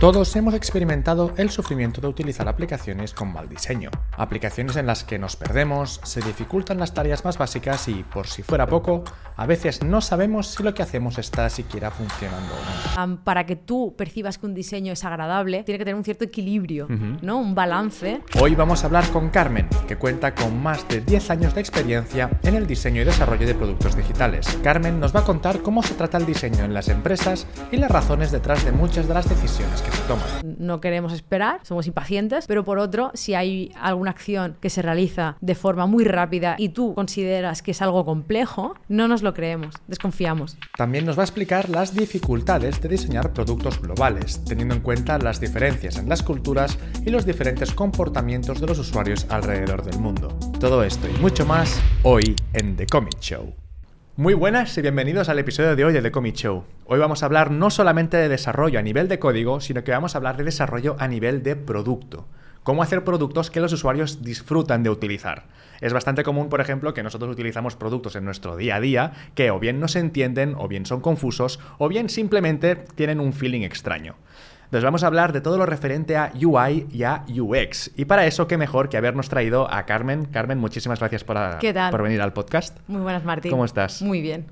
Todos hemos experimentado el sufrimiento de utilizar aplicaciones con mal diseño. Aplicaciones en las que nos perdemos, se dificultan las tareas más básicas y, por si fuera poco, a veces no sabemos si lo que hacemos está siquiera funcionando o no. Para que tú percibas que un diseño es agradable, tiene que tener un cierto equilibrio, ¿no? Un balance. Hoy vamos a hablar con Carmen, que cuenta con más de 10 años de experiencia en el diseño y desarrollo de productos digitales. Carmen nos va a contar cómo se trata el diseño en las empresas y las razones detrás de muchas de las decisiones que se toman. No queremos esperar, somos impacientes, pero por otro, si hay alguna acción que se realiza de forma muy rápida y tú consideras que es algo complejo, no nos lo creemos, desconfiamos. También nos va a explicar las dificultades de diseñar productos globales, teniendo en cuenta las diferencias en las culturas y los diferentes comportamientos de los usuarios alrededor del mundo. Todo esto y mucho más hoy en The Commit Show. Muy buenas y bienvenidos al episodio de hoy de The Commit Show. Hoy vamos a hablar no solamente de desarrollo a nivel de código, sino que vamos a hablar de desarrollo a nivel de producto. Cómo hacer productos que los usuarios disfrutan de utilizar. Es bastante común, por ejemplo, que nosotros utilizamos productos en nuestro día a día que o bien no se entienden, o bien son confusos, o bien simplemente tienen un feeling extraño. Entonces vamos a hablar de todo lo referente a UI y a UX. Y para eso, qué mejor que habernos traído a Carmen. Carmen, muchísimas gracias por venir al podcast. Muy buenas, Martín. ¿Cómo estás? Muy bien.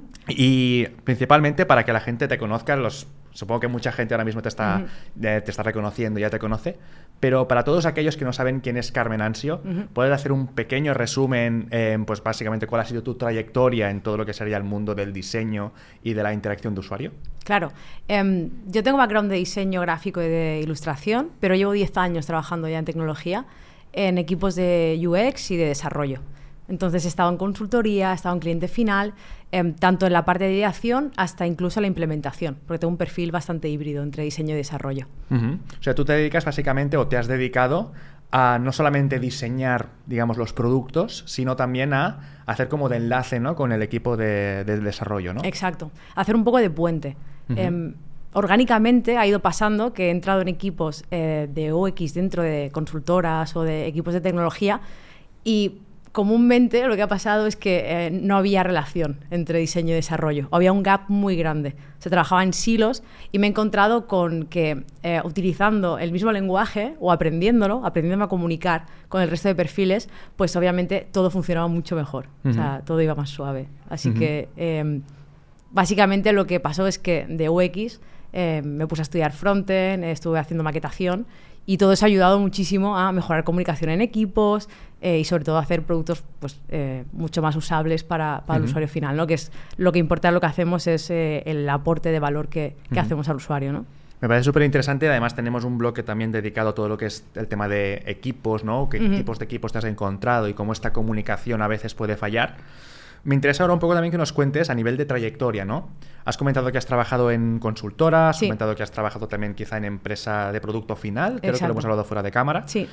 Y principalmente para que la gente te conozca, supongo que mucha gente ahora mismo te está reconociendo, ya te conoce, pero para todos aquellos que no saben quién es Carmen Ansio, ¿puedes hacer un pequeño resumen, pues básicamente cuál ha sido tu trayectoria en todo lo que sería el mundo del diseño y de la interacción de usuario? Claro. Yo tengo background de diseño gráfico y de ilustración, pero llevo 10 años trabajando ya en tecnología, en equipos de UX y de desarrollo. Entonces he estado en consultoría, he estado en cliente final, tanto en la parte de ideación hasta incluso la implementación, porque tengo un perfil bastante híbrido entre diseño y desarrollo. O sea, tú te dedicas básicamente, o te has dedicado a no solamente diseñar, digamos, los productos, sino también a hacer como de enlace, ¿no?, con el equipo de desarrollo, ¿no? Exacto. Hacer un poco de puente. Orgánicamente ha ido pasando que he entrado en equipos de UX dentro de consultoras o de equipos de tecnología y comúnmente lo que ha pasado es que no había relación entre diseño y desarrollo. Había un gap muy grande. Se trabajaba en silos y me he encontrado con que utilizando el mismo lenguaje o aprendiéndome a comunicar con el resto de perfiles, pues obviamente todo funcionaba mucho mejor. O sea, todo iba más suave. Así que básicamente lo que pasó es que de UX me puse a estudiar frontend, estuve haciendo maquetación y todo eso ha ayudado muchísimo a mejorar comunicación en equipos y sobre todo a hacer productos pues, mucho más usables para el usuario final, ¿no? Que es lo que importa, lo que hacemos es el aporte de valor que hacemos al usuario, ¿no? Me parece súper interesante. Además tenemos un bloque también dedicado a todo lo que es el tema de equipos, ¿no? ¿Qué tipos de equipos te has encontrado y cómo esta comunicación a veces puede fallar? Me interesa ahora un poco también que nos cuentes a nivel de trayectoria, ¿no? Has comentado que has trabajado en consultora, has comentado que has trabajado también quizá en empresa de producto final, creo que lo hemos hablado fuera de cámara. Sí.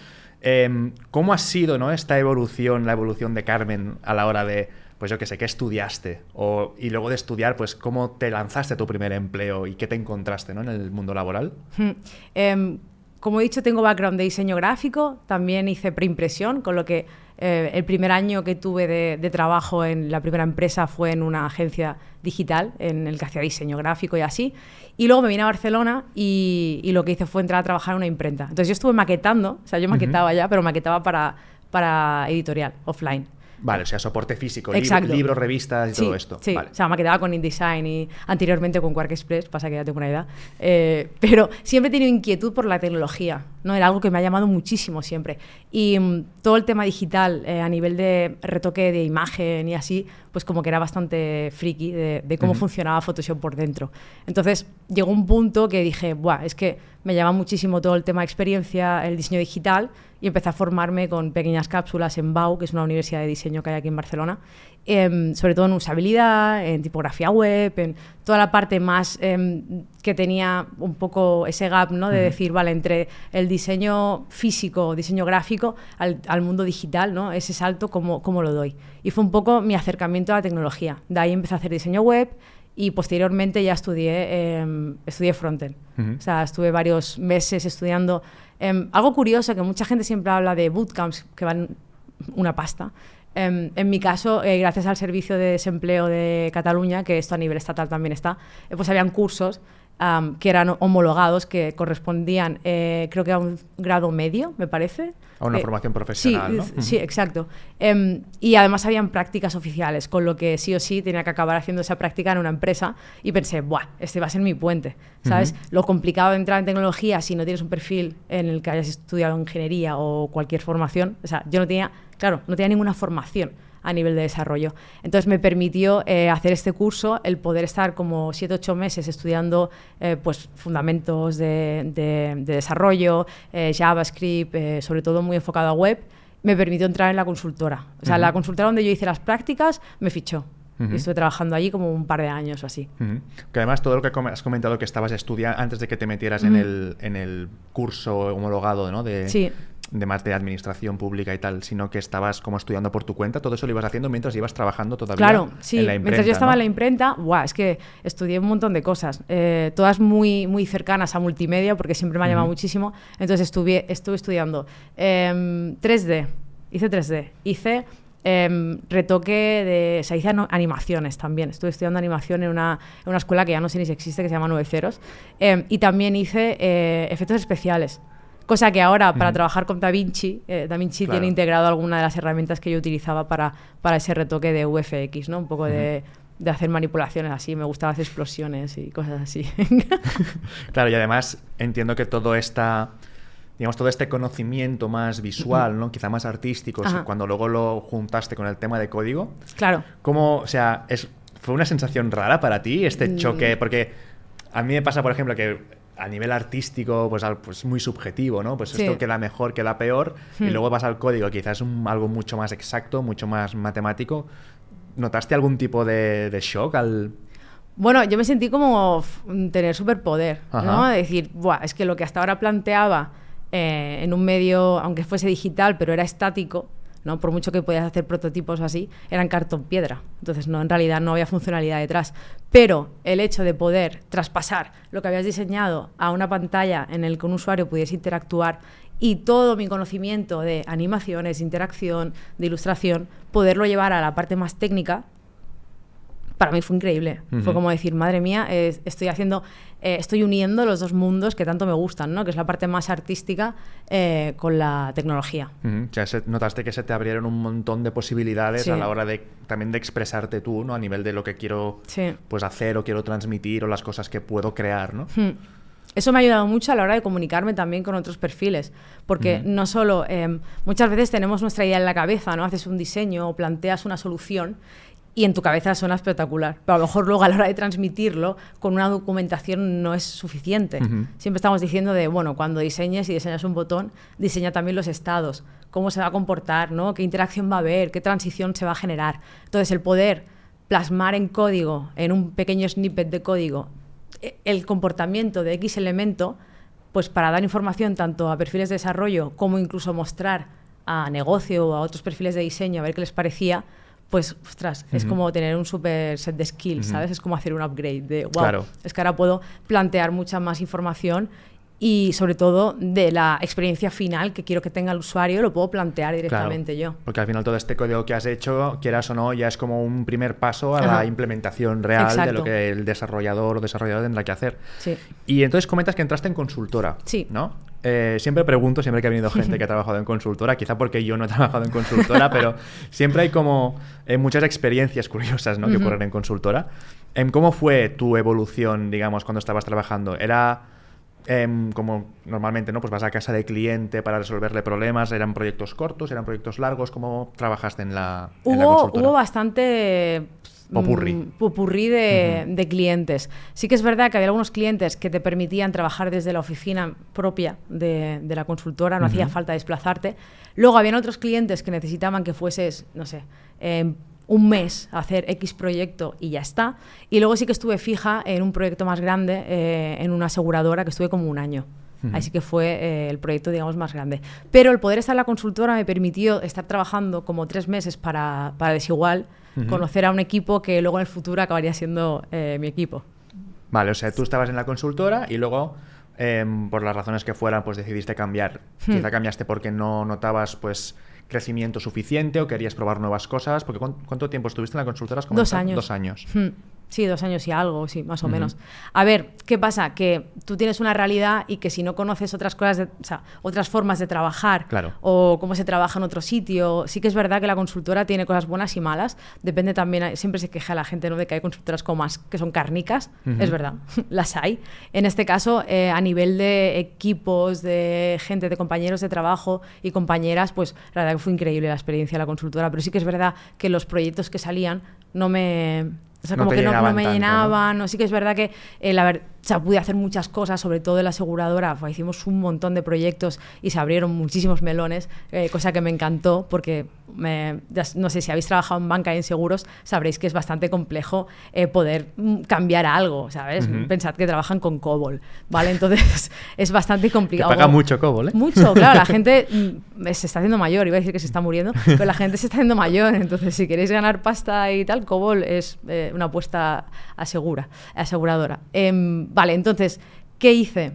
¿Cómo ha sido, ¿no?, esta evolución, la evolución de Carmen a la hora de, pues yo qué sé, qué estudiaste? Y luego de estudiar, pues cómo te lanzaste a tu primer empleo y qué te encontraste, ¿no?, en el mundo laboral. Como he dicho, tengo background de diseño gráfico, también hice preimpresión, con lo que el primer año que tuve de trabajo en la primera empresa fue en una agencia digital en el que hacía diseño gráfico y así. Y luego me vine a Barcelona y lo que hice fue entrar a trabajar en una imprenta. Entonces yo estuve maquetando, o sea, yo maquetaba ya, pero maquetaba para editorial, offline. Vale, o sea, soporte físico, libros, revistas y todo esto. Sí, vale. O sea, maquetaba con InDesign y anteriormente con Quark Express, pasa que ya tengo una edad. Pero siempre he tenido inquietud por la tecnología, ¿no? Era algo que me ha llamado muchísimo siempre. Y todo el tema digital a nivel de retoque de imagen y así, pues como que era bastante friki de cómo funcionaba Photoshop por dentro. Entonces llegó un punto que dije, ¡buah! Es que me llama muchísimo todo el tema de experiencia, el diseño digital, y empecé a formarme con pequeñas cápsulas en BAU, que es una universidad de diseño que hay aquí en Barcelona, sobre todo en usabilidad, en tipografía web, en toda la parte más que tenía un poco ese gap, ¿no? De decir, vale, entre el diseño físico, diseño gráfico, al mundo digital, ¿no? Ese salto, ¿cómo lo doy? Y fue un poco mi acercamiento a la tecnología. De ahí empecé a hacer diseño web y posteriormente ya estudié frontend. O sea, estuve varios meses estudiando. Algo curioso, que mucha gente siempre habla de bootcamps que van una pasta. En mi caso, gracias al Servicio de Desempleo de Cataluña, que esto a nivel estatal también está, pues habían cursos que eran homologados, que correspondían, creo que a un grado medio, me parece. A una formación profesional, sí, ¿no? Sí, exacto. Y además habían prácticas oficiales, con lo que sí o sí tenía que acabar haciendo esa práctica en una empresa y pensé, ¡buah! Este va a ser mi puente, ¿sabes? Lo complicado de entrar en tecnología si no tienes un perfil en el que hayas estudiado ingeniería o cualquier formación. O sea, yo no tenía ninguna formación a nivel de desarrollo. Entonces me permitió hacer este curso, el poder estar como 7-8 meses estudiando pues fundamentos de desarrollo, JavaScript, sobre todo muy enfocado a web, me permitió entrar en la consultora. O sea, la consultora donde yo hice las prácticas me fichó. Y estuve trabajando allí como un par de años o así. Que además todo lo que has comentado que estabas estudiando antes de que te metieras en el curso homologado, ¿no? Sí. De más de administración pública y tal, sino que estabas como estudiando por tu cuenta, todo eso lo ibas haciendo mientras ibas trabajando todavía claro, sí, en la imprenta, mientras yo estaba ¿no? en la imprenta, es que estudié un montón de cosas, todas muy, muy cercanas a multimedia, porque siempre me ha llamado muchísimo. Entonces estuve estudiando 3D, hice 3D, hice retoque se hice animaciones también. Estuve estudiando animación en una escuela que ya no sé ni si existe, que se llama 9 Ceros, y también hice efectos especiales. Cosa que ahora, para trabajar con DaVinci, DaVinci claro. tiene integrado alguna de las herramientas que yo utilizaba para ese retoque de VFX, ¿no? Un poco de hacer manipulaciones así. Me gustaban las explosiones y cosas así. Claro, y además entiendo que todo este conocimiento más visual, ¿no? Quizá más artístico, cuando luego lo juntaste con el tema de código. Claro. ¿Cómo, o sea, fue una sensación rara para ti este choque? Porque a mí me pasa, por ejemplo, que a nivel artístico, pues muy subjetivo, ¿no? Pues esto queda mejor, queda peor, y luego vas al código, quizás es algo mucho más exacto, mucho más matemático. ¿Notaste algún tipo de shock al...? Bueno, yo me sentí como tener superpoder, ¿no? Ajá. Decir, es que lo que hasta ahora planteaba en un medio, aunque fuese digital, pero era estático, ¿no? Por mucho que podías hacer prototipos así, eran cartón piedra. Entonces, en realidad no había funcionalidad detrás. Pero el hecho de poder traspasar lo que habías diseñado a una pantalla en el que un usuario pudiese interactuar y todo mi conocimiento de animaciones, interacción, de ilustración, poderlo llevar a la parte más técnica, para mí fue increíble. Fue como decir, madre mía, estoy uniendo los dos mundos que tanto me gustan, ¿no? Que es la parte más artística con la tecnología. O sea, notaste que se te abrieron un montón de posibilidades a la hora también de expresarte tú, ¿no? A nivel de lo que quiero pues, hacer o quiero transmitir o las cosas que puedo crear, ¿no? Eso me ha ayudado mucho a la hora de comunicarme también con otros perfiles, porque no solo... muchas veces tenemos nuestra idea en la cabeza, ¿no? Haces un diseño o planteas una solución y en tu cabeza suena espectacular, pero a lo mejor luego a la hora de transmitirlo con una documentación no es suficiente. Siempre estamos diciendo cuando diseñes y diseñas un botón, diseña también los estados, cómo se va a comportar, ¿no? Qué interacción va a haber, qué transición se va a generar. Entonces, el poder plasmar en código, en un pequeño snippet de código, el comportamiento de X elemento, pues para dar información tanto a perfiles de desarrollo como incluso mostrar a negocio o a otros perfiles de diseño a ver qué les parecía, pues, ostras, es como tener un super set de skills, ¿sabes? Es como hacer un upgrade de, claro. Es que ahora puedo plantear mucha más información y, sobre todo, de la experiencia final que quiero que tenga el usuario, lo puedo plantear directamente yo. Porque al final todo este código que has hecho, quieras o no, ya es como un primer paso a la implementación real de lo que el desarrollador o desarrolladora tendrá que hacer. Sí. Y entonces comentas que entraste en consultora, ¿no? Siempre pregunto, siempre que ha venido gente que ha trabajado en consultora, quizá porque yo no he trabajado en consultora, pero siempre hay como muchas experiencias curiosas, ¿no? que ocurren en consultora. ¿Cómo fue tu evolución, digamos, cuando estabas trabajando? ¿Era como normalmente, ¿no? Pues vas a casa de cliente para resolverle problemas? ¿Eran proyectos cortos? ¿Eran proyectos largos? ¿Cómo trabajaste en la consultora? Hubo bastante... popurrí de clientes. Sí que es verdad que había algunos clientes que te permitían trabajar desde la oficina propia de la consultora, no hacía falta desplazarte. Luego habían otros clientes que necesitaban que fueses, no sé, un mes a hacer X proyecto y ya está. Y luego sí que estuve fija en un proyecto más grande, en una aseguradora, que estuve como un año. Así que fue el proyecto, digamos, más grande. Pero el poder estar en la consultora me permitió estar trabajando como 3 meses para Desigual, conocer a un equipo que luego en el futuro acabaría siendo mi equipo. Vale, o sea, tú estabas en la consultora y luego, por las razones que fueran, pues decidiste cambiar. Quizá cambiaste porque no notabas, pues, crecimiento suficiente o querías probar nuevas cosas. Porque ¿cuánto tiempo estuviste en la consultora? 2 años. 2 años. Sí, 2 años y algo, sí, más o menos. A ver, ¿qué pasa? Que tú tienes una realidad y que si no conoces otras cosas, o sea, otras formas de trabajar, claro, o cómo se trabaja en otro sitio, sí que es verdad que la consultora tiene cosas buenas y malas. Depende también, siempre se queja la gente, ¿no?, de que hay consultoras como más que son cárnicas. Es verdad, las hay. En este caso, a nivel de equipos, de gente, de compañeros de trabajo y compañeras, pues la verdad que fue increíble la experiencia de la consultora, pero sí que es verdad que los proyectos que salían no me... O sea, como que no me llenaban, ¿no? Sí que es verdad que o sea, pude hacer muchas cosas, sobre todo en la aseguradora. Hicimos un montón de proyectos y se abrieron muchísimos melones, cosa que me encantó porque, no sé, si habéis trabajado en banca y en seguros, sabréis que es bastante complejo poder cambiar algo, ¿sabes? Pensad que trabajan con COBOL, ¿vale? Entonces es bastante complicado. Te paga mucho COBOL, ¿eh? Mucho, claro. La gente se está haciendo mayor, iba a decir que se está muriendo, pero la gente se está haciendo mayor. Entonces, si queréis ganar pasta y tal, COBOL es una apuesta aseguradora. Vale, entonces, ¿qué hice?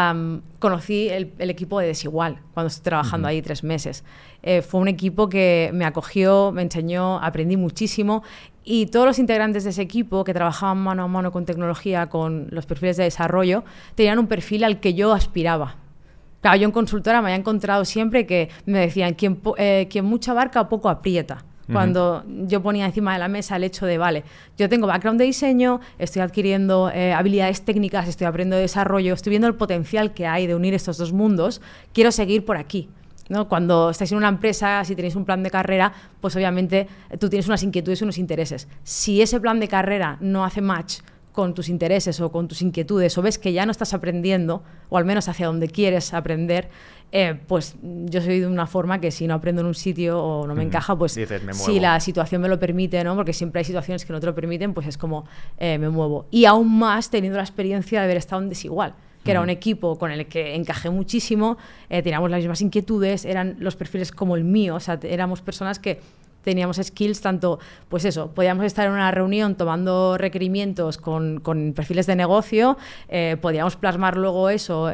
Conocí el equipo de Desigual cuando estuve trabajando ahí 3 meses. Fue un equipo que me acogió, me enseñó, aprendí muchísimo, y todos los integrantes de ese equipo que trabajaban mano a mano con tecnología, con los perfiles de desarrollo, tenían un perfil al que yo aspiraba. Claro, yo en consultora me había encontrado siempre que me decían quien mucho abarca, poco aprieta. Cuando yo ponía encima de la mesa el hecho de, vale, yo tengo background de diseño, estoy adquiriendo habilidades técnicas, estoy aprendiendo desarrollo, estoy viendo el potencial que hay de unir estos dos mundos, quiero seguir por aquí, ¿no? Cuando estáis en una empresa, si tenéis un plan de carrera, pues obviamente tú tienes unas inquietudes y unos intereses. Si ese plan de carrera no hace match con tus intereses o con tus inquietudes, o ves que ya no estás aprendiendo, o al menos hacia donde quieres aprender, pues yo soy de una forma que si no aprendo en un sitio o no me encaja, pues dices, me muevo. Si la situación me lo permite, ¿no? Porque siempre hay situaciones que no te lo permiten, pues es como me muevo. Y aún más teniendo la experiencia de haber estado en Desigual, que era un equipo con el que encajé muchísimo, teníamos las mismas inquietudes, eran los perfiles como el mío, o sea, éramos personas que teníamos skills tanto, pues eso, podíamos estar en una reunión tomando requerimientos con perfiles de negocio, podíamos plasmar luego eso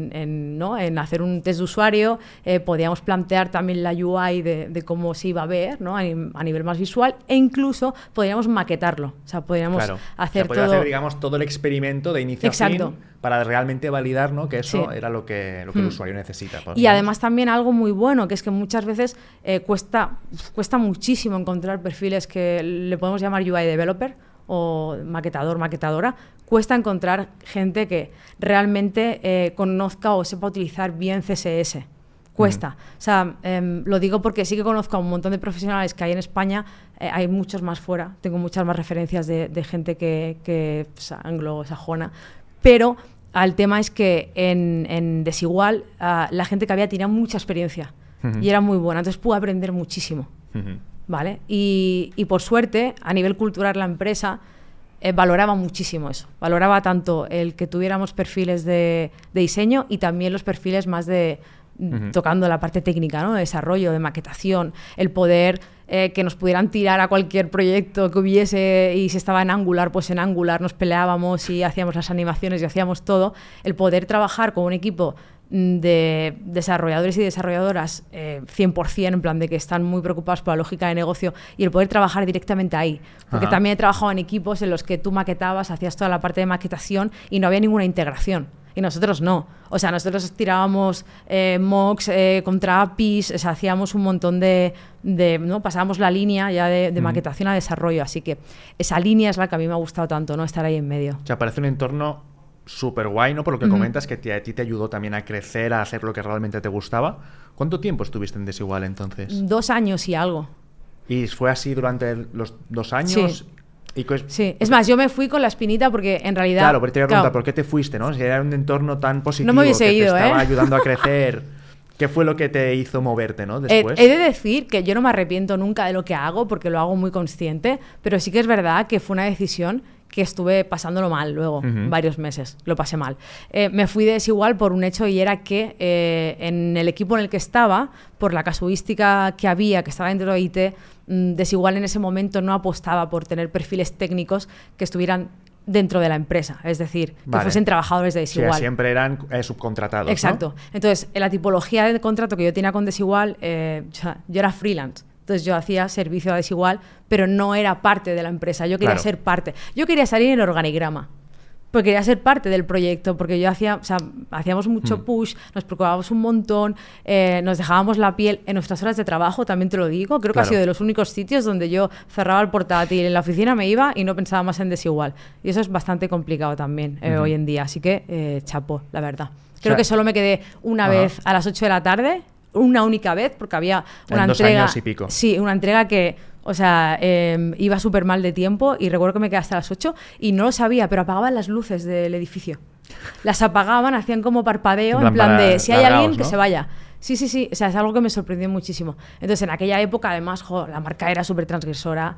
en hacer un test de usuario, podíamos plantear también la UI de cómo se iba a ver, ¿no? a nivel más visual, e incluso podíamos maquetarlo, o sea, podíamos hacer todo. Hacer, digamos, todo el experimento de inicio a fin para realmente validar, ¿no?, que eso era lo que el usuario necesita. Y además también algo muy bueno, que es que muchas veces cuesta muchísimo encontrar perfiles que le podemos llamar UI developer o maquetador, maquetadora. Cuesta encontrar gente que realmente conozca o sepa utilizar bien CSS. Cuesta. O sea, lo digo porque sí que conozco a un montón de profesionales que hay en España, hay muchos más fuera, tengo muchas más referencias de gente que pues, anglosajona, pero el tema es que en Desigual la gente que había tenía mucha experiencia y era muy buena, entonces pude aprender muchísimo. ¿Vale? Y por suerte, a nivel cultural, la empresa valoraba muchísimo eso. Valoraba tanto el que tuviéramos perfiles de diseño y también los perfiles más de tocando la parte técnica, ¿no? De desarrollo, de maquetación, el poder que nos pudieran tirar a cualquier proyecto que hubiese, y si estaba en Angular, pues en Angular nos peleábamos y hacíamos las animaciones y hacíamos todo. El poder trabajar con un equipo de desarrolladores y desarrolladoras 100%, en plan de que están muy preocupados por la lógica de negocio, y el poder trabajar directamente ahí, porque también he trabajado en equipos en los que tú maquetabas, hacías toda la parte de maquetación y no había ninguna integración, y nosotros no, o sea, nosotros tirábamos mocks contra APIs, o sea, hacíamos un montón ¿no? Pasábamos la línea ya de maquetación a desarrollo, así que esa línea es la que a mí me ha gustado tanto, ¿no? Estar ahí en medio. O sea, parece un entorno súper guay, ¿no? Por lo que comentas, que a ti te ayudó también a crecer, a hacer lo que realmente te gustaba. ¿Cuánto tiempo estuviste en Desigual entonces? 2 años y algo. ¿Y fue así durante los 2 años? Sí. Sí, es más, yo me fui con la espinita porque en realidad... Claro, pero te iba a preguntar, ¿por qué te fuiste, no? Si era un entorno tan positivo, no me hubiese ido, te estaba ayudando a crecer, ¿qué fue lo que te hizo moverte, no? Después. He de decir que yo no me arrepiento nunca de lo que hago porque lo hago muy consciente, pero sí que es verdad que fue una decisión que estuve pasándolo mal luego, varios meses, lo pasé mal. Me fui de Desigual por un hecho, y era que en el equipo en el que estaba, por la casuística que había, que estaba dentro de IT, Desigual en ese momento no apostaba por tener perfiles técnicos que estuvieran dentro de la empresa, es decir, que fuesen trabajadores de Desigual. Sí, siempre eran subcontratados. Exacto. ¿No? Entonces, en la tipología de contrato que yo tenía con Desigual, yo era freelance. Entonces yo hacía servicio a Desigual, pero no era parte de la empresa. Yo quería ser parte. Yo quería salir en el organigrama. Porque quería ser parte del proyecto, porque yo hacíamos mucho push, nos preocupábamos un montón, nos dejábamos la piel en nuestras horas de trabajo, también te lo digo. Creo que ha sido de los únicos sitios donde yo cerraba el portátil, en la oficina me iba y no pensaba más en Desigual. Y eso es bastante complicado también hoy en día, así que chapó, la verdad. Creo que solo me quedé una vez a las 8 de la tarde, una única vez, porque había una entrega... 2 años y pico. Sí, una entrega que... O sea, iba súper mal de tiempo y recuerdo que me quedé hasta las 8 y no lo sabía, pero apagaban las luces del edificio. Las apagaban, hacían como parpadeo, en plan de si hay alguien, que se vaya. Sí. O sea, es algo que me sorprendió muchísimo. Entonces, en aquella época, además, la marca era súper transgresora.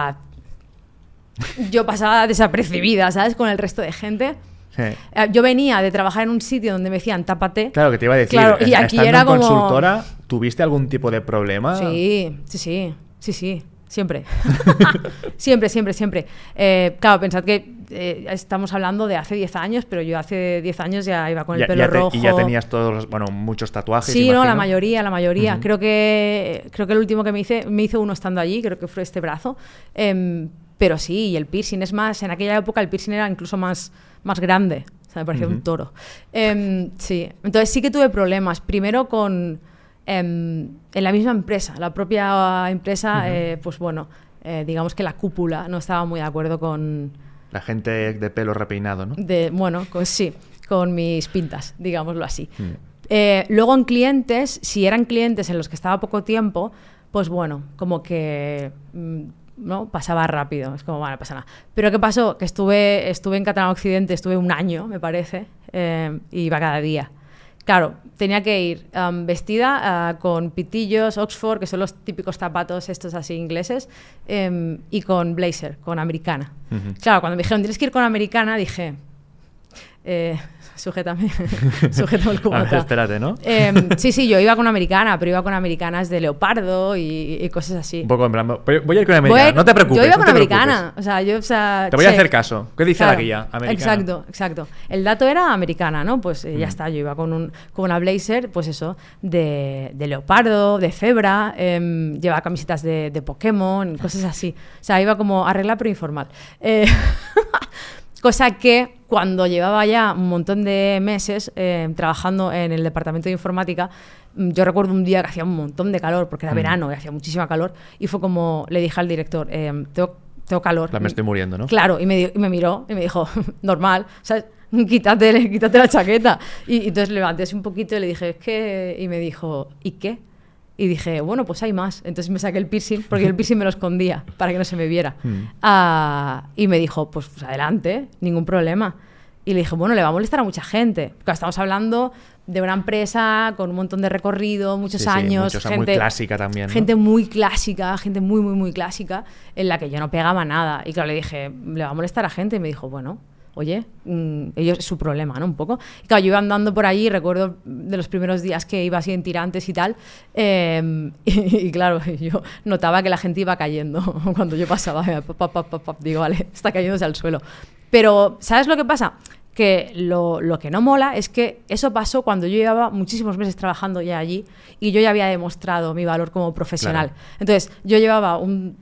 Yo pasaba desapercibida, ¿sabes? Con el resto de gente. Sí. Yo venía de trabajar en un sitio donde me decían tápate. Claro, que te iba a decir. Claro, y aquí era en como... consultora, ¿tuviste algún tipo de problema? Sí. Siempre. Siempre. Claro, pensad que estamos hablando de hace 10 años, pero yo hace 10 años ya iba con el pelo rojo. Y ya tenías muchos tatuajes. Sí, imagino. No, la mayoría. Uh-huh. Creo que el último que me hice uno estando allí, creo que fue este brazo. Pero sí, y el piercing es más, en aquella época el piercing era incluso más grande. O sea, me parecía un toro. Sí, entonces sí que tuve problemas. Primero en la misma empresa, la propia empresa, pues bueno, digamos que la cúpula no estaba muy de acuerdo con... La gente de pelo repeinado, ¿no? Sí, con mis pintas, digámoslo así. Luego en clientes, si eran clientes en los que estaba poco tiempo, pues bueno, como que... ¿no? Pasaba rápido, es como, bueno, no pasa nada. Pero ¿qué pasó? Que estuve en Catalán Occidente, estuve un año, me parece, y iba cada día. Claro, tenía que ir vestida con pitillos, Oxford, que son los típicos zapatos estos así ingleses, y con blazer, con americana. Uh-huh. Claro, cuando me dijeron, tienes que ir con americana, dije... sujétame el cubata. Espérate, ¿no? Sí, yo iba con americana, pero iba con americanas de leopardo y cosas así. Un poco en plan, voy a ir con americana, no te preocupes. Yo iba con americana, te voy a hacer caso. ¿Qué dice la guía? Americana. Exacto. El dato era americana, ¿no? Pues ya está, yo iba con una blazer, pues eso, de leopardo, de cebra, llevaba camisetas de Pokémon, cosas así. O sea, iba como arreglada pero informal. Cosa que cuando llevaba ya un montón de meses trabajando en el departamento de informática, yo recuerdo un día que hacía un montón de calor, porque era verano y hacía muchísima calor, y fue como, le dije al director, tengo calor. Me estoy muriendo, ¿no? Claro, y me miró y me dijo, normal, ¿sabes? Quítate la chaqueta. Y entonces levanté así un poquito y le dije, es que... Y me dijo, ¿y qué? Y dije, bueno, pues hay más. Entonces me saqué el piercing, porque el piercing me lo escondía para que no se me viera. Y me dijo, pues adelante, ningún problema. Y le dije, bueno, le va a molestar a mucha gente. Porque estamos hablando de una empresa con un montón de recorrido, muchos años. Gente muy clásica también, ¿no? Gente muy clásica, gente muy, muy, muy clásica, en la que yo no pegaba nada. Y claro, le dije, ¿le va a molestar a gente? Y me dijo, bueno... Oye, ellos es su problema, ¿no? Un poco. Y claro, yo iba andando por allí, recuerdo de los primeros días que iba así en tirantes y tal, y claro, yo notaba que la gente iba cayendo cuando yo pasaba, digo, vale, está cayéndose al suelo. Pero, ¿sabes lo que pasa? Que lo que no mola es que eso pasó cuando yo llevaba muchísimos meses trabajando ya allí y yo ya había demostrado mi valor como profesional. Claro. Entonces, yo llevaba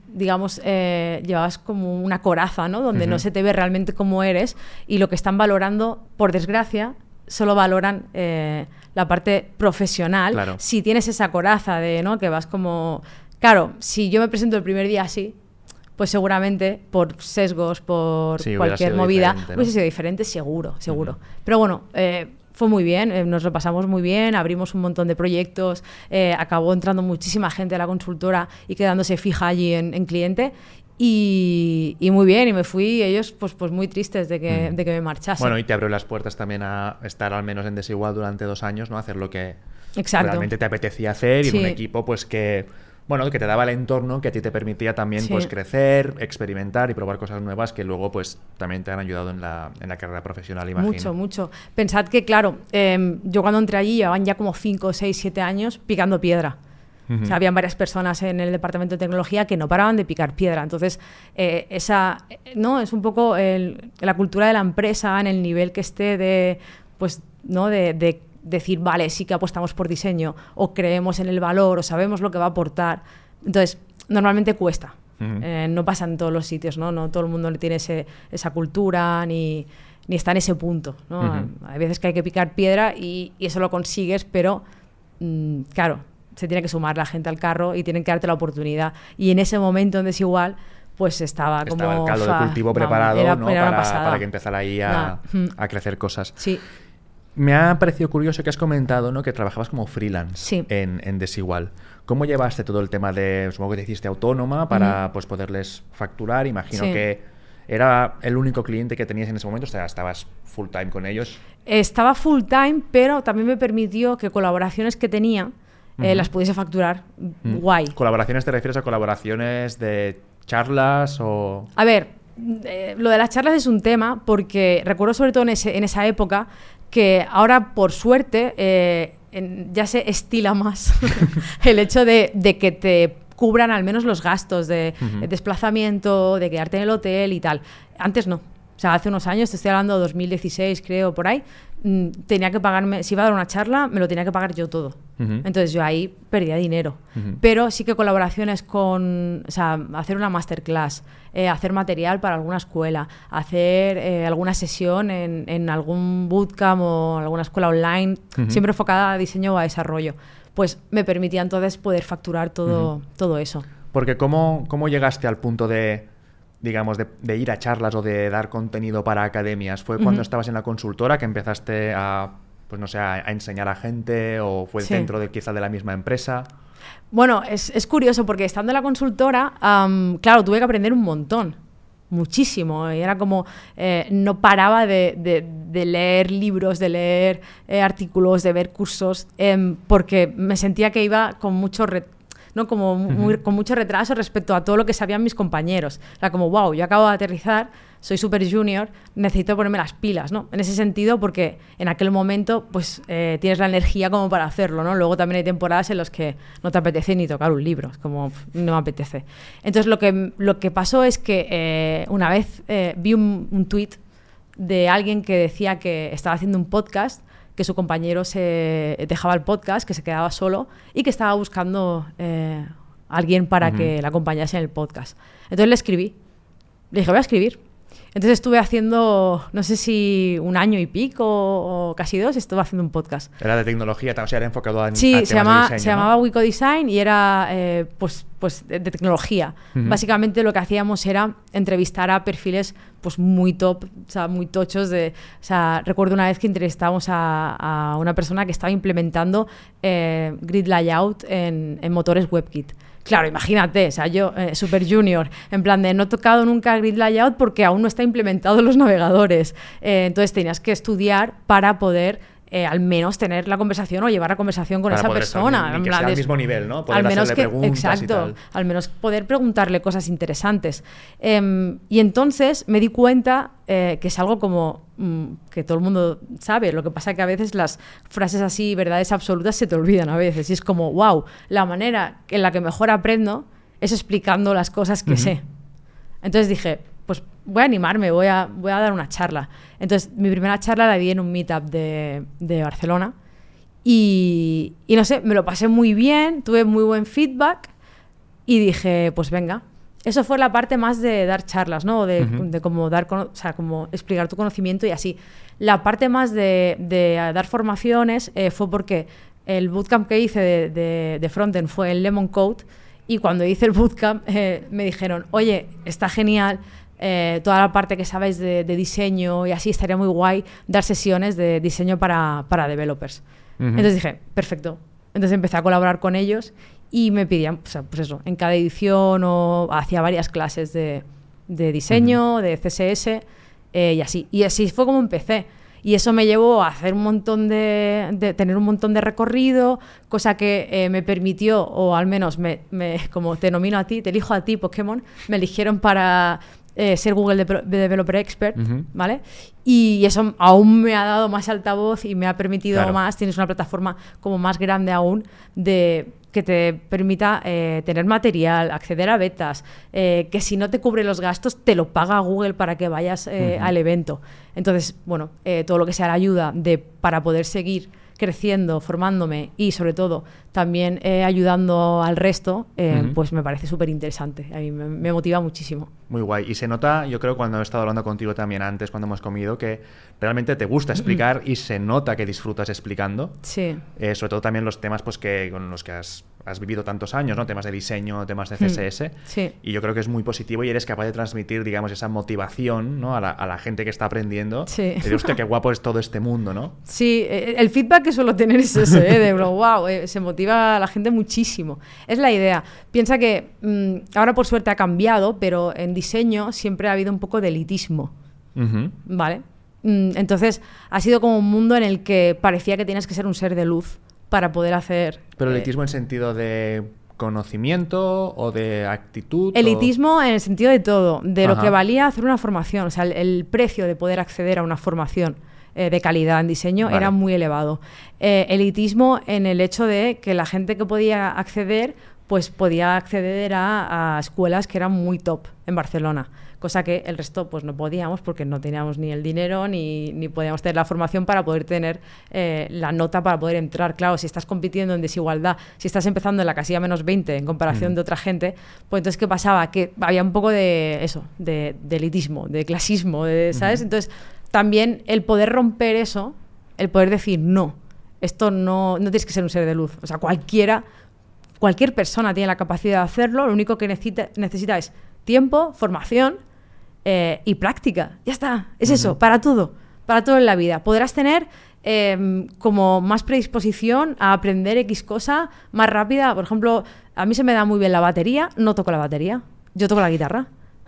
llevabas como una coraza, ¿no? Donde no se te ve realmente cómo eres, y lo que están valorando, por desgracia, solo valoran la parte profesional. Claro. Si tienes esa coraza de, ¿no? Que vas como... Claro, si yo me presento el primer día así, pues seguramente por sesgos, por cualquier movida, ¿no? Hubiese sido diferente, seguro. Pero bueno, fue muy bien, nos lo pasamos muy bien, abrimos un montón de proyectos, acabó entrando muchísima gente a la consultora y quedándose fija allí en cliente. Y muy bien, y me fui, ellos pues muy tristes de que me marchase. Bueno, y te abrió las puertas también a estar al menos en Desigual durante 2 años, ¿no? Hacer lo que realmente te apetecía hacer, y en un equipo pues que te daba el entorno que a ti te permitía también pues crecer, experimentar y probar cosas nuevas que luego pues también te han ayudado en la carrera profesional, imagino. Mucho. Pensad que, claro, yo cuando entré allí llevaban ya como 5, 6, 7 años picando piedra. O sea, habían varias personas en el departamento de tecnología que no paraban de picar piedra. Entonces, ¿no? Es un poco la cultura de la empresa en el nivel que esté de decir, vale, sí que apostamos por diseño, o creemos en el valor, o sabemos lo que va a aportar, Entonces, normalmente cuesta. No pasa en todos los sitios, ¿no? No todo el mundo tiene esa cultura ni está en ese punto, ¿no? Hay veces que hay que picar piedra y eso lo consigues, pero claro, se tiene que sumar la gente al carro y tienen que darte la oportunidad. Y en ese momento en Desigual, pues estaba como... Estaba el caldo de cultivo preparado, era ¿no? Para que empezara ahí a crecer cosas. Sí. Me ha parecido curioso que has comentado, ¿no?, que trabajabas como freelance en Desigual. ¿Cómo llevaste todo el tema de, supongo que te hiciste autónoma para pues poderles facturar? Imagino que era el único cliente que tenías en ese momento, o sea, estabas full time con ellos. Estaba full time, pero también me permitió que colaboraciones que tenía las pudiese facturar guay. ¿Colaboraciones te refieres a colaboraciones de charlas o...? A ver, lo de las charlas es un tema porque recuerdo sobre todo en esa época que ahora, por suerte, ya se estila más el hecho de que te cubran al menos los gastos de desplazamiento, de quedarte en el hotel y tal. Antes no. O sea, hace unos años, te estoy hablando de 2016, creo, por ahí, tenía que pagarme, si iba a dar una charla, me lo tenía que pagar yo todo. Entonces yo ahí perdía dinero. Pero sí que colaboraciones con, o sea, hacer una masterclass, hacer material para alguna escuela, hacer alguna sesión en algún bootcamp o alguna escuela online, siempre enfocada a diseño o a desarrollo, pues me permitía entonces poder facturar todo eso. Porque ¿cómo llegaste al punto de, digamos, de ir a charlas o de dar contenido para academias? ¿Fue cuando estabas en la consultora que empezaste a, pues no sé, a enseñar a gente, o fue dentro quizá de la misma empresa? Bueno, es curioso porque estando en la consultora, claro, tuve que aprender un montón, muchísimo, y era como, no paraba de leer libros, de leer artículos, de ver cursos, porque me sentía que iba con mucho ¿no? Como con mucho retraso respecto a todo lo que sabían mis compañeros. Era como, wow, yo acabo de aterrizar, soy súper junior, necesito ponerme las pilas, ¿no? En ese sentido, porque en aquel momento pues tienes la energía como para hacerlo, ¿no? Luego también hay temporadas en las que no te apetece ni tocar un libro, es como, no me apetece. Entonces lo que pasó es que una vez vi un tuit de alguien que decía que estaba haciendo un podcast, que su compañero se dejaba el podcast, que se quedaba solo y que estaba buscando alguien para que la acompañase en el podcast. Entonces le escribí. Le dije, voy a escribir. Entonces estuve haciendo, no sé si un año y pico o casi 2, estuve haciendo un podcast. Era de tecnología, o sea, era enfocado a sí, temas de diseño, se llamaba Wico Design y era pues de tecnología. Básicamente lo que hacíamos era entrevistar a perfiles pues muy top, o sea, muy tochos. O sea, recuerdo una vez que entrevistamos a una persona que estaba implementando grid layout en motores WebKit. Claro, imagínate, o sea, yo, super junior, en plan de no he tocado nunca grid layout porque aún no está implementado en los navegadores. Entonces tenías que estudiar para poder al menos tener la conversación o llevar la conversación con esa persona. Que sea al mismo nivel, ¿no? Poder hacerle preguntas exacto, y tal. Al menos poder preguntarle cosas interesantes. Y entonces me di cuenta que es algo como que todo el mundo sabe. Lo que pasa es que a veces las frases así, verdades absolutas, se te olvidan a veces. Y es como, wow, la manera en la que mejor aprendo es explicando las cosas que sé. Entonces dije, pues voy a animarme, voy a dar una charla. Entonces, mi primera charla la di en un meetup de Barcelona y no sé, me lo pasé muy bien, tuve muy buen feedback y dije, pues venga. Eso fue la parte más de dar charlas, ¿no? De cómo o sea, como explicar tu conocimiento y así. La parte más de dar formaciones fue porque el bootcamp que hice de frontend fue el Lemon Code y cuando hice el bootcamp me dijeron, oye, está genial, toda la parte que sabes de diseño y así, estaría muy guay dar sesiones de diseño para developers. Entonces dije, perfecto. Entonces empecé a colaborar con ellos y me pedían, o sea, pues eso, en cada edición o hacía varias clases de diseño, de CSS y así. Y así fue como empecé. Y eso me llevó a hacer un montón de tener un montón de recorrido, cosa que me permitió, o al menos como te nomino a ti, te elijo a ti, Pokémon, me eligieron para ser Google Developer Expert, ¿vale? Y eso aún me ha dado más altavoz y me ha permitido más, tienes una plataforma como más grande aún que te permita tener material, acceder a betas, que si no te cubre los gastos te lo paga Google para que vayas al evento. Entonces, bueno, todo lo que sea la ayuda para poder seguir creciendo, formándome y sobre todo también ayudando al resto, pues me parece súper interesante. A mí me motiva muchísimo. Muy guay. Y se nota, yo creo, cuando he estado hablando contigo también antes, cuando hemos comido, que realmente te gusta explicar y se nota que disfrutas explicando. Sí. Sobre todo también los temas pues con los que has vivido tantos años, ¿no? Temas de diseño, temas de CSS. Sí. Y yo creo que es muy positivo y eres capaz de transmitir, digamos, esa motivación, ¿no? a la gente que está aprendiendo. Sí. De, hostia, qué guapo es todo este mundo, ¿no? Sí, el feedback que suelo tener es ese, de wow, se motiva a la gente muchísimo. Es la idea. Piensa que ahora por suerte ha cambiado, pero en diseño siempre ha habido un poco de elitismo, ¿vale? Entonces ha sido como un mundo en el que parecía que tienes que ser un ser de luz para poder hacer... Pero elitismo en sentido de conocimiento o de actitud. Elitismo en el sentido de todo, de lo que valía hacer una formación, o sea, el precio de poder acceder a una formación de calidad en diseño era muy elevado. Elitismo en el hecho de que la gente que podía acceder, pues podía acceder a escuelas que eran muy top en Barcelona, cosa que el resto pues no podíamos porque no teníamos ni el dinero ni podíamos tener la formación para poder tener la nota para poder entrar. Claro, si estás compitiendo en desigualdad, si estás empezando en la casilla menos 20 en comparación de otra gente, pues entonces ¿qué pasaba? Que había un poco de eso, de elitismo, de clasismo, ¿sabes? Entonces también el poder romper eso, el poder decir no, esto no tienes que ser un ser de luz, o sea, cualquier persona tiene la capacidad de hacerlo, lo único que necesita es tiempo, formación y práctica. Ya está, es eso, para todo en la vida. Podrás tener como más predisposición a aprender X cosa más rápida. Por ejemplo, a mí se me da muy bien la batería, no toco la batería, yo toco la guitarra.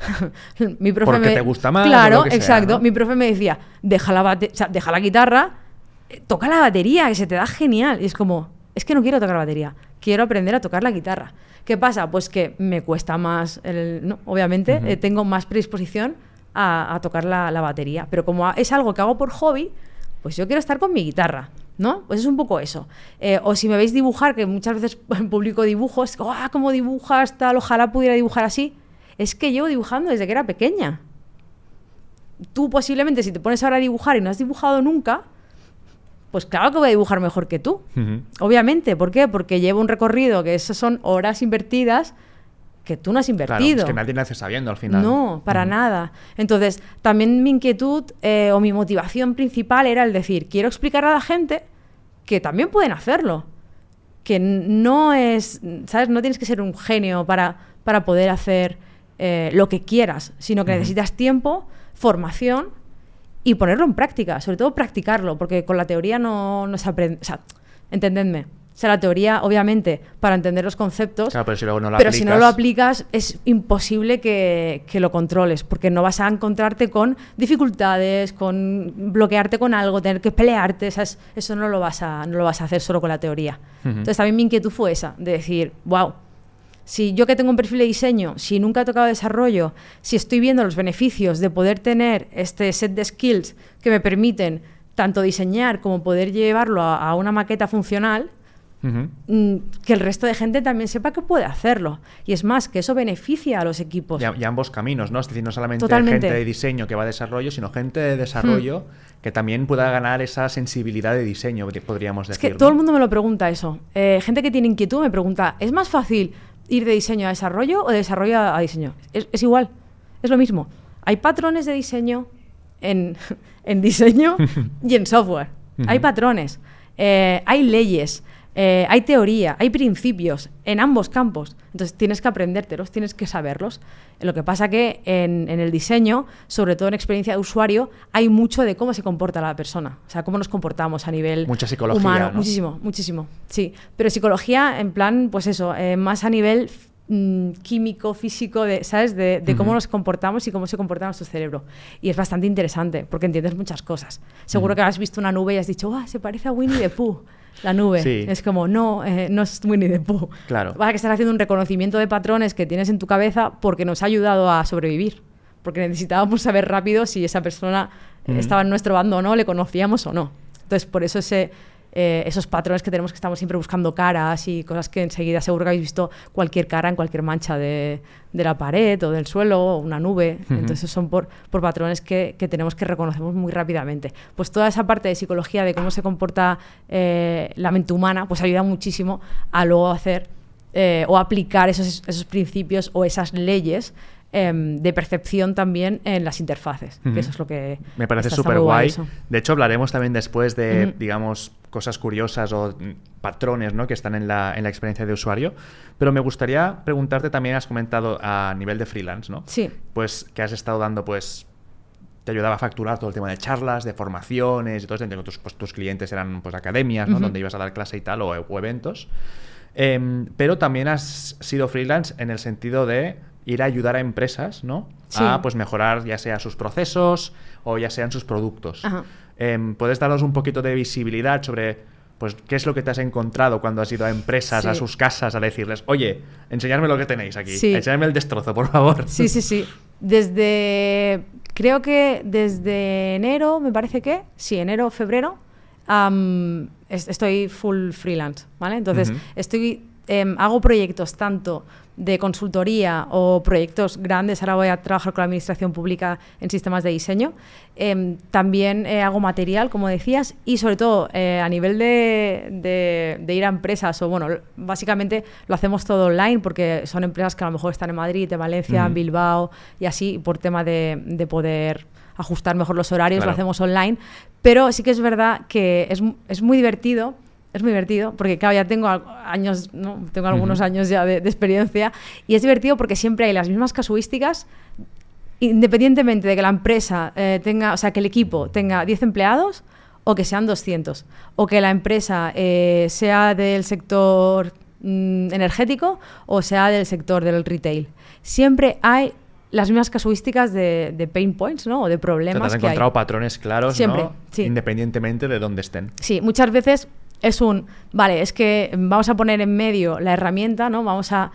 Mi profe porque te gusta más. Claro, o lo que exacto. sea, ¿no? Mi profe me decía, deja la guitarra, toca la batería, que se te da genial. Y es como, es que no quiero tocar batería, quiero aprender a tocar la guitarra. ¿Qué pasa? Pues que me cuesta más, obviamente, tengo más predisposición a tocar la batería. Pero como es algo que hago por hobby, pues yo quiero estar con mi guitarra, ¿no? Pues es un poco eso. O si me veis dibujar, que muchas veces publico dibujos, ¿cómo dibujas tal? Ojalá pudiera dibujar así. Es que llevo dibujando desde que era pequeña. Tú posiblemente, si te pones ahora a dibujar y no has dibujado nunca, pues claro que voy a dibujar mejor que tú. Obviamente. ¿Por qué? Porque llevo un recorrido que esas son horas invertidas que tú no has invertido. Claro, es que nadie nace sabiendo al final. No, para nada. Entonces, también mi inquietud o mi motivación principal era el decir, quiero explicar a la gente que también pueden hacerlo. Que no es, ¿sabes? No tienes que ser un genio para poder hacer lo que quieras, sino que necesitas tiempo, formación y ponerlo en práctica, sobre todo practicarlo, porque con la teoría no se aprende. O sea, entendedme. O sea, la teoría, obviamente, para entender los conceptos, claro, pero si luego no lo pero aplicas... si no lo aplicas es imposible que lo controles, porque no vas a encontrarte con dificultades, con bloquearte con algo, tener que pelearte, ¿sabes? Eso no lo vas a hacer solo con la teoría. Entonces también mi inquietud fue esa, de decir, wow, si yo que tengo un perfil de diseño, si nunca he tocado desarrollo, si estoy viendo los beneficios de poder tener este set de skills que me permiten tanto diseñar como poder llevarlo a una maqueta funcional, que el resto de gente también sepa que puede hacerlo. Y es más, que eso beneficia a los equipos. Y ambos caminos, ¿no? Es decir, no solamente Totalmente. gente de diseño que va a desarrollo, sino gente de desarrollo que también pueda ganar esa sensibilidad de diseño, podríamos decir. Es que todo el mundo me lo pregunta eso. Gente que tiene inquietud me pregunta, ¿es más fácil ir de diseño a desarrollo o de desarrollo a diseño? Es igual, es lo mismo. Hay patrones de diseño en diseño y en software. Hay patrones, hay leyes, hay teoría, hay principios en ambos campos. Entonces tienes que aprendértelos, tienes que saberlos. Lo que pasa que en el diseño, sobre todo en experiencia de usuario, hay mucho de cómo se comporta la persona. O sea, cómo nos comportamos a nivel mucha psicología, humano. ¿no? Muchísimo, sí. Pero psicología en plan, pues eso, más a nivel químico, físico, ¿sabes? De cómo nos comportamos y cómo se comporta nuestro cerebro. Y es bastante interesante porque entiendes muchas cosas. Seguro que has visto una nube y has dicho, se parece a Winnie the Pooh. La nube. Sí. Es como, no es Winnie the Pooh. Claro. Vas a que estás haciendo un reconocimiento de patrones que tienes en tu cabeza porque nos ha ayudado a sobrevivir. Porque necesitábamos saber rápido si esa persona estaba en nuestro bando o no, le conocíamos o no. Entonces, por eso esos patrones que tenemos, que estamos siempre buscando caras y cosas que enseguida seguro que habéis visto cualquier cara en cualquier mancha de la pared o del suelo o una nube. Entonces son por patrones que tenemos que reconocemos muy rápidamente. Pues toda esa parte de psicología, de cómo se comporta la mente humana, pues ayuda muchísimo a luego hacer o aplicar esos principios o esas leyes de percepción también en las interfaces, que eso es lo que me parece súper guay. De hecho, hablaremos también después de, digamos, cosas curiosas o patrones, ¿no?, que están en la experiencia de usuario, pero me gustaría preguntarte también, has comentado a nivel de freelance, ¿no? Sí. Pues que has estado dando, pues, te ayudaba a facturar todo el tema de charlas, de formaciones y todo esto. Tus clientes eran, pues, academias, ¿no?, donde ibas a dar clase y tal, o eventos. Pero también has sido freelance en el sentido de ir a ayudar a empresas, ¿no? Sí. A, pues, mejorar ya sea sus procesos o ya sean sus productos. Ajá. ¿Puedes darnos un poquito de visibilidad sobre, pues, qué es lo que te has encontrado cuando has ido a empresas, a sus casas, a decirles, oye, enseñadme lo que tenéis aquí, enseñadme el destrozo, por favor? Sí. Creo que desde enero, me parece que, enero o febrero, estoy full freelance, ¿vale? Entonces, hago proyectos tanto de consultoría o proyectos grandes. Ahora voy a trabajar con la administración pública en sistemas de diseño. También hago material, como decías, y sobre todo a nivel de ir a empresas, o bueno, básicamente lo hacemos todo online porque son empresas que a lo mejor están en Madrid, en Valencia, en Bilbao y así, por tema de poder ajustar mejor los horarios, claro. Lo hacemos online, pero sí que es verdad que es muy divertido. Es muy divertido porque, claro, ya tengo años, ¿no? Tengo algunos años ya de experiencia, y es divertido porque siempre hay las mismas casuísticas, independientemente de que la empresa tenga, o sea, que el equipo tenga 10 empleados o que sean 200, o que la empresa sea del sector energético o sea del sector del retail. Siempre hay las mismas casuísticas de pain points, ¿no? O de problemas. O sea, te has encontrado patrones claros, siempre, ¿no? Sí. Independientemente de dónde estén. Sí, muchas veces es es que vamos a poner en medio la herramienta, ¿no? Vamos a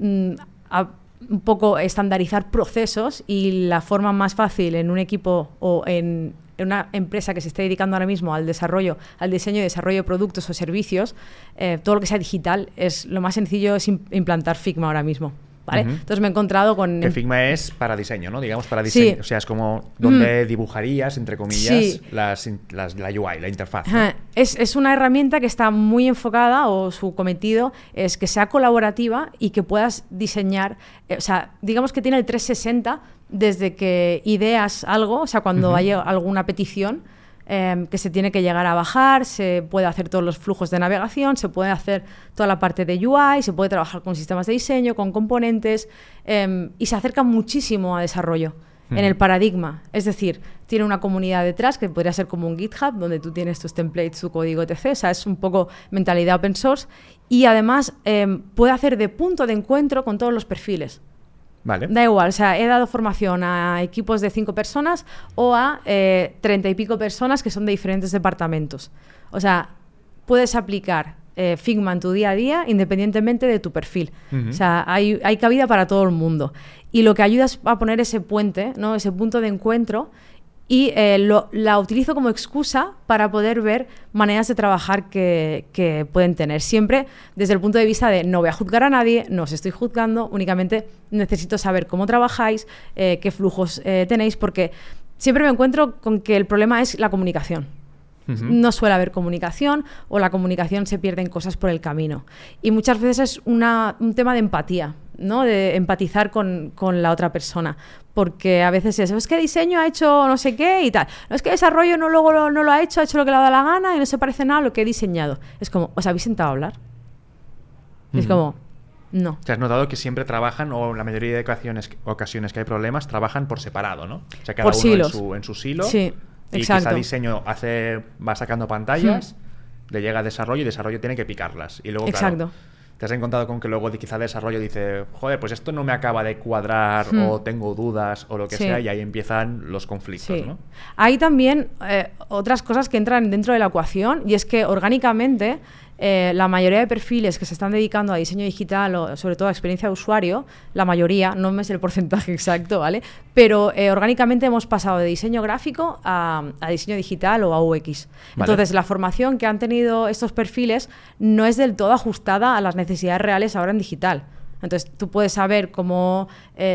un poco estandarizar procesos, y la forma más fácil en un equipo o en una empresa que se esté dedicando ahora mismo al desarrollo, al diseño y desarrollo de productos o servicios, todo lo que sea digital, lo más sencillo es implantar Figma ahora mismo. ¿Vale? Entonces me he encontrado con... Que Figma es para diseño, ¿no? Digamos, para diseño. Sí. O sea, es como donde dibujarías, entre comillas, la UI, la interfaz, ¿no? Es una herramienta que está muy enfocada, o su cometido es que sea colaborativa y que puedas diseñar, o sea, digamos que tiene el 360 desde que ideas algo, o sea, cuando hay alguna petición, que se tiene que llegar a bajar, se puede hacer todos los flujos de navegación, se puede hacer toda la parte de UI, se puede trabajar con sistemas de diseño, con componentes, y se acerca muchísimo a desarrollo en el paradigma. Es decir, tiene una comunidad detrás que podría ser como un GitHub, donde tú tienes tus templates, tu código, etc. O sea, es un poco mentalidad open source, y además puede hacer de punto de encuentro con todos los perfiles. Vale. Da igual, o sea, he dado formación a equipos de 5 personas o a 30 y pico personas que son de diferentes departamentos. O sea, puedes aplicar Figma en tu día a día independientemente de tu perfil. O sea, hay cabida para todo el mundo. Y lo que ayuda es a poner ese puente, ¿no? Ese punto de encuentro, y la utilizo como excusa para poder ver maneras de trabajar que pueden tener. Siempre desde el punto de vista de no voy a juzgar a nadie, no os estoy juzgando, únicamente necesito saber cómo trabajáis, qué flujos tenéis, porque siempre me encuentro con que el problema es la comunicación. No suele haber comunicación, o la comunicación se pierde en cosas por el camino. Y muchas veces es un tema de empatía, ¿no? De empatizar con la otra persona, porque a veces es que diseño ha hecho no sé qué y tal, no es que desarrollo no lo ha hecho lo que le ha dado la gana y no se parece nada a lo que he diseñado. Es como, ¿os habéis sentado a hablar? Es como, no. ¿Te has notado que siempre trabajan, o en la mayoría de ocasiones que hay problemas, trabajan por separado, ¿no? O sea, cada por uno silos. en su silo. Sí, y exacto. quizá diseño va sacando pantallas, le llega a desarrollo, y desarrollo tiene que picarlas. Y luego, exacto. Claro, te has encontrado con que luego quizá desarrollo dice, joder, pues esto no me acaba de cuadrar, o tengo dudas, o lo que sea, y ahí empiezan los conflictos, ¿no? Hay también otras cosas que entran dentro de la ecuación, y es que orgánicamente la mayoría de perfiles que se están dedicando a diseño digital o sobre todo a experiencia de usuario, la mayoría, no me sé el porcentaje exacto, ¿vale? Pero orgánicamente hemos pasado de diseño gráfico a diseño digital o a UX. Vale. Entonces, la formación que han tenido estos perfiles no es del todo ajustada a las necesidades reales ahora en digital. Entonces, tú puedes saber cómo,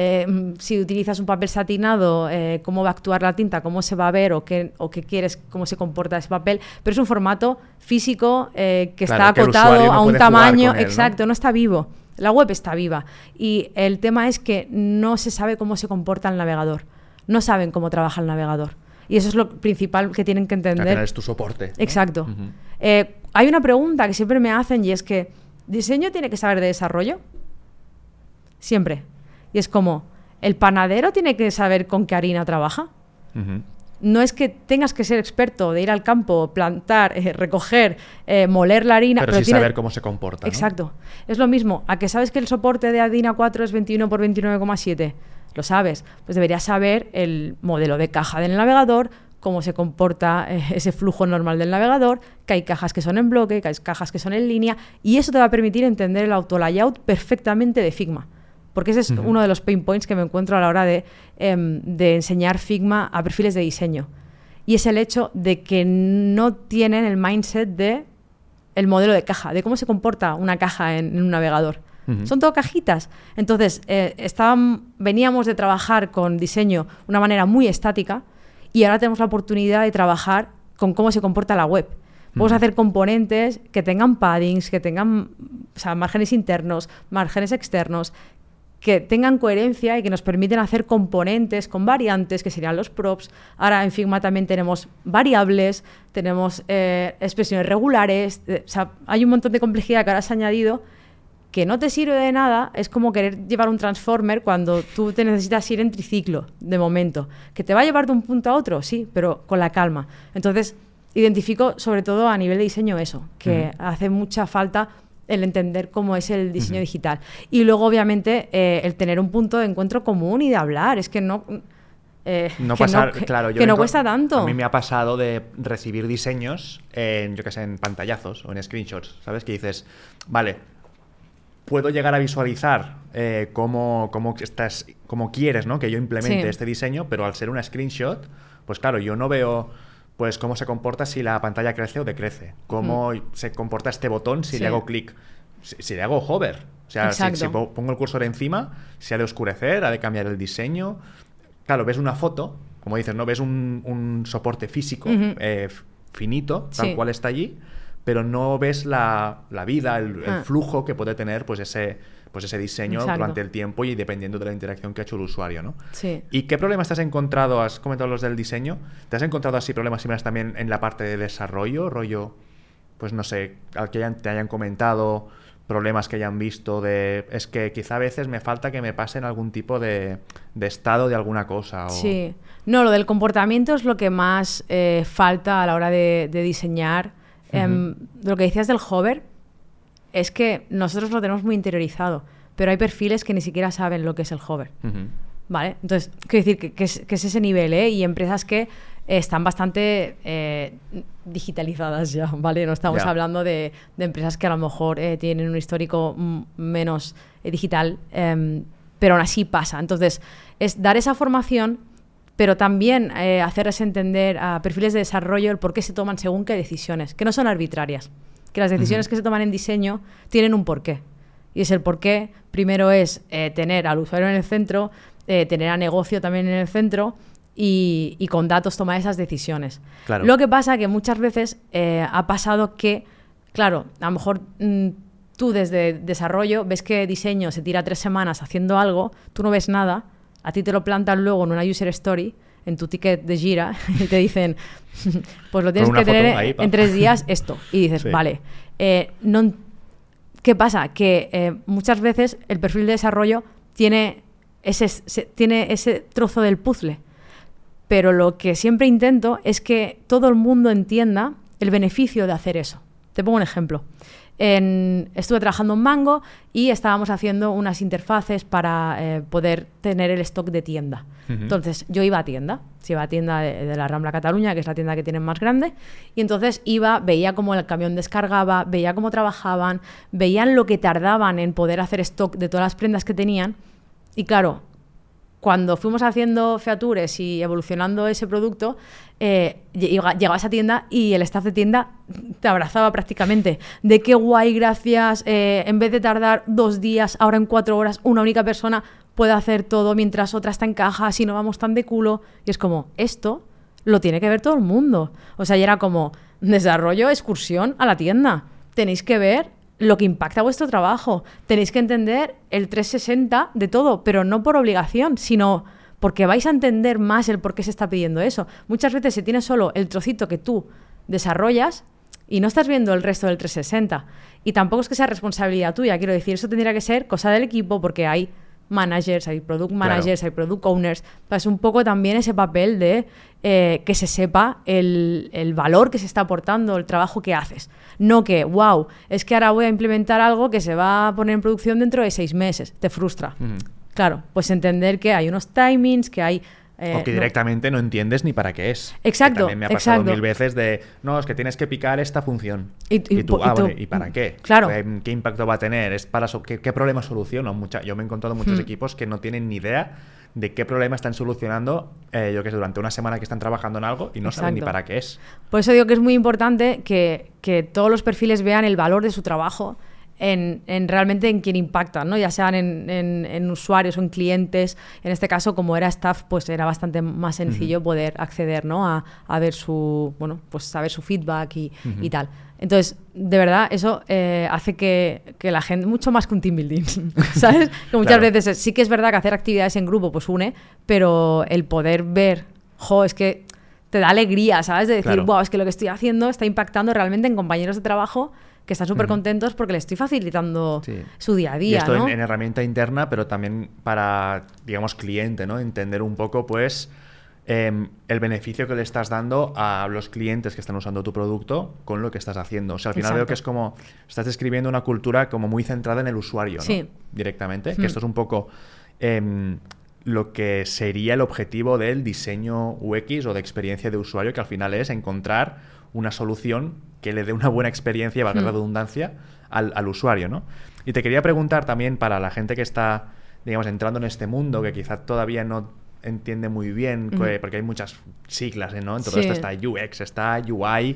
si utilizas un papel satinado, cómo va a actuar la tinta, cómo se va a ver o qué quieres, cómo se comporta ese papel, pero es un formato físico que está acotado a un tamaño, exacto, ¿no? Está vivo. La web está viva. Y el tema es que no se sabe cómo se comporta el navegador. No saben cómo trabaja el navegador. Y eso es lo principal que tienen que entender. Al final es tu soporte, ¿no? Exacto. Hay una pregunta que siempre me hacen y es que ¿diseño tiene que saber de desarrollo? Siempre. Y es como, ¿el panadero tiene que saber con qué harina trabaja? No es que tengas que ser experto de ir al campo, plantar, recoger, moler la harina. Pero sí saber cómo se comporta, ¿no? Exacto. Es lo mismo. ¿A que sabes que el soporte de harina 4 es 21 por 29,7? Lo sabes. Pues deberías saber el modelo de caja del navegador, cómo se comporta ese flujo normal del navegador, que hay cajas que son en bloque, que hay cajas que son en línea, y eso te va a permitir entender el auto-layout perfectamente de Figma. Porque ese es uno de los pain points que me encuentro a la hora de enseñar Figma a perfiles de diseño. Y es el hecho de que no tienen el mindset de el modelo de caja, de cómo se comporta una caja en un navegador. Son todo cajitas. Entonces, veníamos de trabajar con diseño de una manera muy estática y ahora tenemos la oportunidad de trabajar con cómo se comporta la web. Podemos hacer componentes que tengan paddings, que tengan márgenes internos, márgenes externos, que tengan coherencia y que nos permiten hacer componentes con variantes, que serían los props. Ahora en Figma también tenemos variables, tenemos expresiones regulares. Hay un montón de complejidad que ahora se ha añadido que no te sirve de nada. Es como querer llevar un transformer cuando tú te necesitas ir en triciclo, de momento. ¿Que te va a llevar de un punto a otro? Sí, pero con la calma. Entonces, identifico sobre todo a nivel de diseño eso, que hace mucha falta el entender cómo es el diseño digital. Y luego, obviamente, el tener un punto de encuentro común y de hablar. Es que no cuesta tanto. A mí me ha pasado de recibir diseños en pantallazos o en screenshots, ¿sabes? Que dices, vale, puedo llegar a visualizar cómo quieres, ¿no? Que yo implemente este diseño, pero al ser una screenshot, pues claro, yo no veo pues cómo se comporta si la pantalla crece o decrece, cómo se comporta este botón si le hago clic, si le hago hover, o sea, si pongo el cursor encima, si ha de oscurecer, ha de cambiar el diseño. Claro, ves una foto, como dices, ¿no? Ves un soporte físico finito, tal cual está allí, pero no ves la vida, el flujo que puede tener pues ese diseño durante el tiempo y dependiendo de la interacción que ha hecho el usuario, ¿no? Sí. ¿Y qué problemas te has encontrado? Has comentado los del diseño. ¿Te has encontrado así problemas similares también en la parte de desarrollo? Rollo, pues no sé, al que te hayan comentado, problemas que hayan visto es que quizá a veces me falta que me pasen algún tipo de estado de alguna cosa. Sí. No, lo del comportamiento es lo que más falta a la hora de diseñar. Lo que decías del hover es que nosotros lo tenemos muy interiorizado, pero hay perfiles que ni siquiera saben lo que es el hover. ¿Vale? Entonces, quiero decir que es ese nivel, y empresas que están bastante digitalizadas ya, ¿vale? No estamos hablando de empresas que a lo mejor tienen un histórico menos digital, pero aún así pasa. Entonces, es dar esa formación, pero también hacerles entender a perfiles de desarrollo el por qué se toman según qué decisiones, que no son arbitrarias, que las decisiones que se toman en diseño tienen un porqué. Y es el porqué, primero es tener al usuario en el centro, tener a negocio también en el centro y con datos tomar esas decisiones. Claro. Lo que pasa que muchas veces ha pasado que, claro, a lo mejor tú desde desarrollo ves que diseño se tira 3 semanas haciendo algo, tú no ves nada, a ti te lo plantan luego en una user story, en tu ticket de Jira, y te dicen, pues lo tienes que tener ahí, en 3 días esto. Y dices, vale, ¿qué pasa? Que muchas veces el perfil de desarrollo tiene ese trozo del puzzle. Pero lo que siempre intento es que todo el mundo entienda el beneficio de hacer eso. Te pongo un ejemplo. estuve trabajando en Mango y estábamos haciendo unas interfaces para poder tener el stock de tienda. Entonces, yo iba a tienda. Se iba a tienda de la Rambla Cataluña, que es la tienda que tienen más grande, y entonces veía cómo el camión descargaba, veía cómo trabajaban, veían lo que tardaban en poder hacer stock de todas las prendas que tenían. Y claro, cuando fuimos haciendo features y evolucionando ese producto, llegabas a tienda y el staff de tienda te abrazaba prácticamente. De qué guay, gracias, en vez de tardar 2 días, ahora en 4 horas, una única persona puede hacer todo mientras otra está en caja, así no vamos tan de culo. Y es como, esto lo tiene que ver todo el mundo. O sea, y era como, desarrollo, excursión a la tienda. Tenéis que ver lo que impacta vuestro trabajo. Tenéis que entender el 360 de todo, pero no por obligación, sino porque vais a entender más el por qué se está pidiendo eso. Muchas veces se tiene solo el trocito que tú desarrollas y no estás viendo el resto del 360. Y tampoco es que sea responsabilidad tuya. Quiero decir, eso tendría que ser cosa del equipo, porque hay managers, hay product managers, hay product owners. Es un poco también ese papel de que se sepa el valor que se está aportando, el trabajo que haces. No que, wow, es que ahora voy a implementar algo que se va a poner en producción dentro de 6 meses. Te frustra. Claro, pues entender que hay unos timings, que hay... o que directamente no entiendes ni para qué es. Exacto. Que también me ha pasado 1000 veces de, no, es que tienes que picar esta función. ¿Y para qué? Claro. ¿Qué impacto va a tener? ¿Qué problema soluciono? Yo me he encontrado muchos equipos que no tienen ni idea de qué problema están solucionando, yo que sé, durante una semana que están trabajando en algo y no saben ni para qué es. Por eso digo que es muy importante que todos los perfiles vean el valor de su trabajo en realmente en quién impacta, ¿no? Ya sean en usuarios o en clientes. En este caso, como era staff, pues era bastante más sencillo poder acceder, ¿no? a ver su, bueno, pues saber su feedback y tal. Entonces, de verdad, eso hace que la gente, mucho más que un team building, ¿sabes? Que muchas veces sí que es verdad que hacer actividades en grupo pues une, pero el poder ver, es que te da alegría, ¿sabes? De decir, wow, es que lo que estoy haciendo está impactando realmente en compañeros de trabajo que están súper contentos porque les estoy facilitando su día a día. Y esto, ¿no? en herramienta interna, pero también para, digamos, cliente, ¿no? Entender un poco, pues, el beneficio que le estás dando a los clientes que están usando tu producto con lo que estás haciendo. O sea, al final veo que es como, estás describiendo una cultura como muy centrada en el usuario, ¿no? Directamente. Que esto es un poco lo que sería el objetivo del diseño UX o de experiencia de usuario, que al final es encontrar una solución que le dé una buena experiencia, valga la redundancia, al usuario, ¿no? Y te quería preguntar también para la gente que está, digamos, entrando en este mundo, que quizá todavía no entiende muy bien, porque hay muchas siglas, ¿no? En todo esto está UX, está UI.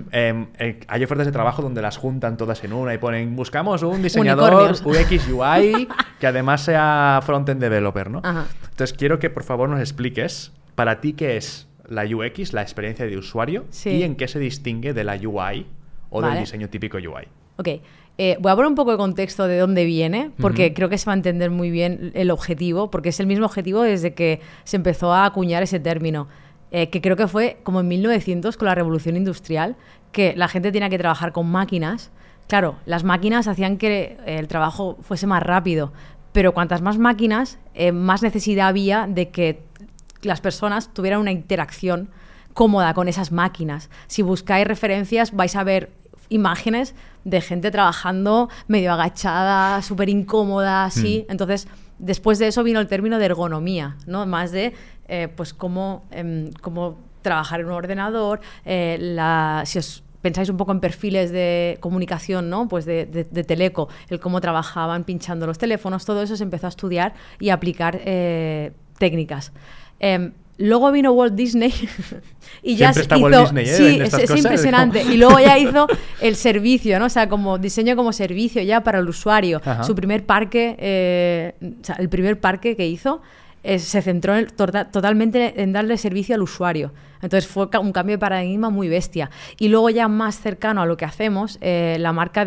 Hay ofertas de trabajo donde las juntan todas en una y ponen, buscamos un diseñador UX UI que además sea front-end developer, ¿no? Entonces quiero que por favor nos expliques para ti qué es la UX, la experiencia de usuario, y en qué se distingue de la UI o del diseño típico UI. Ok. Voy a poner un poco de contexto de dónde viene, porque creo que se va a entender muy bien el objetivo, porque es el mismo objetivo desde que se empezó a acuñar ese término, que creo que fue como en 1900 con la revolución industrial, que la gente tenía que trabajar con máquinas. Claro, las máquinas hacían que el trabajo fuese más rápido, pero cuantas más máquinas, más necesidad había de que las personas tuvieran una interacción cómoda con esas máquinas. Si buscáis referencias, vais a ver imágenes de gente trabajando medio agachada, súper incómoda, así. Entonces, después de eso vino el término de ergonomía, ¿no? Más de, pues, cómo trabajar en un ordenador, si os pensáis un poco en perfiles de comunicación, ¿no? Pues de Teleco, el cómo trabajaban pinchando los teléfonos, todo eso se empezó a estudiar y a aplicar técnicas. Luego vino Walt Disney y ya hizo... Walt Disney, sí, es impresionante. Y luego ya hizo el servicio, ¿no? O sea, como diseño como servicio ya para el usuario. Su primer parque, el primer parque que hizo se centró totalmente en darle servicio al usuario. Entonces fue un cambio de paradigma muy bestia. Y luego ya más cercano a lo que hacemos, la marca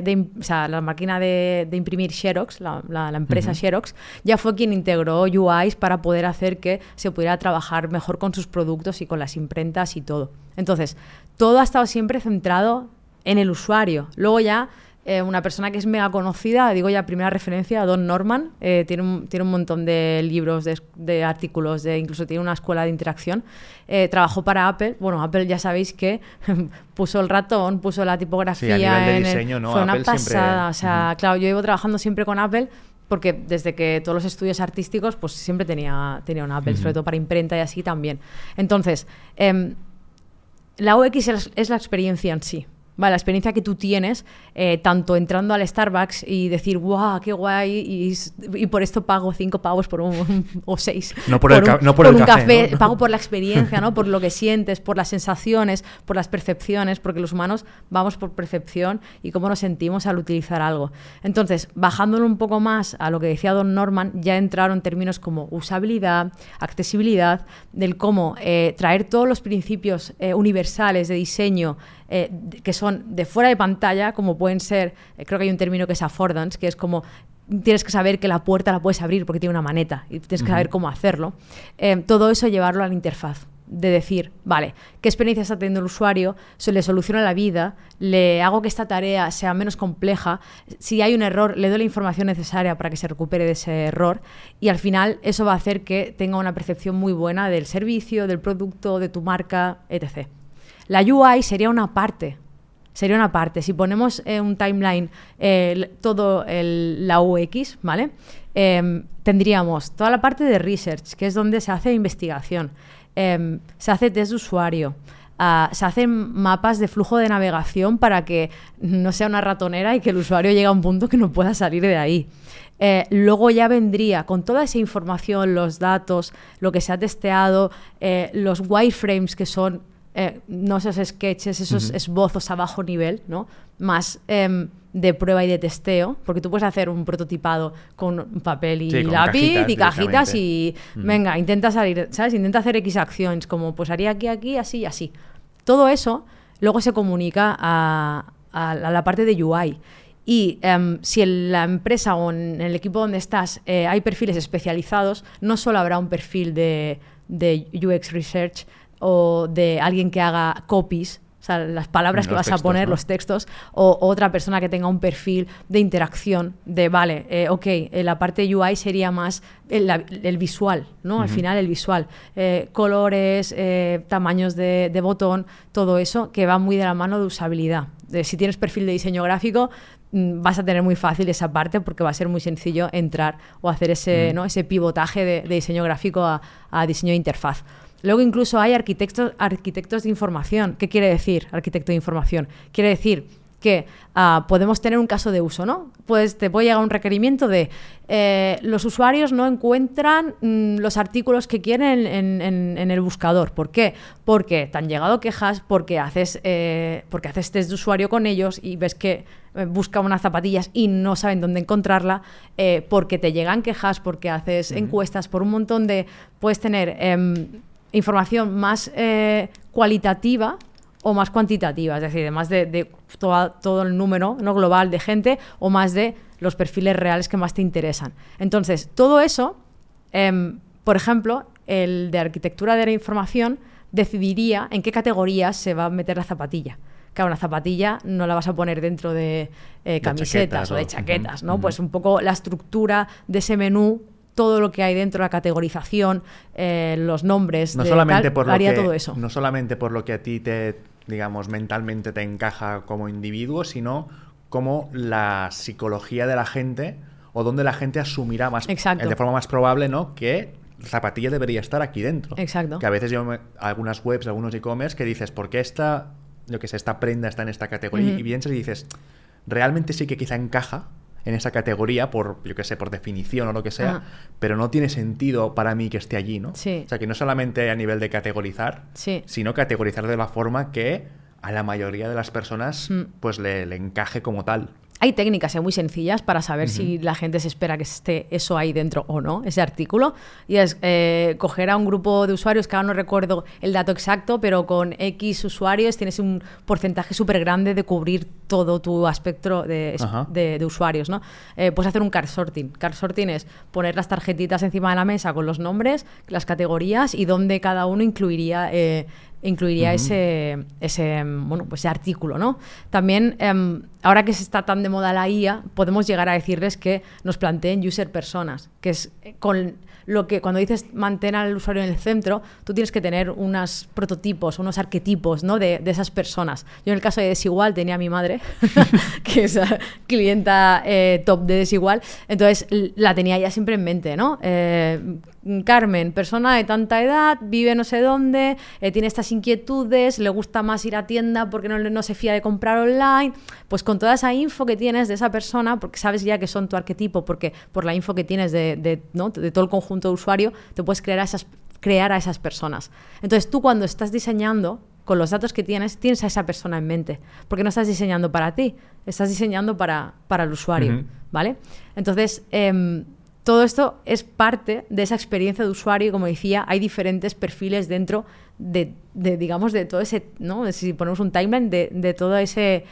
la máquina de imprimir Xerox, la empresa Xerox, ya fue quien integró UIs para poder hacer que se pudiera trabajar mejor con sus productos y con las imprentas y todo. Entonces, todo ha estado siempre centrado en el usuario. Luego ya una persona que es mega conocida, digo ya primera referencia, Don Norman, tiene un montón de libros, de artículos, incluso tiene una escuela de interacción. Trabajó para Apple. Bueno, Apple ya sabéis que puso el ratón, puso la tipografía. Sí, a nivel de diseño, ¿no? Fue Apple una pasada. Siempre... O sea, claro, yo llevo trabajando siempre con Apple porque desde que todos los estudios artísticos, pues siempre tenía un Apple, sobre todo para imprenta y así también. Entonces, la UX es la experiencia en sí. Vale, la experiencia que tú tienes, tanto entrando al Starbucks y decir, ¡guau, qué guay! Y por esto pago 5 pavos o 6. No por el café, ¿no? Pago por la experiencia, ¿no? Por lo que sientes, por las sensaciones, por las percepciones, porque los humanos vamos por percepción y cómo nos sentimos al utilizar algo. Entonces, bajándolo un poco más a lo que decía Don Norman, ya entraron términos como usabilidad, accesibilidad, del cómo traer todos los principios universales de diseño que son de fuera de pantalla, como pueden ser, creo que hay un término que es affordance, que es como tienes que saber que la puerta la puedes abrir porque tiene una maneta y tienes que saber cómo hacerlo. Todo eso llevarlo a la interfaz, de decir, vale, ¿qué experiencia está teniendo el usuario? Se le soluciona la vida, le hago que esta tarea sea menos compleja, si hay un error, le doy la información necesaria para que se recupere de ese error y al final eso va a hacer que tenga una percepción muy buena del servicio, del producto, de tu marca, etc. La UI sería una parte. Si ponemos un timeline, la UX, ¿vale? Tendríamos toda la parte de research, que es donde se hace investigación. Se hace test de usuario. Se hacen mapas de flujo de navegación para que no sea una ratonera y que el usuario llegue a un punto que no pueda salir de ahí. Luego ya vendría con toda esa información, los datos, lo que se ha testeado, los wireframes, que son no esos sketches, esos esbozos a bajo nivel, ¿no? Más de prueba y de testeo, porque tú puedes hacer un prototipado con papel y lápiz y cajitas y venga, intenta salir, ¿sabes? Intenta hacer X acciones, como pues haría aquí, así y así. Todo eso luego se comunica a la parte de UI. Y si en la empresa o en el equipo donde estás hay perfiles especializados, no solo habrá un perfil de UX Research o de alguien que haga copies, o sea, las palabras que vas a poner, ¿no? Los textos, o otra persona que tenga un perfil de interacción, de vale, la parte de UI sería más el visual, ¿no? Al final el visual, colores, tamaños de botón, todo eso que va muy de la mano de usabilidad. Si tienes perfil de diseño gráfico, vas a tener muy fácil esa parte porque va a ser muy sencillo entrar o hacer ese pivotaje de diseño gráfico a diseño de interfaz. Luego incluso hay arquitectos de información. ¿Qué quiere decir arquitecto de información? Quiere decir que podemos tener un caso de uso, ¿no? Pues te puede llegar un requerimiento de los usuarios no encuentran los artículos que quieren en el buscador. ¿Por qué? Porque te han llegado quejas, porque haces test de usuario con ellos y ves que buscan unas zapatillas y no saben dónde encontrarla, porque te llegan quejas, porque haces encuestas, por un montón de... Puedes tener información más cualitativa o más cuantitativa, es decir, más de todo el número, ¿no?, global de gente, o más de los perfiles reales que más te interesan. Entonces, todo eso, por ejemplo, el de arquitectura de la información decidiría en qué categorías se va a meter la zapatilla. Claro, una zapatilla no la vas a poner dentro de camisetas o de chaquetas, ¿no? Pues un poco la estructura de ese menú, todo lo que hay dentro, la categorización, los nombres, no solamente por haría todo eso. No solamente por lo que a ti digamos, mentalmente te encaja como individuo, sino como la psicología de la gente o donde la gente asumirá más, de forma más probable, ¿no?, que la zapatilla debería estar aquí dentro. Exacto. Que a veces algunas webs, algunos e-commerce que dices, ¿por qué esta prenda está en esta categoría? Y piensas y dices, realmente sí que quizá encaja en esa categoría por definición o lo que sea, pero no tiene sentido para mí que esté allí, ¿no? Sí. O sea, que no solamente a nivel de categorizar, sino categorizar de la forma que a la mayoría de las personas pues le encaje como tal. Hay técnicas muy sencillas para saber si la gente se espera que esté eso ahí dentro o no, ese artículo. Y es coger a un grupo de usuarios, que ahora no recuerdo el dato exacto, pero con X usuarios tienes un porcentaje súper grande de cubrir todo tu espectro de usuarios, ¿no? Puedes hacer un card sorting. Card sorting es poner las tarjetitas encima de la mesa con los nombres, las categorías y dónde cada uno incluiría incluiría ese artículo, ¿no? También, ahora que se está tan de moda la IA, podemos llegar a decirles que nos planteen user personas, que es con lo que cuando dices mantén al usuario en el centro, tú tienes que tener unos prototipos, unos arquetipos, ¿no? de esas personas. Yo en el caso de Desigual tenía a mi madre, que es clienta top de Desigual, entonces la tenía ya siempre en mente, ¿no? Carmen, persona de tanta edad, vive no sé dónde, tiene estas inquietudes, le gusta más ir a tienda porque no se fía de comprar online. Pues con toda esa info que tienes de esa persona, porque sabes ya que son tu arquetipo, porque por la info que tienes de todo el conjunto de usuario, te puedes crear a esas personas. Entonces tú cuando estás diseñando, con los datos que tienes a esa persona en mente, porque no estás diseñando para ti, estás diseñando para el usuario, ¿vale? Entonces, todo esto es parte de esa experiencia de usuario y, como decía, hay diferentes perfiles dentro de todo ese, ¿no? Si ponemos un timeline de todo ese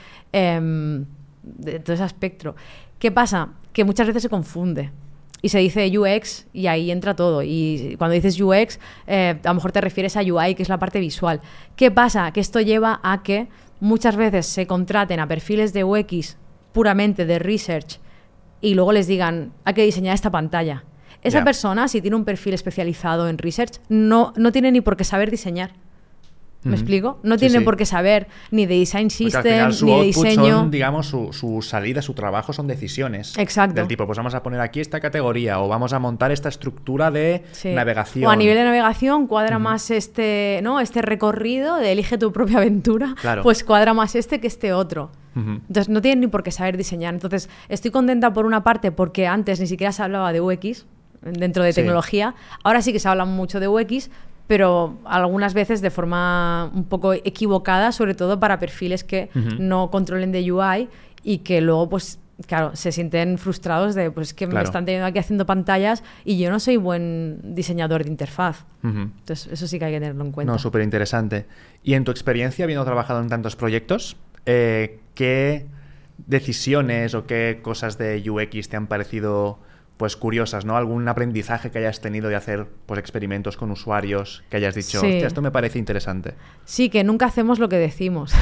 espectro. ¿Qué pasa? Que muchas veces se confunde y se dice UX y ahí entra todo. Y cuando dices UX, a lo mejor te refieres a UI, que es la parte visual. ¿Qué pasa? Que esto lleva a que muchas veces se contraten a perfiles de UX puramente de research y luego les digan, hay que diseñar esta pantalla. Esa persona, si tiene un perfil especializado en research, no tiene ni por qué saber diseñar. ¿Me explico? No tiene por qué saber ni de design system, ni de diseño. Son, digamos, su salida, su trabajo son decisiones. Exacto. Del tipo, pues vamos a poner aquí esta categoría o vamos a montar esta estructura de navegación. O a nivel de navegación cuadra más este recorrido de elige tu propia aventura, pues cuadra más que este otro. Entonces no tienen ni por qué saber diseñar. Entonces estoy contenta por una parte porque antes ni siquiera se hablaba de UX dentro de tecnología. Ahora sí que se habla mucho de UX, pero algunas veces de forma un poco equivocada, sobre todo para perfiles que no controlen de UI y que luego, pues, claro, se sienten frustrados de, pues, que me están teniendo aquí haciendo pantallas y yo no soy buen diseñador de interfaz. Entonces, eso sí que hay que tenerlo en cuenta. No, súper interesante. Y en tu experiencia, habiendo trabajado en tantos proyectos, ¿qué decisiones o qué cosas de UX te han parecido pues curiosas, ¿no? ¿Algún aprendizaje que hayas tenido de hacer pues experimentos con usuarios que hayas dicho, hostia, esto me parece interesante? Sí, que nunca hacemos lo que decimos.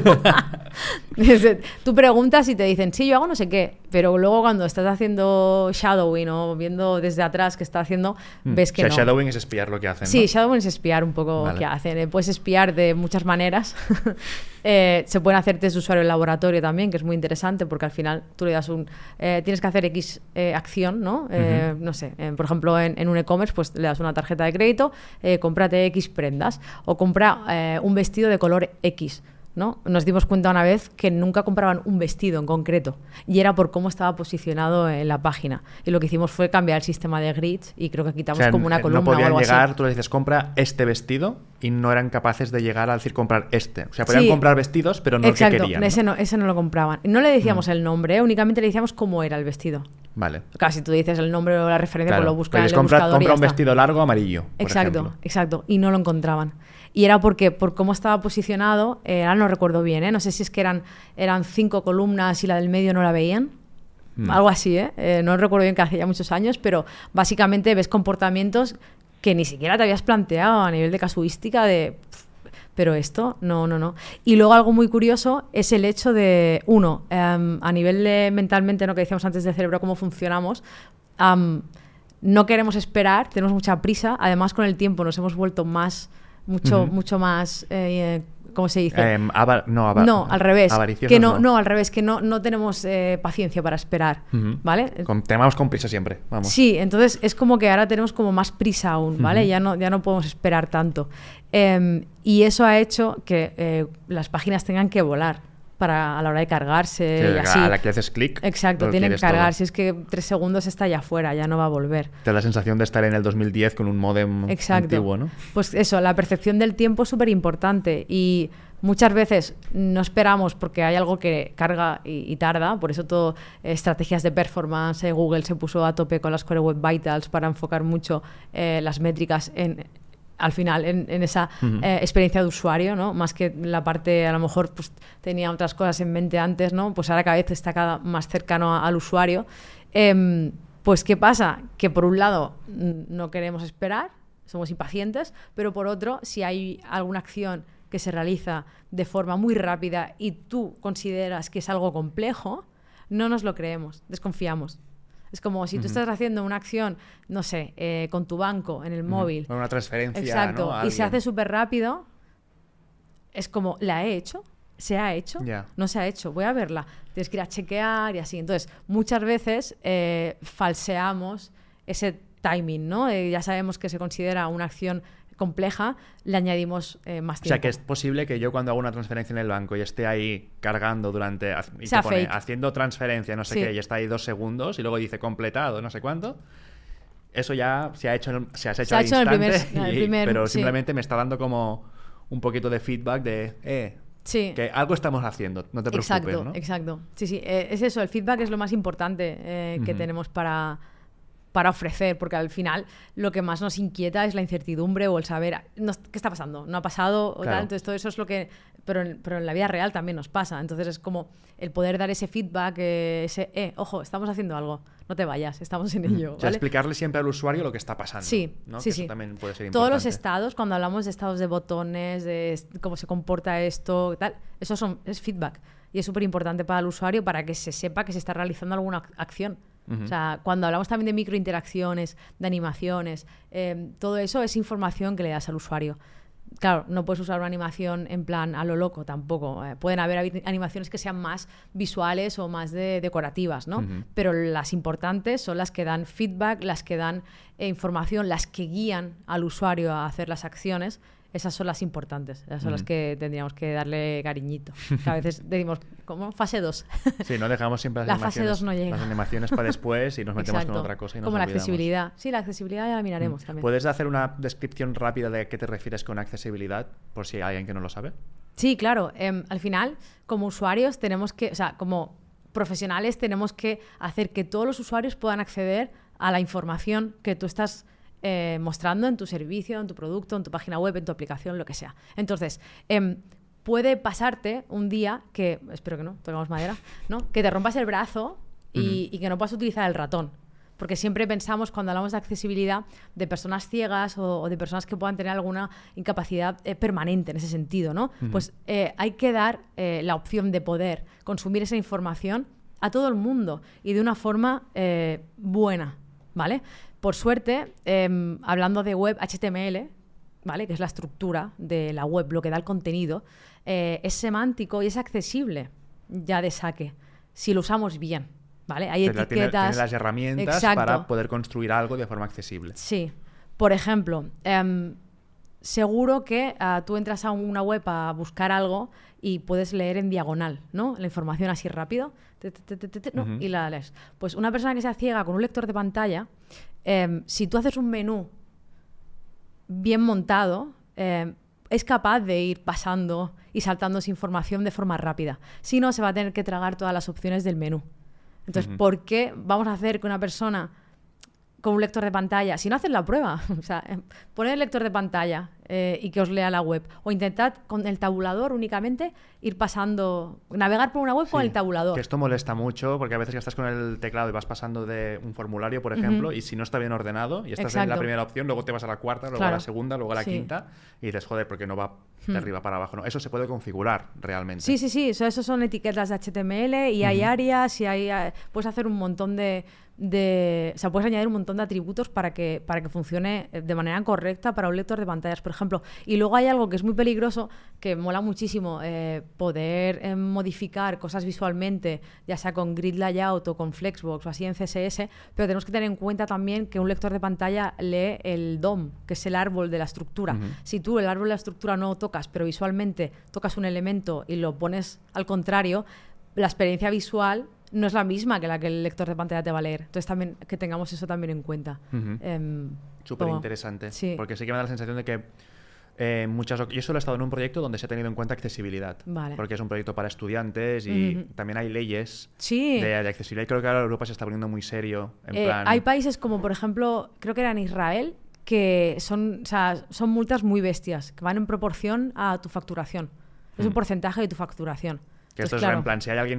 Tú preguntas y te dicen, sí, yo hago no sé qué, pero luego cuando estás haciendo shadowing o viendo desde atrás qué está haciendo, ves que no. Shadowing es espiar lo que hacen, ¿no? Sí, shadowing es espiar un poco qué hacen. Puedes espiar de muchas maneras. Se pueden hacer test de usuario en laboratorio también, que es muy interesante porque al final tú le das tienes que hacer X acción, ¿no? No sé, por ejemplo, en un e-commerce pues le das una tarjeta de crédito, cómprate X prendas o compra un vestido de color X, ¿no? Nos dimos cuenta una vez que nunca compraban un vestido en concreto y era por cómo estaba posicionado en la página. Y lo que hicimos fue cambiar el sistema de grids y creo que quitamos como una columna no podían o algo llegar, así. Tú les dices, compra este vestido y no eran capaces de llegar a decir comprar este. O sea, podían comprar vestidos, pero no el que querían. Ese no lo compraban. No le decíamos el nombre, únicamente le decíamos cómo era el vestido. Vale. Casi tú dices el nombre o la referencia, pues lo buscan en el buscador. Compra un vestido largo amarillo, por ejemplo. Exacto. Y no lo encontraban. Y era porque, por cómo estaba posicionado, ahora no recuerdo bien, no sé si es que eran 5 columnas y la del medio no la veían. Algo así, no recuerdo bien, que hace ya muchos años, pero básicamente ves comportamientos que ni siquiera te habías planteado a nivel de casuística de... Pero esto, no. Y luego algo muy curioso es el hecho de, a nivel de mentalmente, lo que decíamos antes de cerebro, cómo funcionamos, no queremos esperar, tenemos mucha prisa, además con el tiempo nos hemos vuelto mucho más, ¿cómo se dice? No, al revés. Que no, al revés, que no tenemos paciencia para esperar, ¿vale? Tenemos con prisa siempre, vamos. Sí, entonces es como que ahora tenemos como más prisa aún, ¿vale? Ya no podemos esperar tanto. Y eso ha hecho que las páginas tengan que volar a la hora de cargarse y así. A la que haces clic. Exacto, tienen que cargarse. Es que 3 segundos está ya afuera, ya no va a volver. Te da la sensación de estar en el 2010 con un módem antiguo, ¿no? Pues eso, la percepción del tiempo es súper importante y muchas veces no esperamos porque hay algo que carga y tarda, por eso todo estrategias de performance, Google se puso a tope con las Core Web Vitals para enfocar mucho las métricas al final en esa experiencia de usuario, ¿no? Más que la parte, a lo mejor pues tenía otras cosas en mente antes, ¿no? Pues ahora cada vez está cada más cercano al usuario. Pues ¿qué pasa? Que por un lado no queremos esperar somos impacientes, pero por otro, si hay alguna acción que se realiza de forma muy rápida y tú consideras que es algo complejo, no nos lo creemos, desconfiamos. Es como si tú estás haciendo una acción, no sé, con tu banco en el móvil. Una transferencia, exacto, ¿no? Y se hace súper rápido, es como, ¿la he hecho? ¿Se ha hecho? No se ha hecho, voy a verla. Tienes que ir a chequear y así. Entonces, muchas veces falseamos ese timing, ¿no? Ya sabemos que se considera una acción compleja, le añadimos más tiempo. O sea, que es posible que yo cuando hago una transferencia en el banco y esté ahí cargando durante... y te pone, haciendo transferencia, no sé qué, y está ahí 2 segundos y luego dice completado, no sé cuánto. Eso ya se ha hecho al instante, pero simplemente me está dando como un poquito de feedback de... que algo estamos haciendo, no te preocupes, ¿no? Exacto. Sí, es eso, el feedback es lo más importante que tenemos para ofrecer, porque al final lo que más nos inquieta es la incertidumbre o el saber qué está pasando, no ha pasado, o tal. Entonces todo eso es lo que... Pero en la vida real también nos pasa. Entonces es como el poder dar ese feedback, ojo, estamos haciendo algo, no te vayas, estamos en ello. O sea, explicarle siempre al usuario lo que está pasando. Sí, ¿no? sí, Eso también puede ser importante. Todos los estados, cuando hablamos de estados de botones, de cómo se comporta esto, tal, eso es feedback. Y es súper importante para el usuario para que se sepa que se está realizando alguna acción. O sea, cuando hablamos también de microinteracciones, de animaciones, todo eso es información que le das al usuario. Claro, no puedes usar una animación en plan a lo loco tampoco. Pueden haber animaciones que sean más visuales o más decorativas, ¿no? Pero las importantes son las que dan feedback, las que dan información, las que guían al usuario a hacer las acciones. Esas son las importantes, esas son las que tendríamos que darle cariñito. Que a veces decimos, ¿cómo? Fase 2. Sí, no dejamos siempre la fase 2 no llega. Las animaciones para después y nos metemos con otra cosa y nos como la olvidamos. accesibilidad. Sí, la accesibilidad ya la miraremos también. ¿Puedes hacer una descripción rápida de qué te refieres con accesibilidad, por si hay alguien que no lo sabe? Sí, claro. Al final, como usuarios tenemos que, o sea, como profesionales tenemos que hacer que todos los usuarios puedan acceder a la información que tú estás mostrando en tu servicio, en tu producto, en tu página web, en tu aplicación, lo que sea. Entonces, puede pasarte un día que, espero que no, tocamos madera, ¿no? Que te rompas el brazo y que no puedas utilizar el ratón. Porque siempre pensamos, cuando hablamos de accesibilidad, de personas ciegas o de personas que puedan tener alguna incapacidad permanente en ese sentido, ¿no? Pues hay que dar la opción de poder consumir esa información a todo el mundo y de una forma buena, ¿vale? Por suerte, hablando de web, HTML, ¿vale? Que es la estructura de la web, lo que da el contenido, es semántico y es accesible ya de saque, si lo usamos bien, ¿vale? Hay etiquetas... Tiene las herramientas para poder construir algo de forma accesible. Sí. Por ejemplo, seguro que tú entras a una web a buscar algo y puedes leer en diagonal, ¿no? La información así rápido, ¿no? Y la lees. Pues una persona que sea ciega con un lector de pantalla, si tú haces un menú bien montado, es capaz de ir pasando y saltando esa información de forma rápida. Si no, se va a tener que tragar todas las opciones del menú. Entonces, ¿por qué vamos a hacer que una persona con un lector de pantalla, si no hacen la prueba, o sea, poned el lector de pantalla y que os lea la web, o intentad con el tabulador únicamente ir pasando, navegar por una web con el tabulador. Que esto molesta mucho porque a veces ya estás con el teclado y vas pasando de un formulario, por ejemplo, y si no está bien ordenado y estás en la primera opción, luego te vas a la cuarta, luego a la segunda, luego a la quinta y dices, joder, porque no va de arriba para abajo. No, eso se puede configurar realmente. Sí, eso son etiquetas de HTML y hay áreas y puedes hacer un montón o sea, puedes añadir un montón de atributos para que funcione de manera correcta para un lector de pantallas, por ejemplo. Y luego hay algo que es muy peligroso, que mola muchísimo, poder modificar cosas visualmente, ya sea con Grid Layout o con Flexbox o así en CSS, pero tenemos que tener en cuenta también que un lector de pantalla lee el DOM, que es el árbol de la estructura. Si tú el árbol de la estructura no lo tocas, pero visualmente tocas un elemento y lo pones al contrario, la experiencia visual no es la misma que la que el lector de pantalla te va a leer. Entonces también que tengamos eso también en cuenta. Súper interesante. Sí. Porque sí que me da la sensación de que yo solo he estado en un proyecto donde se ha tenido en cuenta accesibilidad. Vale. Porque es un proyecto para estudiantes y también hay leyes sí. de accesibilidad. Y creo que ahora Europa se está poniendo muy serio. En plan... Hay países como, por ejemplo, creo que era en Israel, que son multas muy bestias, que van en proporción a tu facturación. Es un porcentaje de tu facturación. Que esto es en plan, si hay alguien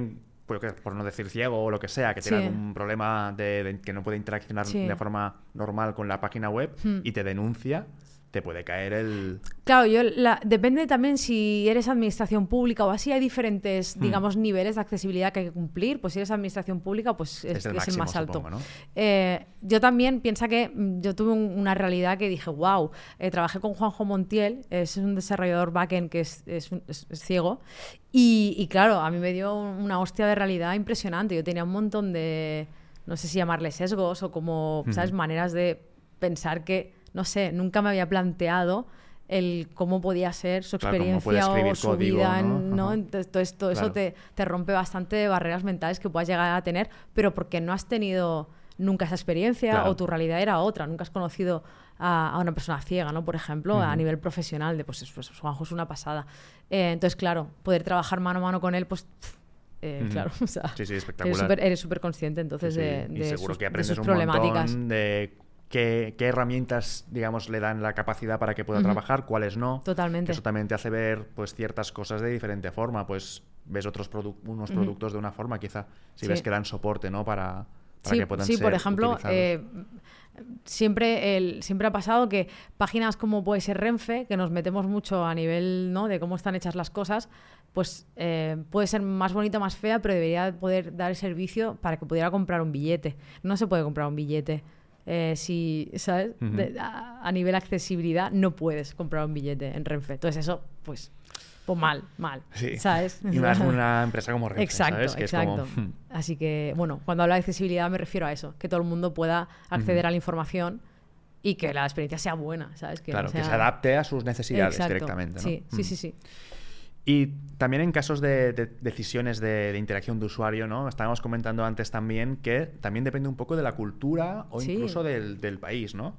por no decir ciego o lo que sea, que tiene Sí. algún problema de que no puede interaccionar Sí. de forma normal con la página web y te denuncia, te puede caer el... Claro, depende también si eres administración pública o así, hay diferentes, digamos, niveles de accesibilidad que hay que cumplir. Pues si eres administración pública, pues es el máximo, más alto. supongo, ¿no? Yo también pienso que yo tuve una realidad que dije, wow, trabajé con Juanjo Montiel, es un desarrollador backend que es ciego, y claro, a mí me dio una hostia de realidad impresionante. Yo tenía un montón de, no sé si llamarle sesgos o como, ¿sabes? Maneras de pensar que, no sé, nunca me había planteado el cómo podía ser su experiencia o su código, vida, ¿no? Entonces todo eso te rompe bastante barreras mentales que puedas llegar a tener, pero porque no has tenido nunca esa experiencia o tu realidad era otra, nunca has conocido a una persona ciega, ¿no? Por ejemplo, a nivel profesional, pues Juanjo es una pasada. Entonces, claro, poder trabajar mano a mano con él, pues... Claro, o sea, sí, espectacular. Eres súper consciente entonces sí. de y seguro sus, que aprendes de sus un problemáticas. montón de qué herramientas, digamos, le dan la capacidad para que pueda trabajar, cuáles no. Totalmente. Que eso también te hace ver pues ciertas cosas de diferente forma. Pues ves unos productos de una forma, quizá, si ves que dan soporte, ¿no? Para que puedan ser por ejemplo, siempre ha pasado que páginas como puede ser Renfe, que nos metemos mucho a nivel, ¿no?, de cómo están hechas las cosas, pues puede ser más bonita, más fea, pero debería poder dar el servicio para que pudiera comprar un billete. No se puede comprar un billete. Si, ¿sabes? A nivel accesibilidad no puedes comprar un billete en Renfe. Entonces eso, pues mal, sí. ¿sabes? Y más una empresa como Renfe, exacto, ¿sabes? Que exacto. es como... Así que, bueno, cuando hablo de accesibilidad me refiero a eso, que todo el mundo pueda acceder a la información y que la experiencia sea buena, ¿sabes? Que claro, sea... que se adapte a sus necesidades directamente, ¿no? Sí. Y también en casos de decisiones de interacción de usuario, ¿no? Estábamos comentando antes también que también depende un poco de la cultura o incluso del país, ¿no?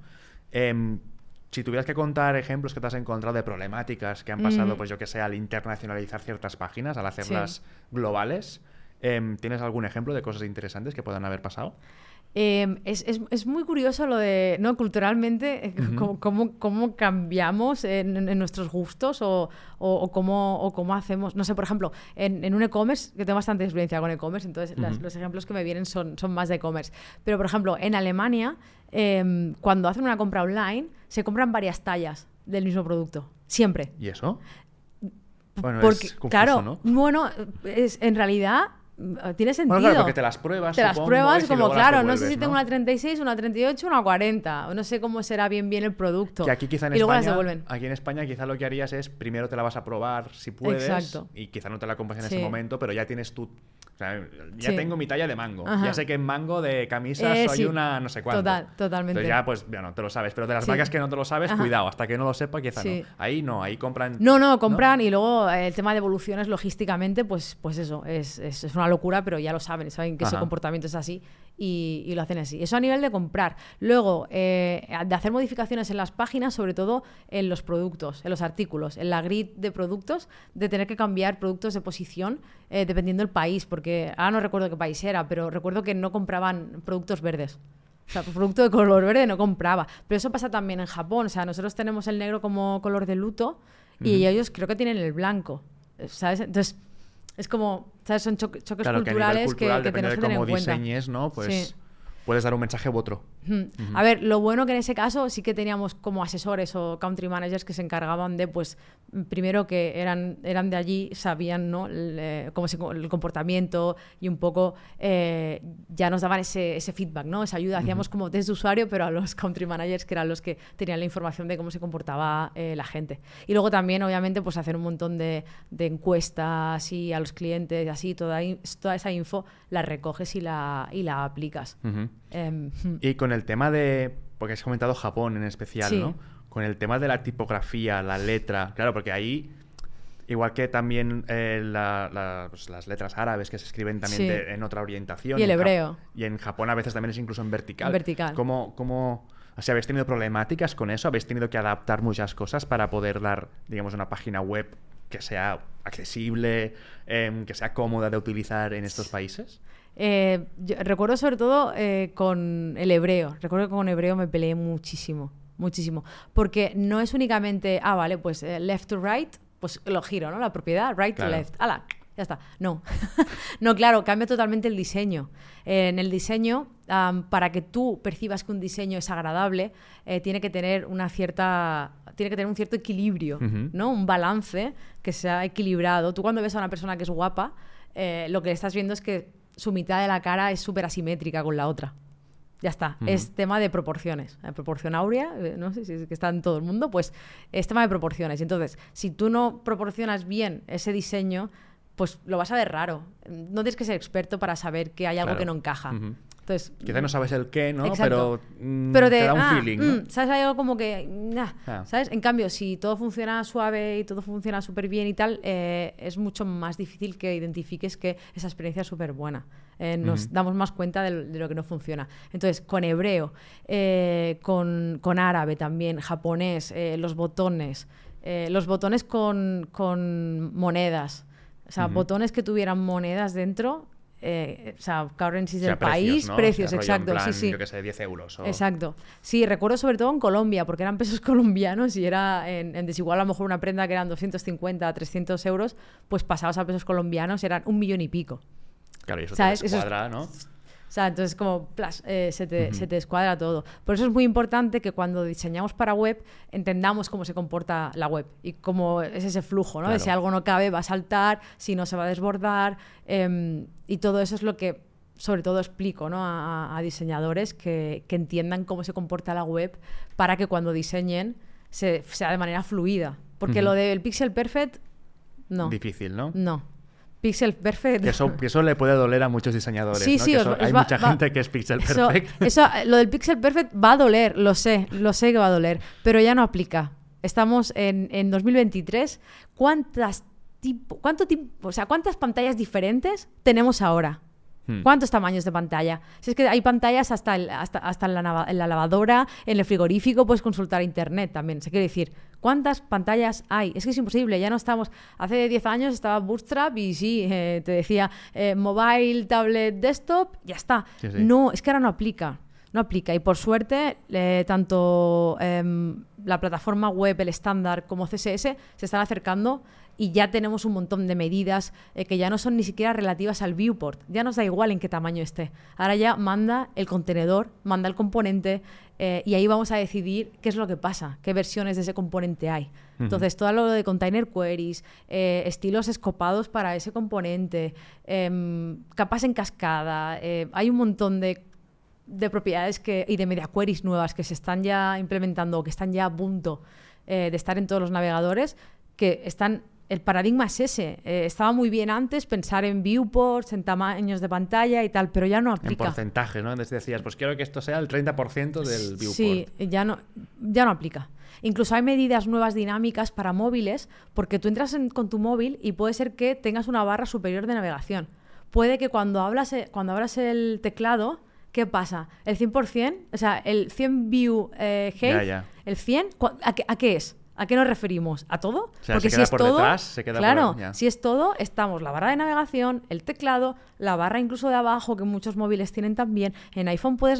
Si tuvieras que contar ejemplos que te has encontrado de problemáticas que han pasado, pues yo que sé, al internacionalizar ciertas páginas, al hacerlas globales, ¿tienes algún ejemplo de cosas interesantes que puedan haber pasado? Es muy curioso lo de, ¿no?, culturalmente, cómo cambiamos en nuestros gustos o cómo hacemos. No sé, por ejemplo, en un e-commerce, que tengo bastante experiencia con e-commerce, entonces los ejemplos que me vienen son más de e-commerce. Pero, por ejemplo, en Alemania, cuando hacen una compra online, se compran varias tallas del mismo producto. Siempre. ¿Y eso? Bueno, porque, es confuso, claro, ¿no? Bueno, en realidad... tiene sentido. Bueno, claro, porque te las pruebas, te las pruebas como, claro, no sé si ¿no? tengo una 36, una 38, una 40, o no sé cómo será bien el producto. Que aquí quizá en y luego España, las devuelven. aquí en España quizá lo que harías es primero te la vas a probar si puedes. Exacto. Y quizá no te la compras en ese momento, pero ya tienes tu... O sea, ya Sí. tengo mi talla de mango. Ajá. Ya sé que en mango de camisas soy sí. una no sé cuánto. Totalmente. Entonces ya, pues, bueno, te lo sabes. Pero de las marcas que no te lo sabes, cuidado. Hasta que no lo sepa, quizá Sí. no. Ahí no, ahí compran... No, compran y luego el tema de evoluciones logísticamente, pues eso, es una locura, pero ya lo saben que ese comportamiento es así y lo hacen así. Eso a nivel de comprar. Luego, de hacer modificaciones en las páginas, sobre todo en los productos, en los artículos, en la grid de productos, de tener que cambiar productos de posición dependiendo del país, porque ahora no recuerdo qué país era, pero recuerdo que no compraban productos verdes. O sea, producto de color verde no compraba. Pero eso pasa también en Japón. O sea, nosotros tenemos el negro como color de luto y ellos creo que tienen el blanco, ¿sabes? Entonces, es como, ¿sabes? Son choques claro, culturales que tenemos que tener en cuenta. Depende de cómo diseñes, ¿no? Pues puedes dar un mensaje u otro. A ver, lo bueno que en ese caso sí que teníamos como asesores o country managers que se encargaban de, pues, primero que eran de allí, sabían, ¿no?, el comportamiento y un poco ya nos daban ese feedback, ¿no?, esa ayuda. Hacíamos como test de usuario, pero a los country managers, que eran los que tenían la información de cómo se comportaba la gente. Y luego también, obviamente, pues hacer un montón de encuestas y a los clientes, así, toda esa info la recoges y la aplicas. Y con el tema de... Porque has comentado Japón en especial, ¿no? Con el tema de la tipografía, la letra... Claro, porque ahí... Igual que también pues las letras árabes que se escriben también en otra orientación. Y el hebreo. Y en Japón a veces también es incluso en vertical. ¿Cómo, o sea, ¿habéis tenido problemáticas con eso? ¿Habéis tenido que adaptar muchas cosas para poder dar, digamos, una página web que sea accesible, que sea cómoda de utilizar en estos países? Yo recuerdo sobre todo con el hebreo. Recuerdo que con hebreo me peleé muchísimo. Porque no es únicamente, vale, pues left to right, pues lo giro, ¿no? La propiedad, right to left. ¡Hala! ya está. No, no, claro, cambia totalmente el diseño. En el diseño, para que tú percibas que un diseño es agradable, tiene que tener un cierto equilibrio, ¿no? Un balance que sea equilibrado. Tú cuando ves a una persona que es guapa, lo que estás viendo es que su mitad de la cara es súper asimétrica con la otra. Ya está, es tema de proporciones. Proporción áurea, no sé si es que está en todo el mundo, pues es tema de proporciones. Entonces, si tú no proporcionas bien ese diseño, pues lo vas a ver raro. No tienes que ser experto para saber que hay algo que no encaja. Entonces, quizás no sabes el qué, ¿no? Exacto. Pero te da un feeling, ¿no? ¿Sabes? Hay algo como que... ¿sabes? En cambio, si todo funciona suave y todo funciona súper bien y tal, es mucho más difícil que identifiques que esa experiencia es súper buena. Nos damos más cuenta de lo que no funciona. Entonces, con hebreo, con árabe también, japonés, los botones con monedas. O sea, botones que tuvieran monedas dentro... o sea, currencies del país, ¿no? precios, o sea, exacto, en plan, sí. Yo que sé, 10 euros. Exacto. Sí, recuerdo sobre todo en Colombia, porque eran pesos colombianos y era en desigual a lo mejor una prenda que eran 250 a 300 euros, pues pasados a pesos colombianos eran 1 millón y pico. Claro, y eso ¿sabes? te descuadra, ¿no? O sea, entonces como se te descuadra todo. Por eso es muy importante que cuando diseñamos para web entendamos cómo se comporta la web y cómo es ese flujo, ¿no? Claro. De si algo no cabe, va a saltar, si no se va a desbordar, y todo eso es lo que sobre todo explico, ¿no? a diseñadores que entiendan cómo se comporta la web para que cuando diseñen sea de manera fluida. Porque lo del Pixel Perfect, no. Difícil, ¿no? No. Pixel Perfect. Que eso le puede doler a muchos diseñadores, sí, ¿no? Sí, hay mucha gente que es Pixel Perfect. Lo del Pixel Perfect va a doler, lo sé que va a doler, pero ya no aplica. Estamos en 2023. ¿Cuántas pantallas diferentes tenemos ahora? ¿Cuántos tamaños de pantalla? Si es que hay pantallas hasta en la lavadora, en el frigorífico, puedes consultar internet también. Se quiere decir, ¿cuántas pantallas hay? Es que es imposible, ya no estamos... Hace 10 años estaba Bootstrap y sí, te decía mobile, tablet, desktop, ya está. Sí. No, es que ahora no aplica. No aplica. Y por suerte, tanto la plataforma web, el estándar, como CSS se están acercando y ya tenemos un montón de medidas que ya no son ni siquiera relativas al viewport. Ya nos da igual en qué tamaño esté. Ahora ya manda el contenedor, manda el componente y ahí vamos a decidir qué es lo que pasa, qué versiones de ese componente hay. Entonces, todo lo de container queries, estilos escopados para ese componente, capas en cascada, hay un montón de propiedades y de media queries nuevas que se están ya implementando o que están ya a punto de estar en todos los navegadores, que están... El paradigma es ese. Estaba muy bien antes pensar en viewports, en tamaños de pantalla y tal, pero ya no aplica. En porcentajes, ¿no? Entonces decías, pues quiero que esto sea el 30% del viewport. Sí, ya no aplica. Incluso hay medidas nuevas dinámicas para móviles, porque tú entras con tu móvil y puede ser que tengas una barra superior de navegación. Puede que cuando abras el teclado, ¿qué pasa? El 100%, o sea, el 100 view height, el 100, ¿a qué es? ¿A qué nos referimos? ¿A todo? O sea, porque se queda si por es todo, detrás, se queda claro, por... si es todo, estamos la barra de navegación, el teclado, la barra incluso de abajo, que muchos móviles tienen también. En iPhone puedes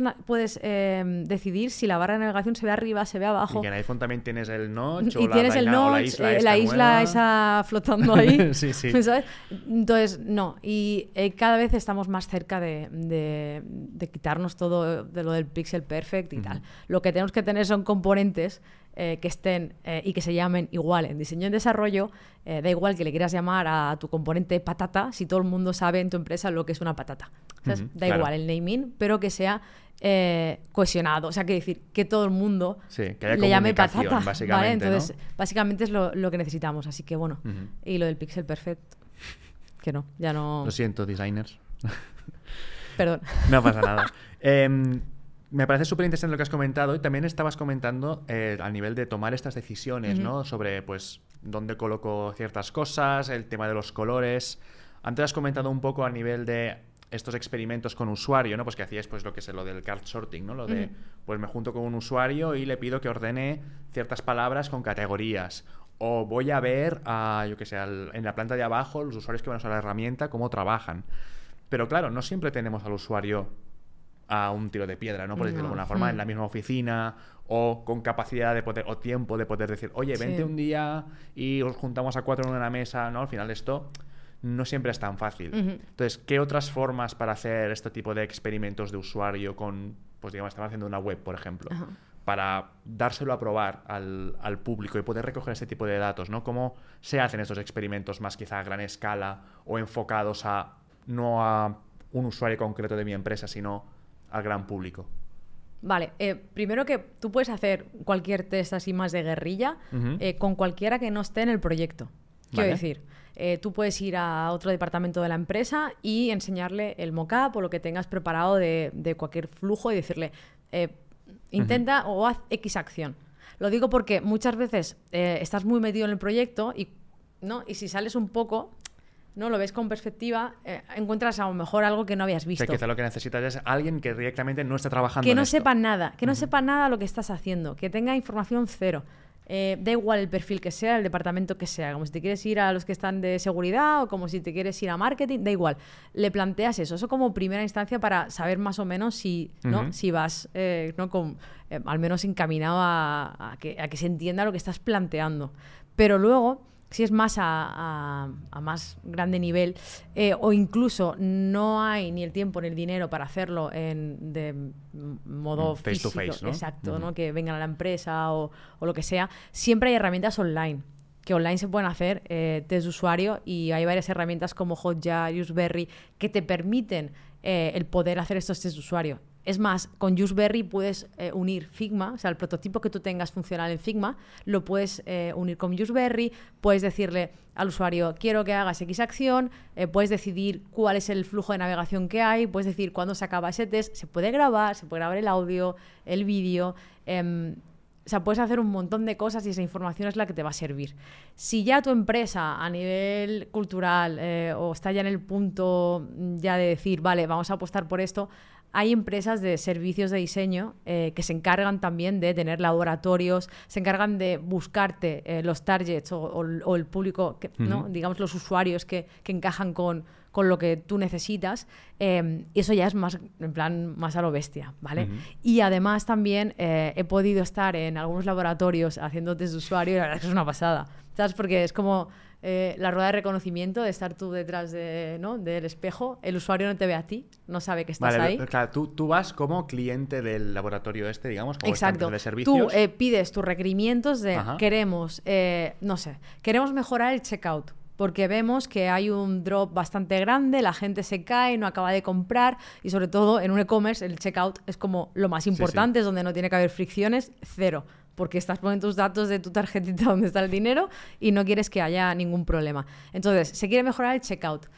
decidir si la barra de navegación se ve arriba, se ve abajo. Y que en iPhone también tienes el notch y tienes el notch, la isla esa flotando ahí. Sí. ¿Sabes? Entonces, no. Y cada vez estamos más cerca de quitarnos todo de lo del Pixel Perfect y tal. Lo que tenemos que tener son componentes que estén y que se llamen igual en diseño y desarrollo. Da igual que le quieras llamar a tu componente patata si todo el mundo sabe en tu empresa lo que es una patata. Da igual el naming, pero que sea cohesionado. O sea, que decir que todo el mundo que le llame patata. Básicamente, ¿vale? Entonces, ¿no? básicamente es lo que necesitamos. Así que bueno. Y lo del Pixel Perfect, que no, ya no... Lo siento, designers. Perdón. No pasa nada. Me parece súper interesante lo que has comentado y también estabas comentando al nivel de tomar estas decisiones, ¿no? Sobre, pues, dónde coloco ciertas cosas, el tema de los colores. Antes has comentado un poco a nivel de estos experimentos con usuario, ¿no? Pues que hacías, pues, lo que es lo del card sorting, ¿no? Lo de, pues, me junto con un usuario y le pido que ordene ciertas palabras con categorías. O voy a ver, yo que sé, en la planta de abajo, los usuarios que van a usar la herramienta, cómo trabajan. Pero claro, no siempre tenemos al usuario a un tiro de piedra, ¿no? Por decirlo de alguna forma, en la misma oficina o con capacidad de poder o tiempo de poder decir, oye, vente un día y os juntamos a 4 en una mesa, ¿no? Al final esto no siempre es tan fácil. Entonces, ¿qué otras formas para hacer este tipo de experimentos de usuario con, pues digamos, estamos haciendo una web, por ejemplo, para dárselo a probar al público y poder recoger este tipo de datos, ¿no? ¿Cómo se hacen estos experimentos más quizá a gran escala o enfocados no a un usuario concreto de mi empresa, sino al gran público? Vale, primero que tú puedes hacer cualquier test así más de guerrilla con cualquiera que no esté en el proyecto. Quiero decir, tú puedes ir a otro departamento de la empresa y enseñarle el mockup o lo que tengas preparado de cualquier flujo y decirle, intenta o haz X acción. Lo digo porque muchas veces estás muy metido en el proyecto y si sales un poco, ¿no? Lo ves con perspectiva, encuentras a lo mejor algo que no habías visto. O sea, quizá lo que necesitas es alguien que directamente no esté trabajando que en no esto. sepa nada, que no sepa nada lo que estás haciendo, que tenga información cero. Da igual el perfil que sea, el departamento que sea, como si te quieres ir a los que están de seguridad o como si te quieres ir a marketing, da igual. Le planteas eso como primera instancia para saber más o menos si vas al menos encaminado a que se entienda lo que estás planteando. Pero luego, si es más a más grande nivel o incluso no hay ni el tiempo ni el dinero para hacerlo de modo face físico, to face, ¿no? Exacto, ¿no? Que vengan a la empresa o lo que sea, siempre hay herramientas online que online se pueden hacer test de usuario y hay varias herramientas como Hotjar, Useberry que te permiten el poder hacer estos test de usuario. Es más, con Useberry puedes unir Figma, o sea, el prototipo que tú tengas funcional en Figma, lo puedes unir con Useberry, puedes decirle al usuario, quiero que hagas X acción, puedes decidir cuál es el flujo de navegación que hay, puedes decir cuándo se acaba ese test, se puede grabar el audio, el vídeo, o sea, puedes hacer un montón de cosas y esa información es la que te va a servir. Si ya tu empresa a nivel cultural o está ya en el punto ya de decir, vale, vamos a apostar por esto, hay empresas de servicios de diseño que se encargan también de tener laboratorios, se encargan de buscarte los targets o el público, ¿no? Digamos los usuarios que encajan con lo que tú necesitas. Eso ya es más, en plan, más a lo bestia, ¿vale? Y además también he podido estar en algunos laboratorios haciendo test de usuario y la verdad es que es una pasada, ¿sabes? Porque es como la rueda de reconocimiento de estar tú detrás del espejo, el usuario no te ve a ti, no sabe que estás ahí. Claro, tú vas como cliente del laboratorio digamos, como exacto. De servicios. Tú pides tus requerimientos de queremos mejorar el checkout porque vemos que hay un drop bastante grande, la gente se cae, no acaba de comprar y sobre todo en un e-commerce el checkout es como lo más importante, es donde no tiene que haber fricciones, cero. Porque estás poniendo tus datos de tu tarjetita donde está el dinero y no quieres que haya ningún problema. Entonces, se quiere mejorar el checkout.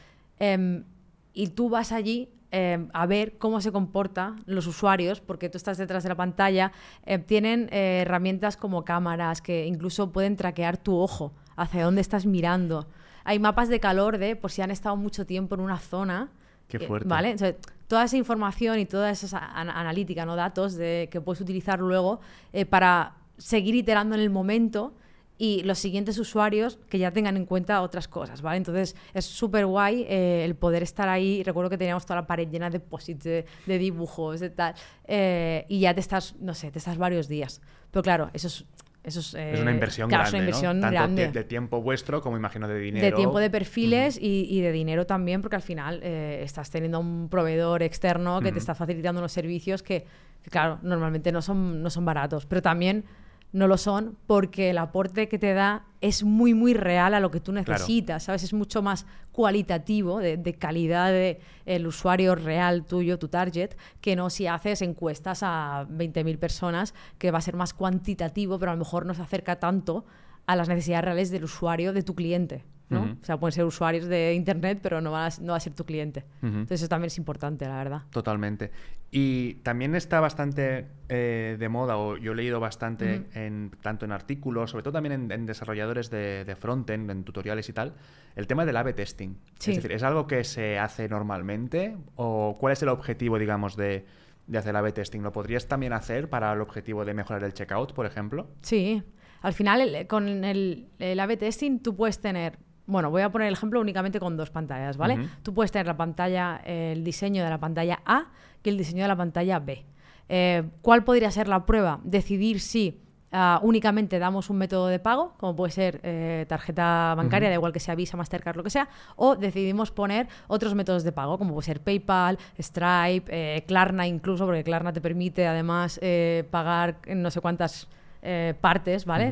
Y tú vas allí a ver cómo se comportan los usuarios, porque tú estás detrás de la pantalla. Tienen herramientas como cámaras que incluso pueden traquear tu ojo, hacia dónde estás mirando. Hay mapas de calor por si han estado mucho tiempo en una zona. Qué fuerte. ¿Vale? Entonces, toda esa información y toda esa analítica, ¿no? Datos que puedes utilizar luego para seguir iterando en el momento y los siguientes usuarios que ya tengan en cuenta otras cosas, ¿vale? Entonces es súper guay el poder estar ahí. Recuerdo que teníamos toda la pared llena de post-its, de dibujos, de tal, y ya te estás varios días. Pero claro, eso es una inversión grande, es una inversión ¿no? grande. Tanto de tiempo vuestro como imagino de dinero. De tiempo, de perfiles y de dinero también, porque al final estás teniendo un proveedor externo que te está facilitando unos servicios que claro, normalmente no son baratos, pero también no lo son porque el aporte que te da es muy, muy real a lo que tú necesitas, ¿sabes? Es mucho más cualitativo, de calidad del usuario real tuyo, tu target, que no si haces encuestas a 20.000 personas, que va a ser más cuantitativo, pero a lo mejor no se acerca tanto a las necesidades reales del usuario, de tu cliente, ¿no? O sea, pueden ser usuarios de internet, pero no va a ser tu cliente. Entonces eso también es importante, la verdad. Totalmente. Y también está bastante de moda, o yo he leído bastante tanto en artículos, sobre todo también en desarrolladores de frontend, en tutoriales y tal, el tema del A/B testing. Sí. Es decir, ¿es algo que se hace normalmente? ¿O cuál es el objetivo, digamos, de hacer el A/B testing? ¿Lo podrías también hacer para el objetivo de mejorar el checkout, por ejemplo? Sí. Al final, con el A/B testing tú puedes tener... Bueno, voy a poner el ejemplo únicamente con 2 pantallas, ¿vale? Tú puedes tener el diseño de la pantalla A y el diseño de la pantalla B. ¿Cuál podría ser la prueba? Decidir si únicamente damos un método de pago, como puede ser tarjeta bancaria, da igual que sea Visa, Mastercard, lo que sea, o decidimos poner otros métodos de pago, como puede ser PayPal, Stripe, Klarna incluso, porque Klarna te permite además pagar en no sé cuántas partes, ¿vale?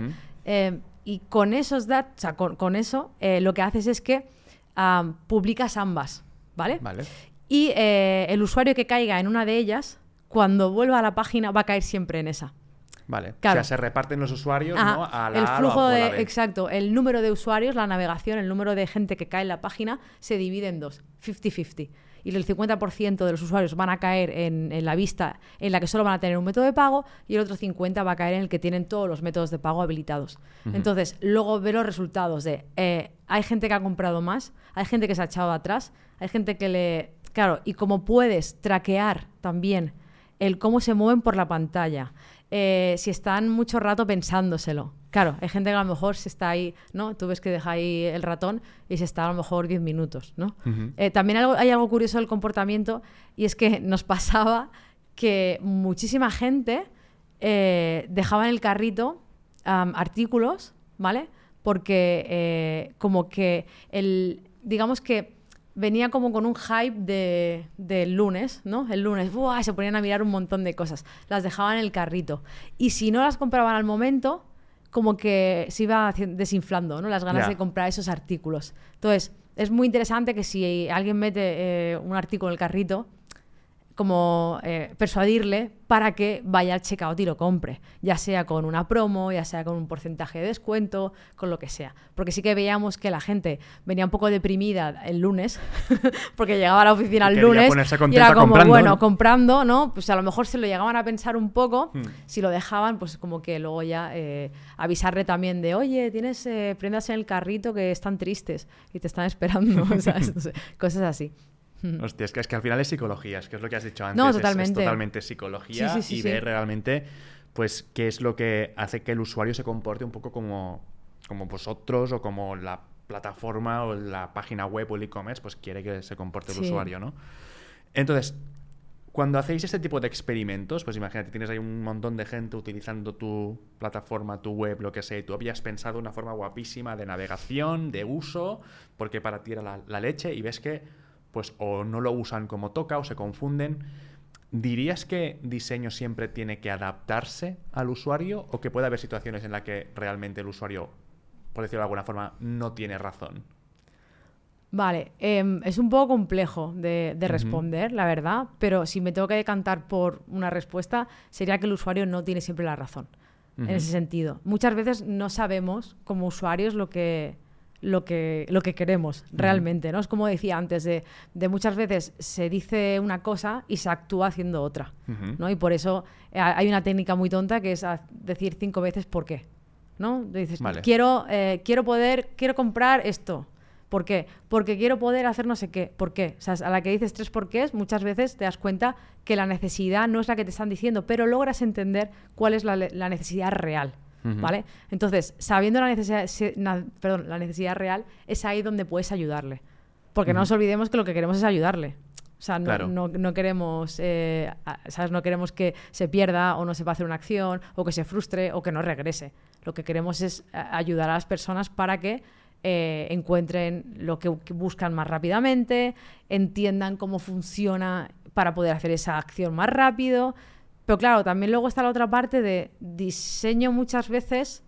Y con esos datos, o sea, con eso, lo que haces es que publicas ambas, ¿vale? Y el usuario que caiga en una de ellas, cuando vuelva a la página, va a caer siempre en esa. Vale, claro. O sea, se reparten los usuarios, ¿no? A la el flujo A o a la B. Exacto, el número de usuarios, la navegación, el número de gente que cae en la página se divide en dos, 50-50. Y el 50% de los usuarios van a caer en la vista en la que solo van a tener un método de pago y el otro 50% va a caer en el que tienen todos los métodos de pago habilitados. Entonces, luego ve los resultados de hay gente que ha comprado más, hay gente que se ha echado atrás, hay gente que le... Claro, y como puedes traquear también el cómo se mueven por la pantalla, si están mucho rato pensándoselo. Claro, hay gente que a lo mejor se está ahí, ¿no? Tú ves que deja ahí el ratón y se está a lo mejor 10 minutos, ¿no? También hay algo curioso del comportamiento y es que nos pasaba que muchísima gente dejaba en el carrito artículos, ¿vale? Porque como que digamos que venía como con un hype del lunes, ¿no? El lunes, ¡buah!, se ponían a mirar un montón de cosas. Las dejaban en el carrito. Y si no las compraban al momento, como que se iba desinflando, ¿no? Las ganas de comprar esos artículos. Entonces, es muy interesante que si alguien mete un artículo en el carrito, como persuadirle para que vaya al checkout y lo compre, ya sea con una promo, ya sea con un porcentaje de descuento, con lo que sea. Porque sí que veíamos que la gente venía un poco deprimida el lunes, porque llegaba a la oficina el lunes y era como, comprando, ¿no? Pues a lo mejor se lo llegaban a pensar un poco, si lo dejaban, pues como que luego ya avisarle también de, oye, tienes prendas en el carrito que están tristes y te están esperando, ¿sabes? No sé, cosas así. Hostia, es que al final es psicología, es que es lo que has dicho antes. No, totalmente. Es totalmente psicología y ver realmente pues qué es lo que hace que el usuario se comporte un poco como vosotros o como la plataforma o la página web o el e-commerce pues quiere que se comporte el usuario, ¿no? Entonces, cuando hacéis este tipo de experimentos, pues imagínate, tienes ahí un montón de gente utilizando tu plataforma, tu web, lo que sea, y tú habías pensado una forma guapísima de navegación, de uso, porque para ti era la leche, y ves que pues o no lo usan como toca o se confunden. ¿Dirías que diseño siempre tiene que adaptarse al usuario o que puede haber situaciones en las que realmente el usuario, por decirlo de alguna forma, no tiene razón? Vale, es un poco complejo de responder, la verdad, pero si me tengo que decantar por una respuesta, sería que el usuario no tiene siempre la razón, en ese sentido. Muchas veces no sabemos, como usuarios, lo que queremos realmente, ¿no? Es como decía antes, de muchas veces se dice una cosa y se actúa haciendo otra, ¿no? Y por eso hay una técnica muy tonta que es decir 5 veces ¿por qué? ¿No? Dices, vale. quiero comprar esto. ¿Por qué? Porque quiero poder hacer no sé qué. ¿Por qué? O sea, a la que dices 3 porqués, muchas veces te das cuenta que la necesidad no es la que te están diciendo, pero logras entender cuál es la necesidad real. ¿Vale? Entonces, sabiendo la necesidad real, es ahí donde puedes ayudarle. Porque no nos olvidemos que lo que queremos es ayudarle. O sea, no queremos, ¿sabes? No queremos que se pierda o no sepa hacer una acción o que se frustre o que no regrese. Lo que queremos es ayudar a las personas para que encuentren lo que buscan más rápidamente, entiendan cómo funciona para poder hacer esa acción más rápido. Pero claro, también luego está la otra parte de diseño muchas veces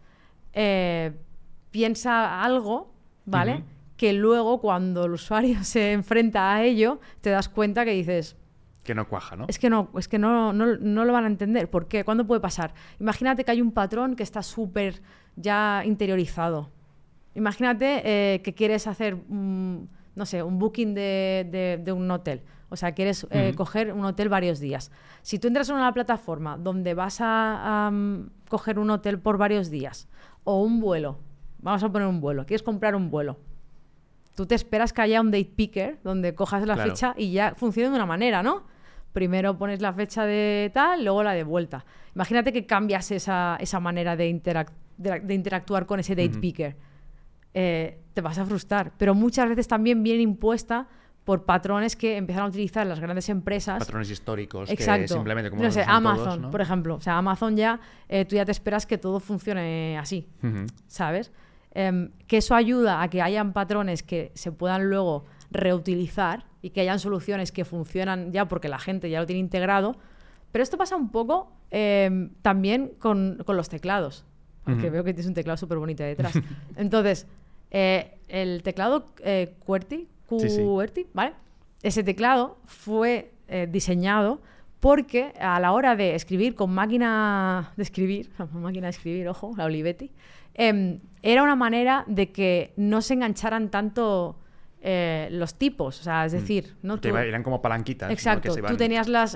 piensa algo, ¿vale? Que luego cuando el usuario se enfrenta a ello, te das cuenta que dices... Que no cuaja, ¿no? Es que no lo van a entender. ¿Por qué? ¿Cuándo puede pasar? Imagínate que hay un patrón que está súper ya interiorizado. Imagínate que quieres hacer, no sé, un booking de un hotel. O sea, quieres coger un hotel varios días. Si tú entras en una plataforma donde vas a coger un hotel por varios días o un vuelo, vamos a poner un vuelo, quieres comprar un vuelo, tú te esperas que haya un date picker donde cojas la fecha y ya funcione de una manera, ¿no? Primero pones la fecha de tal, luego la de vuelta. Imagínate que cambias esa manera de interactuar con ese date picker. Te vas a frustrar, pero muchas veces también viene impuesta por patrones que empezaron a utilizar las grandes empresas. Patrones históricos. Exacto. Que simplemente como no sé, los usan Amazon, todos, ¿no? por ejemplo. O sea, Amazon ya, tú ya te esperas que todo funcione así, ¿sabes? Que eso ayuda a que hayan patrones que se puedan luego reutilizar y que hayan soluciones que funcionan ya porque la gente ya lo tiene integrado. Pero esto pasa un poco también con los teclados. Aunque veo que tienes un teclado súper bonito detrás. Entonces, el teclado QWERTY, ¿vale? Ese teclado fue diseñado porque a la hora de escribir con máquina de escribir, ojo, la Olivetti, era una manera de que no se engancharan tanto los tipos, o sea, es decir, ¿no? Eran como palanquitas. Exacto, ¿no? Que se tú tenías las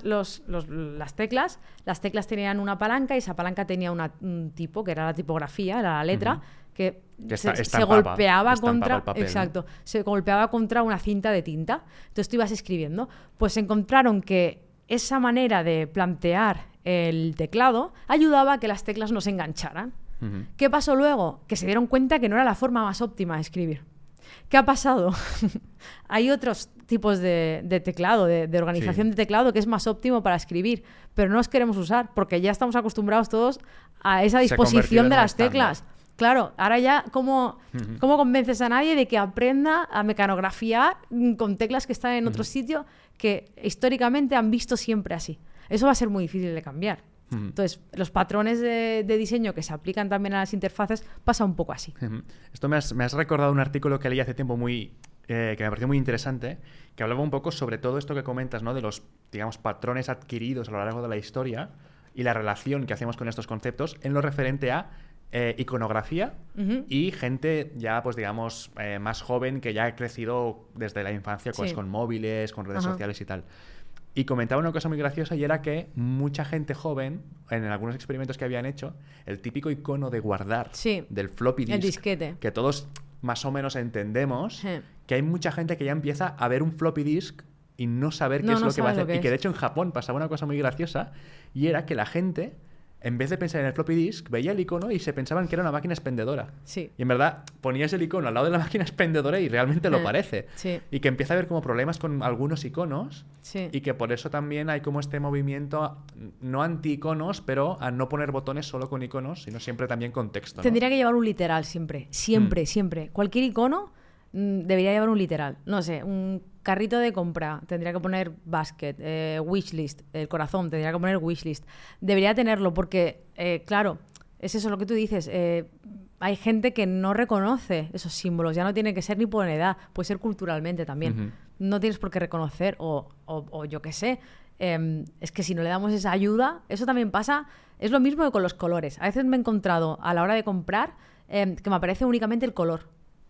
teclas tenían una palanca y esa palanca tenía un tipo, que era la tipografía, era la letra, que se golpeaba contra el papel, exacto, ¿no? Se golpeaba contra una cinta de tinta. Entonces tú ibas escribiendo. Pues encontraron que esa manera de plantear el teclado ayudaba a que las teclas no se engancharan. ¿Qué pasó luego? Que se dieron cuenta que no era la forma más óptima de escribir. ¿Qué ha pasado? Hay otros tipos de teclado, de organización de teclado que es más óptimo para escribir, pero no los queremos usar porque ya estamos acostumbrados todos a esa disposición de las teclas. Claro, ahora ya, ¿cómo convences a nadie de que aprenda a mecanografiar con teclas que están en otro sitio que históricamente han visto siempre así? Eso va a ser muy difícil de cambiar. Entonces, los patrones de diseño que se aplican también a las interfaces pasa un poco así. Esto me has recordado un artículo que leí hace tiempo que me pareció muy interesante, que hablaba un poco sobre todo esto que comentas, ¿no? De los, digamos, patrones adquiridos a lo largo de la historia y la relación que hacemos con estos conceptos en lo referente a iconografía y gente ya, pues digamos, más joven que ya ha crecido desde la infancia pues, con móviles, con redes sociales y tal. Y comentaba una cosa muy graciosa y era que mucha gente joven, en algunos experimentos que habían hecho, el típico icono de guardar del floppy disk, el disquete, que todos más o menos entendemos, que hay mucha gente que ya empieza a ver un floppy disk y no saber qué es lo que va a hacer. Y que de hecho en Japón pasaba una cosa muy graciosa y era que la gente, en vez de pensar en el floppy disk, veía el icono y se pensaban que era una máquina expendedora. Sí. Y en verdad ponías el icono al lado de la máquina expendedora y realmente lo parece. Sí. Y que empieza a haber como problemas con algunos iconos y que por eso también hay como este movimiento, no anti-iconos, pero a no poner botones solo con iconos, sino siempre también con texto, ¿no? Tendría que llevar un literal siempre. Siempre. Cualquier icono debería llevar un literal. No sé, un carrito de compra tendría que poner basket, wishlist, el corazón tendría que poner wishlist. Debería tenerlo porque, claro, es eso lo que tú dices. Hay gente que no reconoce esos símbolos. Ya no tiene que ser ni por edad, puede ser culturalmente también. No tienes por qué reconocer o yo qué sé. Es que si no le damos esa ayuda, eso también pasa. Es lo mismo que con los colores. A veces me he encontrado a la hora de comprar que me aparece únicamente el color.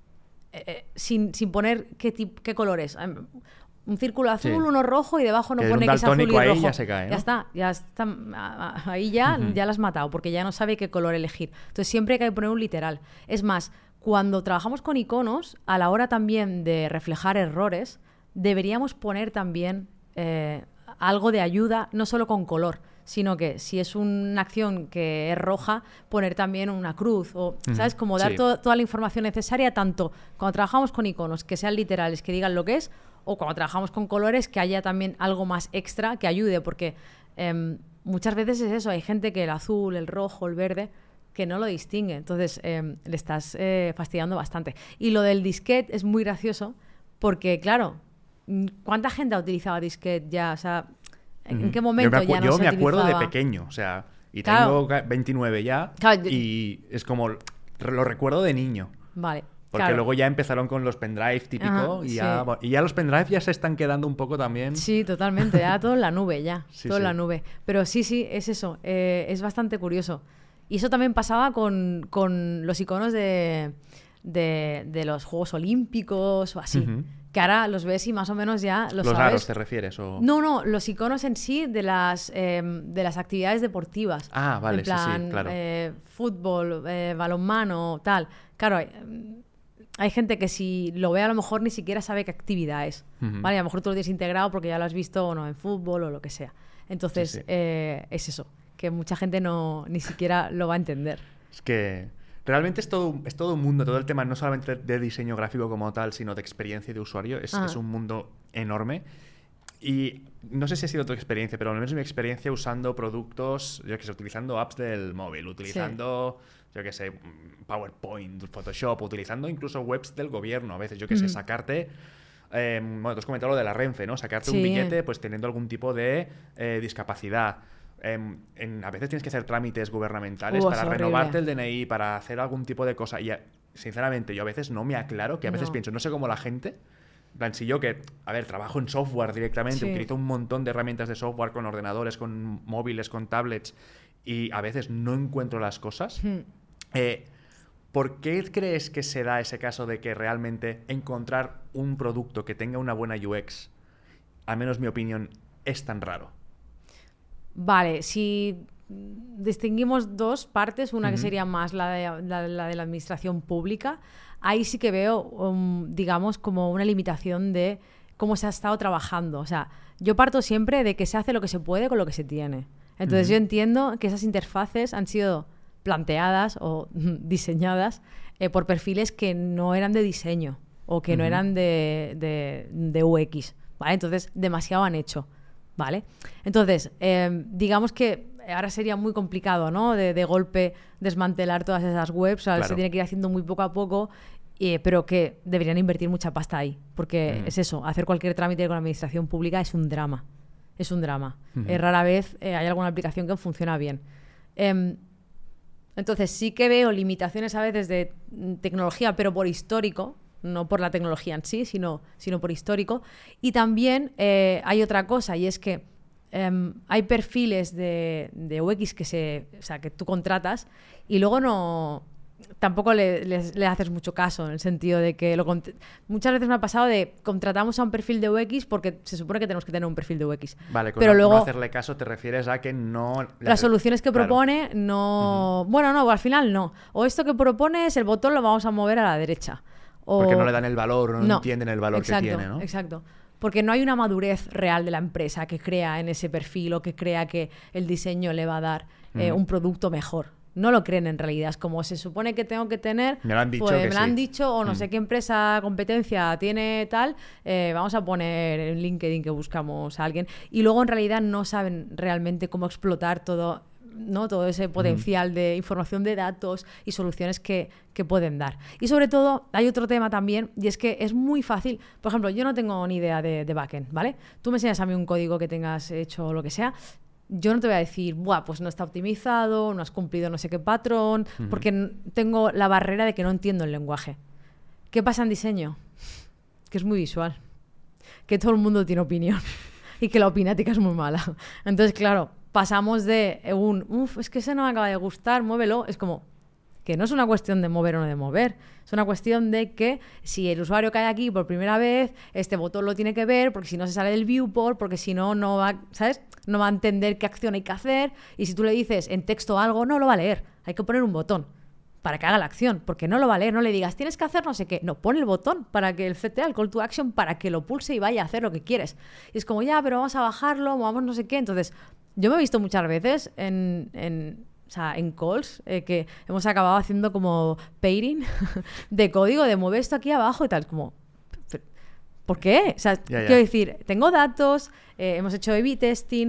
Sin poner qué colores. Un círculo azul, uno rojo y debajo no pone que es azul y rojo. Ahí ya se cae, ¿no? Ya está. Ahí ya la has matado porque ya no sabe qué color elegir. Entonces siempre hay que poner un literal. Es más, cuando trabajamos con iconos, a la hora también de reflejar errores, deberíamos poner también algo de ayuda, no solo con color, sino que si es una acción que es roja, poner también una cruz o, ¿sabes? Como dar toda la información necesaria, tanto cuando trabajamos con iconos, que sean literales, que digan lo que es, o cuando trabajamos con colores, que haya también algo más extra que ayude, porque muchas veces es eso, hay gente que el azul, el rojo, el verde, que no lo distingue, entonces le estás fastidiando bastante. Y lo del disquete es muy gracioso, porque claro, ¿cuánta gente ha utilizado disquete ya? O sea, ¿en qué momento ya no se utilizaba? Yo me acuerdo de pequeño, o sea, y tengo 29 ya, y es como, lo recuerdo de niño. Vale. Porque luego ya empezaron con los pendrive típico y ya los pendrive ya se están quedando un poco también. Sí, totalmente, ya todo en la nube ya, todo en la nube. Pero sí, es eso, es bastante curioso. Y eso también pasaba con los iconos de los Juegos Olímpicos o así. Que ahora los ves y más o menos ya lo sabes. ¿Los aros te refieres? O... No, los iconos en sí de las actividades deportivas. Ah, vale, en plan, sí, claro. Fútbol, balonmano, tal. Claro, hay gente que si lo ve a lo mejor ni siquiera sabe qué actividad es. ¿Vale? A lo mejor tú lo tienes integrado porque ya lo has visto o no en fútbol o lo que sea. Entonces, es eso, que mucha gente ni siquiera lo va a entender. Es que Realmente es todo un mundo, todo el tema no solamente de diseño gráfico como tal, sino de experiencia de usuario. Es un mundo enorme. Y no sé si ha sido tu experiencia, pero al menos mi experiencia usando productos, yo que sé, utilizando apps del móvil, utilizando, yo que sé, PowerPoint, Photoshop, utilizando incluso webs del gobierno. A veces, yo que sé, sacarte... bueno, tú has comentado lo de la Renfe, ¿no? Sacarte un billete pues teniendo algún tipo de discapacidad. A veces tienes que hacer trámites gubernamentales para renovarte el DNI, para hacer algún tipo de cosa. Y sinceramente, yo a veces no me aclaro, que a veces pienso, no sé cómo la gente... En plan, si yo que, a ver, trabajo en software directamente, utilizo un montón de herramientas de software con ordenadores, con móviles, con tablets, y a veces no encuentro las cosas. ¿Por qué crees que se da ese caso de que realmente encontrar un producto que tenga una buena UX, al menos mi opinión, es tan raro? Vale, si distinguimos dos partes, una que sería más la de la administración pública, ahí sí que veo, digamos, como una limitación de cómo se ha estado trabajando. O sea, yo parto siempre de que se hace lo que se puede con lo que se tiene. Entonces yo entiendo que esas interfaces han sido planteadas o diseñadas por perfiles que no eran de diseño o que no eran de UX, ¿vale? Entonces, demasiado han hecho, ¿vale? Entonces, digamos que ahora sería muy complicado, ¿no? De golpe desmantelar todas esas webs, o sea, se tiene que ir haciendo muy poco a poco, pero que deberían invertir mucha pasta ahí, porque es eso, hacer cualquier trámite con la administración pública es un drama. Es un drama. Rara vez hay alguna aplicación que funciona bien. Entonces sí que veo limitaciones a veces de tecnología, pero por histórico, no por la tecnología en sí, sino por histórico. Y también hay otra cosa, y es que hay perfiles de UX que tú contratas y luego tampoco le haces mucho caso, en el sentido de que muchas veces me ha pasado de contratamos a un perfil de UX porque se supone que tenemos que tener un perfil de UX. Vale, pero luego no hacerle caso te refieres a que no... Las soluciones que propone no... Bueno, no, al final no. O esto que propone es el botón lo vamos a mover a la derecha. Porque no le dan el valor, no entienden el valor que tiene, ¿no? Exacto. Porque no hay una madurez real de la empresa que crea en ese perfil o que crea que el diseño le va a dar un producto mejor. No lo creen en realidad. Es como se supone que tengo que tener, me lo han dicho, pues me lo han dicho, o no sé qué empresa, competencia tiene tal, vamos a poner en LinkedIn que buscamos a alguien. Y luego en realidad no saben realmente cómo explotar todo, ¿no? Todo ese potencial de información de datos y soluciones que pueden dar. Y sobre todo, hay otro tema también, y es que es muy fácil. Por ejemplo, yo no tengo ni idea de backend, ¿vale? Tú me enseñas a mí un código que tengas hecho o lo que sea, yo no te voy a decir, buah, pues no está optimizado, no has cumplido no sé qué patrón, porque tengo la barrera de que no entiendo el lenguaje. ¿Qué pasa en diseño? Que es muy visual, que todo el mundo tiene opinión y que la opinática es muy mala. Entonces, claro, pasamos de es que ese no me acaba de gustar, muévelo. Es como que no es una cuestión de mover o no de mover, es una cuestión de que si el usuario cae aquí por primera vez, este botón lo tiene que ver, porque si no se sale del viewport, porque si no, no va, ¿sabes? No va a entender qué acción hay que hacer, y si tú le dices en texto algo, no lo va a leer. Hay que poner un botón para que haga la acción, porque no lo va a leer. No le digas, tienes que hacer no sé qué. No, pon el botón para que el CTA, el call to action, para que lo pulse y vaya a hacer lo que quieres. Y es como, ya, pero vamos a bajarlo, vamos no sé qué. Entonces, yo me he visto muchas veces en calls que hemos acabado haciendo como pairing de código, de mueve esto aquí abajo y tal, como... ¿Por qué? O sea, quiero decir, tengo datos, hemos hecho A/B testing,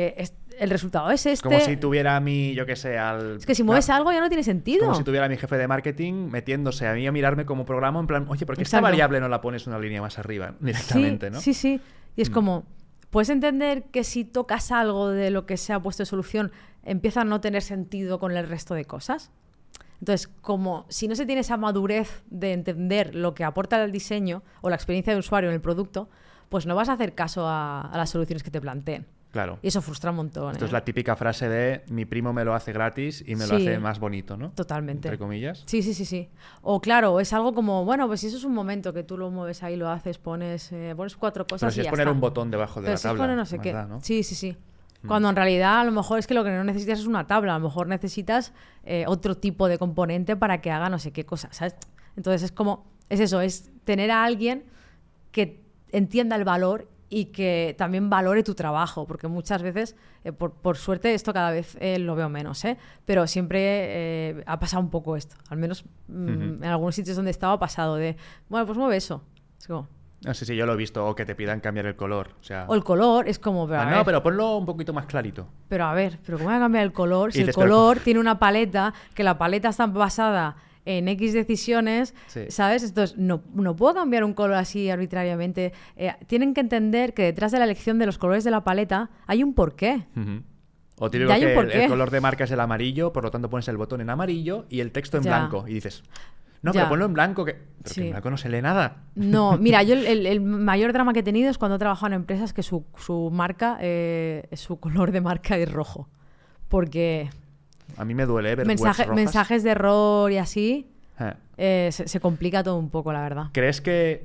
el resultado es este. Como si tuviera a mí, yo qué sé, Es que si mueves algo ya no tiene sentido. Como si tuviera a mi jefe de marketing metiéndose a mí a mirarme como programa en plan, oye, ¿por qué esta variable no la pones una línea más arriba directamente, no? Sí. Y es como, ¿puedes entender que si tocas algo de lo que se ha puesto de solución empieza a no tener sentido con el resto de cosas? Entonces, como si no se tiene esa madurez de entender lo que aporta el diseño o la experiencia de usuario en el producto, pues no vas a hacer caso a las soluciones que te planteen. Claro. Y eso frustra un montón. Esto es la típica frase de mi primo me lo hace gratis y me lo hace más bonito, ¿no? Totalmente. Entre comillas. Sí. O claro, es algo como, bueno, pues si eso es un momento que tú lo mueves ahí, lo haces, pones 4 cosas. Pero si y es ya poner está. un botón debajo de Pero la si tabla. Es poner no sé qué. ¿No? Sí. Cuando en realidad a lo mejor es que lo que no necesitas es una tabla, a lo mejor necesitas otro tipo de componente para que haga no sé qué cosa, ¿sabes? Entonces es como, es eso, es tener a alguien que entienda el valor y que también valore tu trabajo, porque muchas veces, por suerte, esto cada vez lo veo menos, pero siempre ha pasado un poco esto, al menos en algunos sitios donde estaba ha pasado de, bueno, pues mueve eso. Es como... No sé si yo lo he visto, o que te pidan cambiar el color. O el color es como... no, pero ponlo un poquito más clarito. Pero a ver, ¿pero cómo voy a cambiar el color? Si el color tiene una paleta, que la paleta está basada en X decisiones, ¿sabes? Entonces, no puedo cambiar un color así arbitrariamente. Tienen que entender que detrás de la elección de los colores de la paleta hay un porqué. O te digo que el color de marca es el amarillo, por lo tanto pones el botón en amarillo y el texto en blanco. Y dices... No, pero ponlo en blanco, que en blanco no se lee nada. No, mira, yo el mayor drama que he tenido es cuando he trabajado en empresas que su marca, su color de marca es rojo. Porque... A mí me duele ver mensajes de error y así, se complica todo un poco, la verdad. ¿Crees que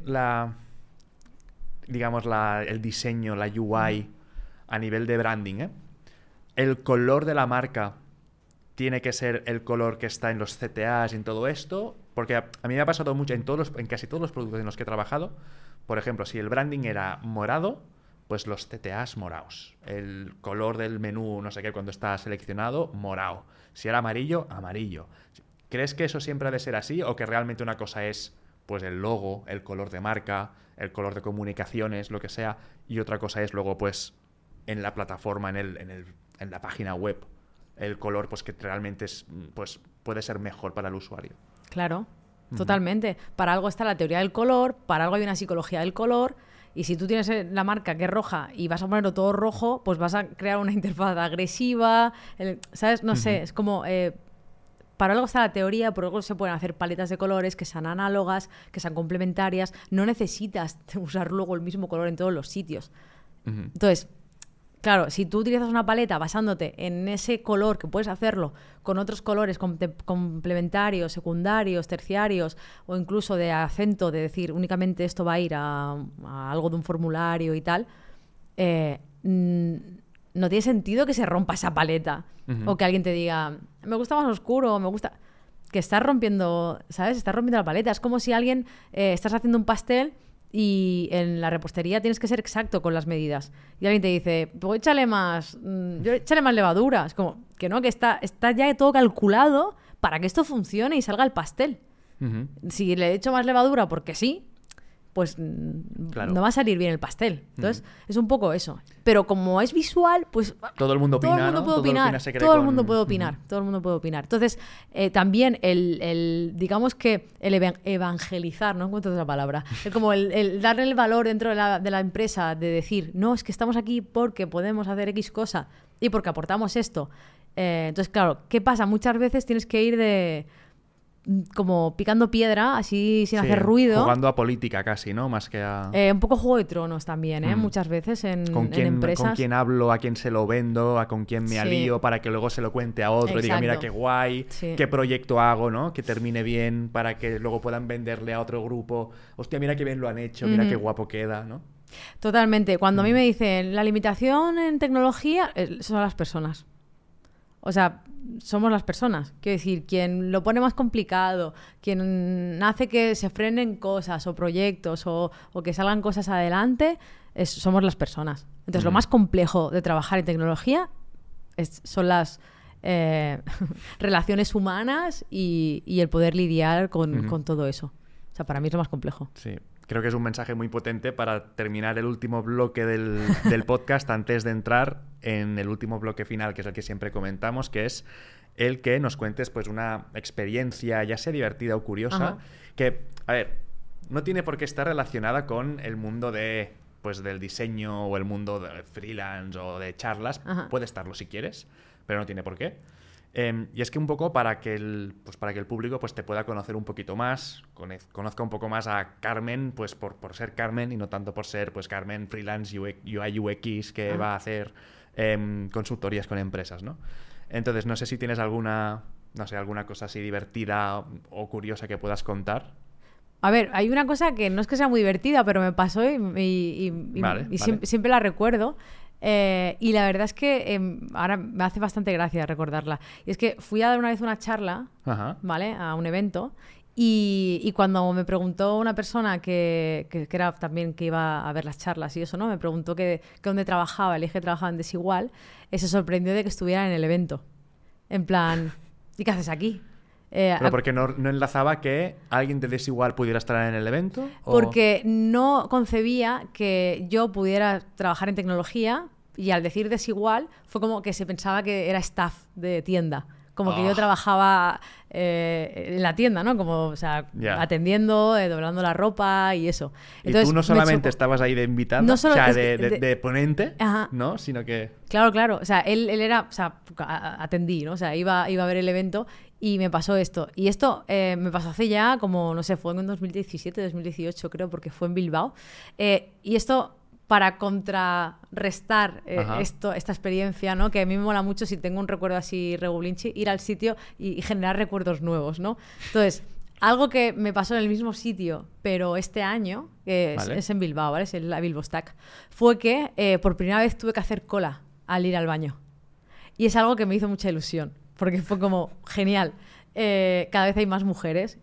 el diseño, la UI, a nivel de branding, el color de la marca tiene que ser el color que está en los CTAs y en todo esto? Porque a mí me ha pasado mucho en casi todos los productos en los que he trabajado. Por ejemplo, si el branding era morado, pues los CTAs morados. El color del menú, no sé qué, cuando está seleccionado, morado. Si era amarillo, amarillo. ¿Crees que eso siempre ha de ser así, o que realmente una cosa es pues el logo, el color de marca, el color de comunicaciones, lo que sea, y otra cosa es luego pues en la plataforma, en la página web, el color pues que realmente es, pues puede ser mejor para el usuario? Claro, totalmente. Para algo está la teoría del color, para algo hay una psicología del color, y si tú tienes la marca que es roja y vas a ponerlo todo rojo, pues vas a crear una interfaz agresiva, ¿sabes? No sé, es como... para algo está la teoría, por algo se pueden hacer paletas de colores que sean análogas, que sean complementarias. No necesitas usar luego el mismo color en todos los sitios. Entonces... Claro, si tú utilizas una paleta basándote en ese color, que puedes hacerlo con otros colores complementarios, secundarios, terciarios, o incluso de acento, de decir únicamente esto va a ir a algo de un formulario y tal, no tiene sentido que se rompa esa paleta. O que alguien te diga, me gusta más oscuro, me gusta... Que estás rompiendo, ¿sabes? Estás rompiendo la paleta. Es como si alguien, estás haciendo un pastel... Y en la repostería tienes que ser exacto con las medidas. Y alguien te dice, pues échale más levadura. Es como, que no, que está ya todo calculado para que esto funcione y salga el pastel. Si le echo más levadura porque sí, pues no va a salir bien el pastel. Entonces, es un poco eso. Pero como es visual, pues... Todo el mundo opina, ¿no? Todo el mundo puede opinar. Entonces, también digamos que el evangelizar, no encuentro otra palabra, es como el darle el valor dentro de la empresa, de decir, no, es que estamos aquí porque podemos hacer X cosa y porque aportamos esto. Entonces, claro, ¿qué pasa? Muchas veces tienes que ir como picando piedra, así sin hacer ruido. Jugando a política casi, ¿no? Más que a... un poco Juego de Tronos también, muchas veces en empresas. ¿Con quién hablo? ¿A quién se lo vendo? ¿A con quién me alío? Para que luego se lo cuente a otro. Exacto. Y diga, mira qué guay, qué proyecto hago, ¿no? Que termine bien, para que luego puedan venderle a otro grupo. Hostia, mira qué bien lo han hecho, mira qué guapo queda, ¿no? Totalmente. Cuando a mí me dicen, la limitación en tecnología son las personas. O sea, somos las personas. Quiero decir, quien lo pone más complicado, quien hace que se frenen cosas o proyectos o que salgan cosas adelante, somos las personas. Entonces, lo más complejo de trabajar en tecnología son las relaciones humanas y el poder lidiar con todo eso. O sea, para mí es lo más complejo. Sí. Creo que es un mensaje muy potente para terminar el último bloque del podcast antes de entrar en el último bloque final, que es el que siempre comentamos, que es el que nos cuentes pues una experiencia, ya sea divertida o curiosa, que, a ver, no tiene por qué estar relacionada con el mundo del diseño o el mundo de freelance o de charlas. Puede estarlo si quieres, pero no tiene por qué. Y es que un poco para que el público pues te pueda conocer un poquito más, conozca un poco más a Carmen, pues por ser Carmen y no tanto por ser pues Carmen freelance UI UX que va a hacer consultorías con empresas, ¿no? Entonces no sé si tienes alguna cosa así divertida o curiosa que puedas contar. A ver, hay una cosa que no es que sea muy divertida, pero me pasó y vale. Siempre la recuerdo. Y la verdad es que ahora me hace bastante gracia recordarla. Y es que fui a dar una vez una charla, ¿vale? A un evento, Y cuando me preguntó una persona que era también que iba a ver las charlas y eso, ¿no? Me preguntó que dónde trabajaba, le dije que trabajaba en Desigual, se sorprendió de que estuviera en el evento. En plan, ¿y qué haces aquí? ¿Pero porque no enlazaba que alguien de Desigual pudiera estar en el evento? ¿O? Porque no concebía que yo pudiera trabajar en tecnología y al decir Desigual fue como que se pensaba que era staff de tienda. Como que yo trabajaba en la tienda, ¿no? Como, o sea, atendiendo, doblando la ropa y eso. Entonces, y tú no solamente estabas ahí de invitada, no solo, o sea, de ponente, ajá. ¿no? Sino que... Claro. O sea, él era... O sea, atendí, ¿no? O sea, iba a ver el evento y me pasó esto. Y esto me pasó hace ya como, no sé, fue en 2017, 2018 creo, porque fue en Bilbao. Y esto... para contrarrestar esta experiencia, ¿no? Que a mí me mola mucho, si tengo un recuerdo así regulinchi, ir al sitio y generar recuerdos nuevos, ¿no? Entonces, algo que me pasó en el mismo sitio, pero este año, que es en Bilbao, ¿vale? Es la Bilbo Stack, fue que por primera vez tuve que hacer cola al ir al baño. Y es algo que me hizo mucha ilusión, porque fue como genial. Cada vez hay más mujeres,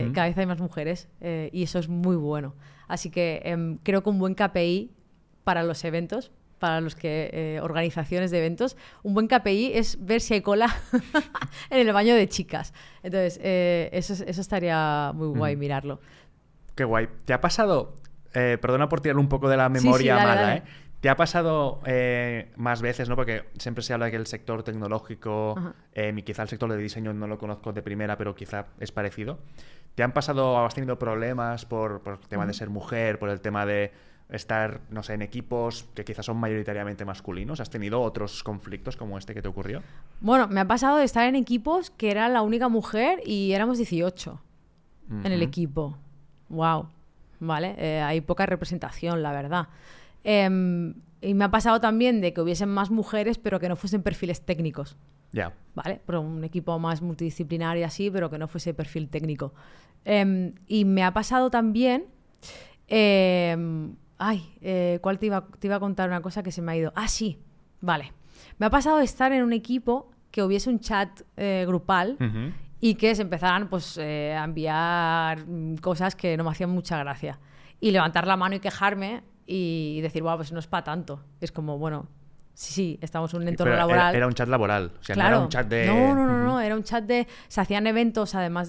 y eso es muy bueno. Así que creo que un buen KPI para los eventos, para los que organizaciones de eventos, un buen KPI es ver si hay cola en el baño de chicas. Entonces, eso estaría muy guay mirarlo. Qué guay. ¿Te ha pasado, perdona por tirar un poco de la memoria mala, ¿te ha pasado más veces, ¿no? Porque siempre se habla de que el sector tecnológico, quizá el sector de diseño no lo conozco de primera, pero quizá es parecido. ¿Te han pasado, has tenido problemas por el tema de ser mujer, por el tema de estar, no sé, en equipos que quizás son mayoritariamente masculinos? ¿Has tenido otros conflictos como este que te ocurrió? Bueno, me ha pasado de estar en equipos que era la única mujer y éramos 18 en el equipo. Wow, ¿vale? Hay poca representación, la verdad. Y me ha pasado también de que hubiesen más mujeres, pero que no fuesen perfiles técnicos. Ya. ¿Vale? Pero un equipo más multidisciplinario así, pero que no fuese perfil técnico. Y me ha pasado también... ¿cuál te iba a contar una cosa que se me ha ido? Ah, sí, vale. Me ha pasado de estar en un equipo que hubiese un chat grupal y que se empezaran pues, a enviar cosas que no me hacían mucha gracia. Y levantar la mano y quejarme y decir, bueno, pues no es para tanto. Es como, bueno, sí, estamos en un entorno laboral. Era un chat laboral, o sea, claro. No era un chat de... No, era un chat de... Se hacían eventos, además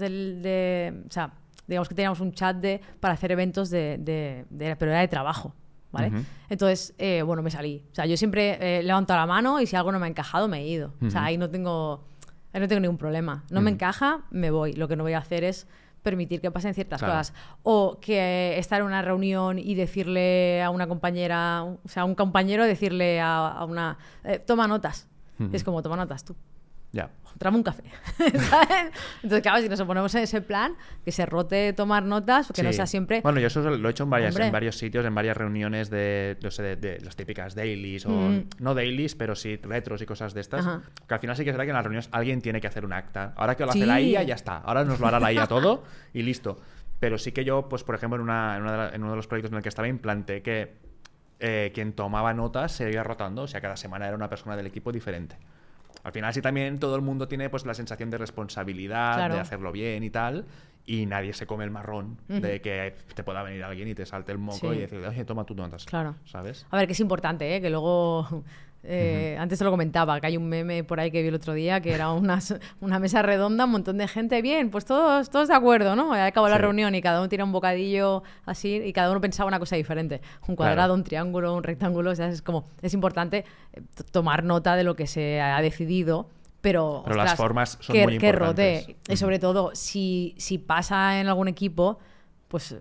o sea, digamos que teníamos un chat para hacer eventos pero era de trabajo, ¿vale? Entonces, bueno, me salí. O sea, yo siempre levanto la mano y si algo no me ha encajado, me he ido. O sea, ahí no tengo ningún problema. No me encaja, me voy. Lo que no voy a hacer es permitir que pasen ciertas cosas. O que estar en una reunión y decirle a una compañera, o sea, a un compañero decirle a una... toma notas. Es como, toma notas tú. Ya. Tráeme un café. ¿Sabes? Entonces, claro, si nos ponemos en ese plan, que se rote tomar notas, que no sea siempre... Bueno, yo eso lo he hecho en varios sitios, en varias reuniones de las típicas dailies, o no dailies, pero sí retros y cosas de estas. Que al final sí que es verdad que en las reuniones alguien tiene que hacer un acta. Ahora que lo hace la IA, ya está. Ahora nos lo hará la IA todo y listo. Pero sí que yo, pues por ejemplo, en uno de los proyectos en el que estaba, implanté que quien tomaba notas se iba rotando. O sea, cada semana era una persona del equipo diferente. Al final sí también todo el mundo tiene pues la sensación de responsabilidad, de hacerlo bien y tal, y nadie se come el marrón de que te pueda venir alguien y te salte el moco y decir, oye, toma tus notas. Claro. ¿Sabes? A ver, que es importante, que luego... Antes te lo comentaba, que hay un meme por ahí que vi el otro día, que era una mesa redonda, un montón de gente, bien, pues todos de acuerdo, ¿no? Acabó la reunión y cada uno tira un bocadillo así y cada uno pensaba una cosa diferente. Un cuadrado, un triángulo, un rectángulo, o sea, es importante tomar nota de lo que se ha decidido, pero ostras, las formas son muy importantes. Que rote. Y sobre todo, si pasa en algún equipo, pues...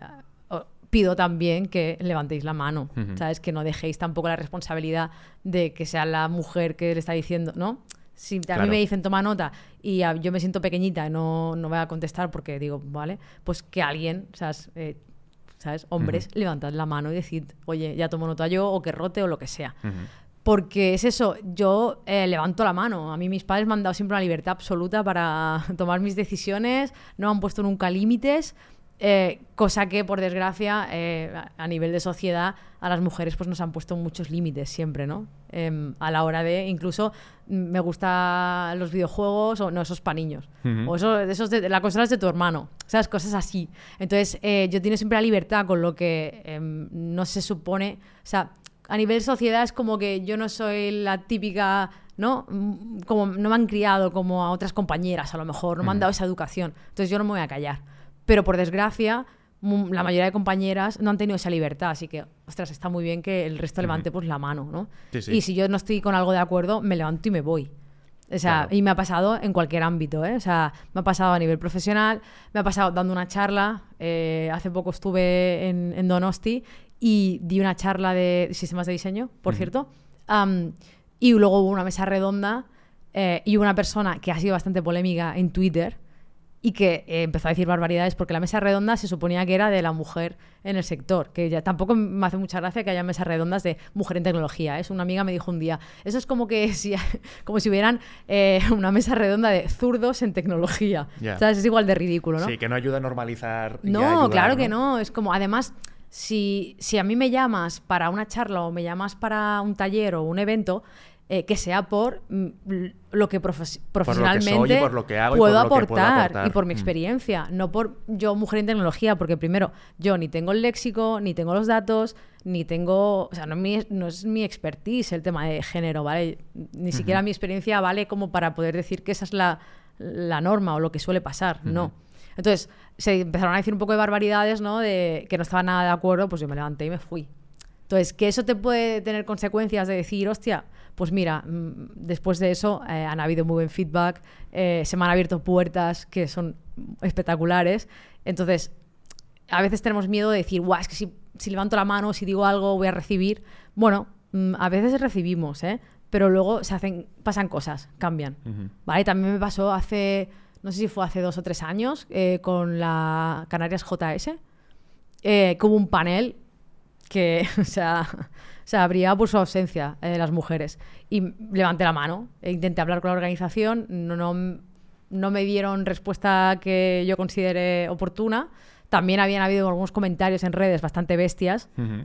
pido también que levantéis la mano, ¿sabes? Que no dejéis tampoco la responsabilidad de que sea la mujer que le está diciendo, ¿no? Si a mí me dicen toma nota y yo me siento pequeñita y no voy a contestar porque digo, vale, pues que alguien, ¿sabes? Hombres, levantad la mano y decid, oye, ya tomo nota yo, o que rote o lo que sea. Porque es eso, yo levanto la mano. A mí mis padres me han dado siempre una libertad absoluta para tomar mis decisiones, no han puesto nunca límites. Cosa que, por desgracia, a nivel de sociedad, a las mujeres pues nos han puesto muchos límites siempre, ¿no? A la hora de, incluso, me gustan los videojuegos, o no, esos para niños. O esos la consola es de tu hermano, ¿sabes? Cosas así. Entonces, yo tengo siempre la libertad con lo que no se supone... O sea, a nivel sociedad es como que yo no soy la típica... ¿no? Como no me han criado como a otras compañeras, a lo mejor, no me han dado esa educación. Entonces yo no me voy a callar. Pero por desgracia, la mayoría de compañeras no han tenido esa libertad, así que, ostras, está muy bien que el resto levante pues la mano, ¿no? Sí, sí. Y si yo no estoy con algo de acuerdo, me levanto y me voy. O sea, Claro. y me ha pasado en cualquier ámbito, ¿eh? O sea, me ha pasado a nivel profesional, me ha pasado dando una charla. Hace poco estuve en Donosti y di una charla de sistemas de diseño, por cierto. Y luego hubo una mesa redonda y una persona que ha sido bastante polémica en Twitter y que empezó a decir barbaridades porque la mesa redonda se suponía que era de la mujer en el sector, que ya tampoco me hace mucha gracia que haya mesas redondas de mujer en tecnología. Una amiga me dijo un día, eso es como que como si hubieran una mesa redonda de zurdos en tecnología. Yeah. ¿Sabes? Es igual de ridículo, ¿no? Sí, que no ayuda a normalizar. No, ayudar, claro que no. Es como, además, si a mí me llamas para una charla o me llamas para un taller o un evento, que sea por lo que profesionalmente soy y por lo que hago y puedo por lo que puedo aportar aportar. y por mi experiencia, no por yo mujer en tecnología, porque primero yo ni tengo el léxico, ni tengo los datos, ni tengo, o sea, no es mi expertise el tema de género, ¿vale? Ni siquiera mi experiencia vale como para poder decir que esa es la norma o lo que suele pasar, no. Entonces, se empezaron a decir un poco de barbaridades, ¿no? De que no estaba nada de acuerdo, pues yo me levanté y me fui. Entonces, que eso te puede tener consecuencias de decir, hostia, pues mira, después de eso han habido muy buen feedback, se me han abierto puertas que son espectaculares. Entonces, a veces tenemos miedo de decir, guau, es que si levanto la mano, si digo algo, voy a recibir. Bueno, a veces recibimos, pero luego pasan cosas, cambian. ¿Vale? También me pasó no sé si fue hace 2 o 3 años, con la Canarias JS, como un panel que, o sea, brillaba por su ausencia las mujeres. Y levanté la mano, intenté hablar con la organización, no me dieron respuesta que yo considere oportuna. También habían habido algunos comentarios en redes bastante bestias.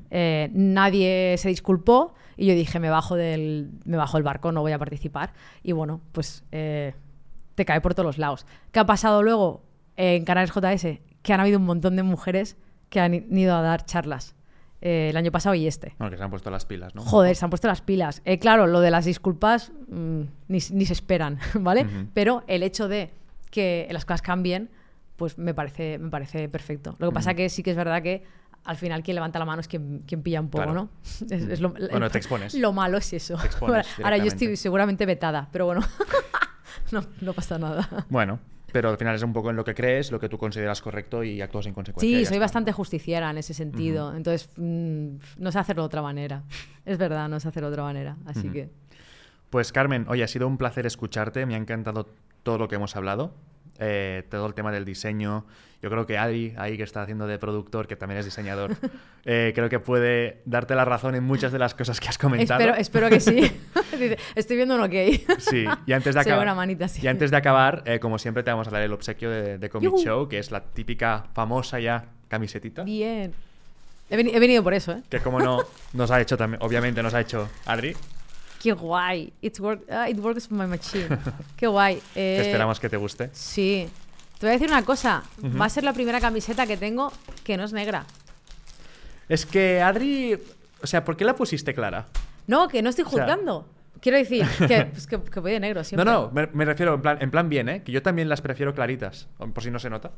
Nadie se disculpó y yo dije, me bajo del barco, no voy a participar. Y bueno, pues te cae por todos los lados. ¿Qué ha pasado luego en Canarias JS? Que han habido un montón de mujeres que han ido a dar charlas. El año pasado y Bueno, que se han puesto las pilas, ¿no? Joder, se han puesto las pilas. Claro, lo de las disculpas ni se esperan, ¿vale? Pero el hecho de que las cosas cambien, pues me parece perfecto. Lo que pasa que sí que es verdad que al final quien levanta la mano es quien pilla un poco, Claro. ¿no? Bueno, te expones. Lo malo es eso. Te expones Ahora yo directamente. estoy seguramente vetada, pero bueno, no pasa nada. Bueno, pero al final es un poco en lo que crees, lo que tú consideras correcto y actúas en consecuencia. y Sí, ya soy está. bastante justiciera en ese sentido. Entonces, no sé hacerlo de otra manera. Es verdad, no sé hacerlo de otra manera. Así que... Pues Carmen, oye, ha sido un placer escucharte. Me ha encantado todo lo que hemos hablado. Todo el tema del diseño. Yo creo que Adri, ahí que está haciendo de productor, que también es diseñador, creo que puede darte la razón en muchas de las cosas que has comentado. Espero que sí. Dice, estoy viendo un ok. Sí, y antes de Se ve acabar, una manita así. y antes de acabar como siempre, te vamos a dar el obsequio de Comic ¡Yujú! Show, que es la típica, famosa ya camisetita. Bien. He venido por eso, ¿eh? Que como no, nos ha hecho también, obviamente nos ha hecho Adri. Qué guay. It works for my machine. Qué guay. Esperamos que te guste. Sí. Te voy a decir una cosa. Va a ser la primera camiseta que tengo que no es negra. Es que Adri, o sea, ¿por qué la pusiste clara? No, que no estoy sea- juzgando. Quiero decir que voy de negro siempre. No, me refiero en plan bien, ¿eh? Que yo también las prefiero claritas, por si no se nota.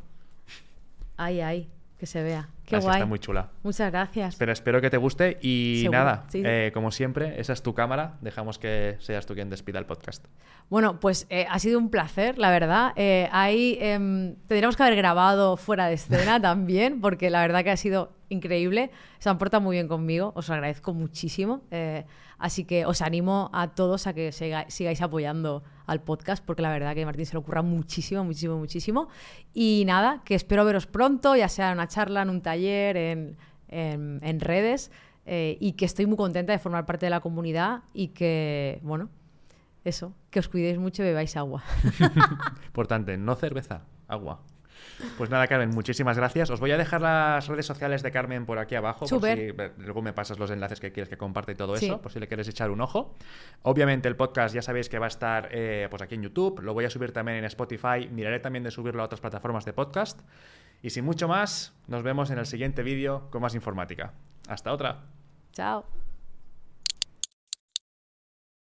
Ay, que se vea. Qué Así guay. está muy chula. Muchas gracias. Pero espero que te guste y Seguro, nada, sí. como siempre, esa es tu cámara. Dejamos que seas tú quien despida el podcast. Bueno, pues ha sido un placer, la verdad. Ahí tendríamos que haber grabado fuera de escena también, porque la verdad que ha sido increíble. Se han portado muy bien conmigo, os lo agradezco muchísimo. Así que os animo a todos a que sigáis apoyando al podcast, porque la verdad que a Martín se le ocurra muchísimo, muchísimo, muchísimo. Y nada, que espero veros pronto, ya sea en una charla, en un taller, en redes, y que estoy muy contenta de formar parte de la comunidad y que, bueno, eso, que os cuidéis mucho y bebáis agua. Importante, no cerveza, agua. Pues nada, Carmen, muchísimas gracias. Os voy a dejar las redes sociales de Carmen por aquí abajo. Súper. Por si luego me pasas los enlaces que quieres que comparte y todo Sí. eso, por si le quieres echar un ojo. Obviamente el podcast ya sabéis que va a estar pues aquí en YouTube, lo voy a subir también en Spotify, miraré también de subirlo a otras plataformas de podcast. Y sin mucho más, nos vemos en el siguiente vídeo con más informática. Hasta otra. Chao.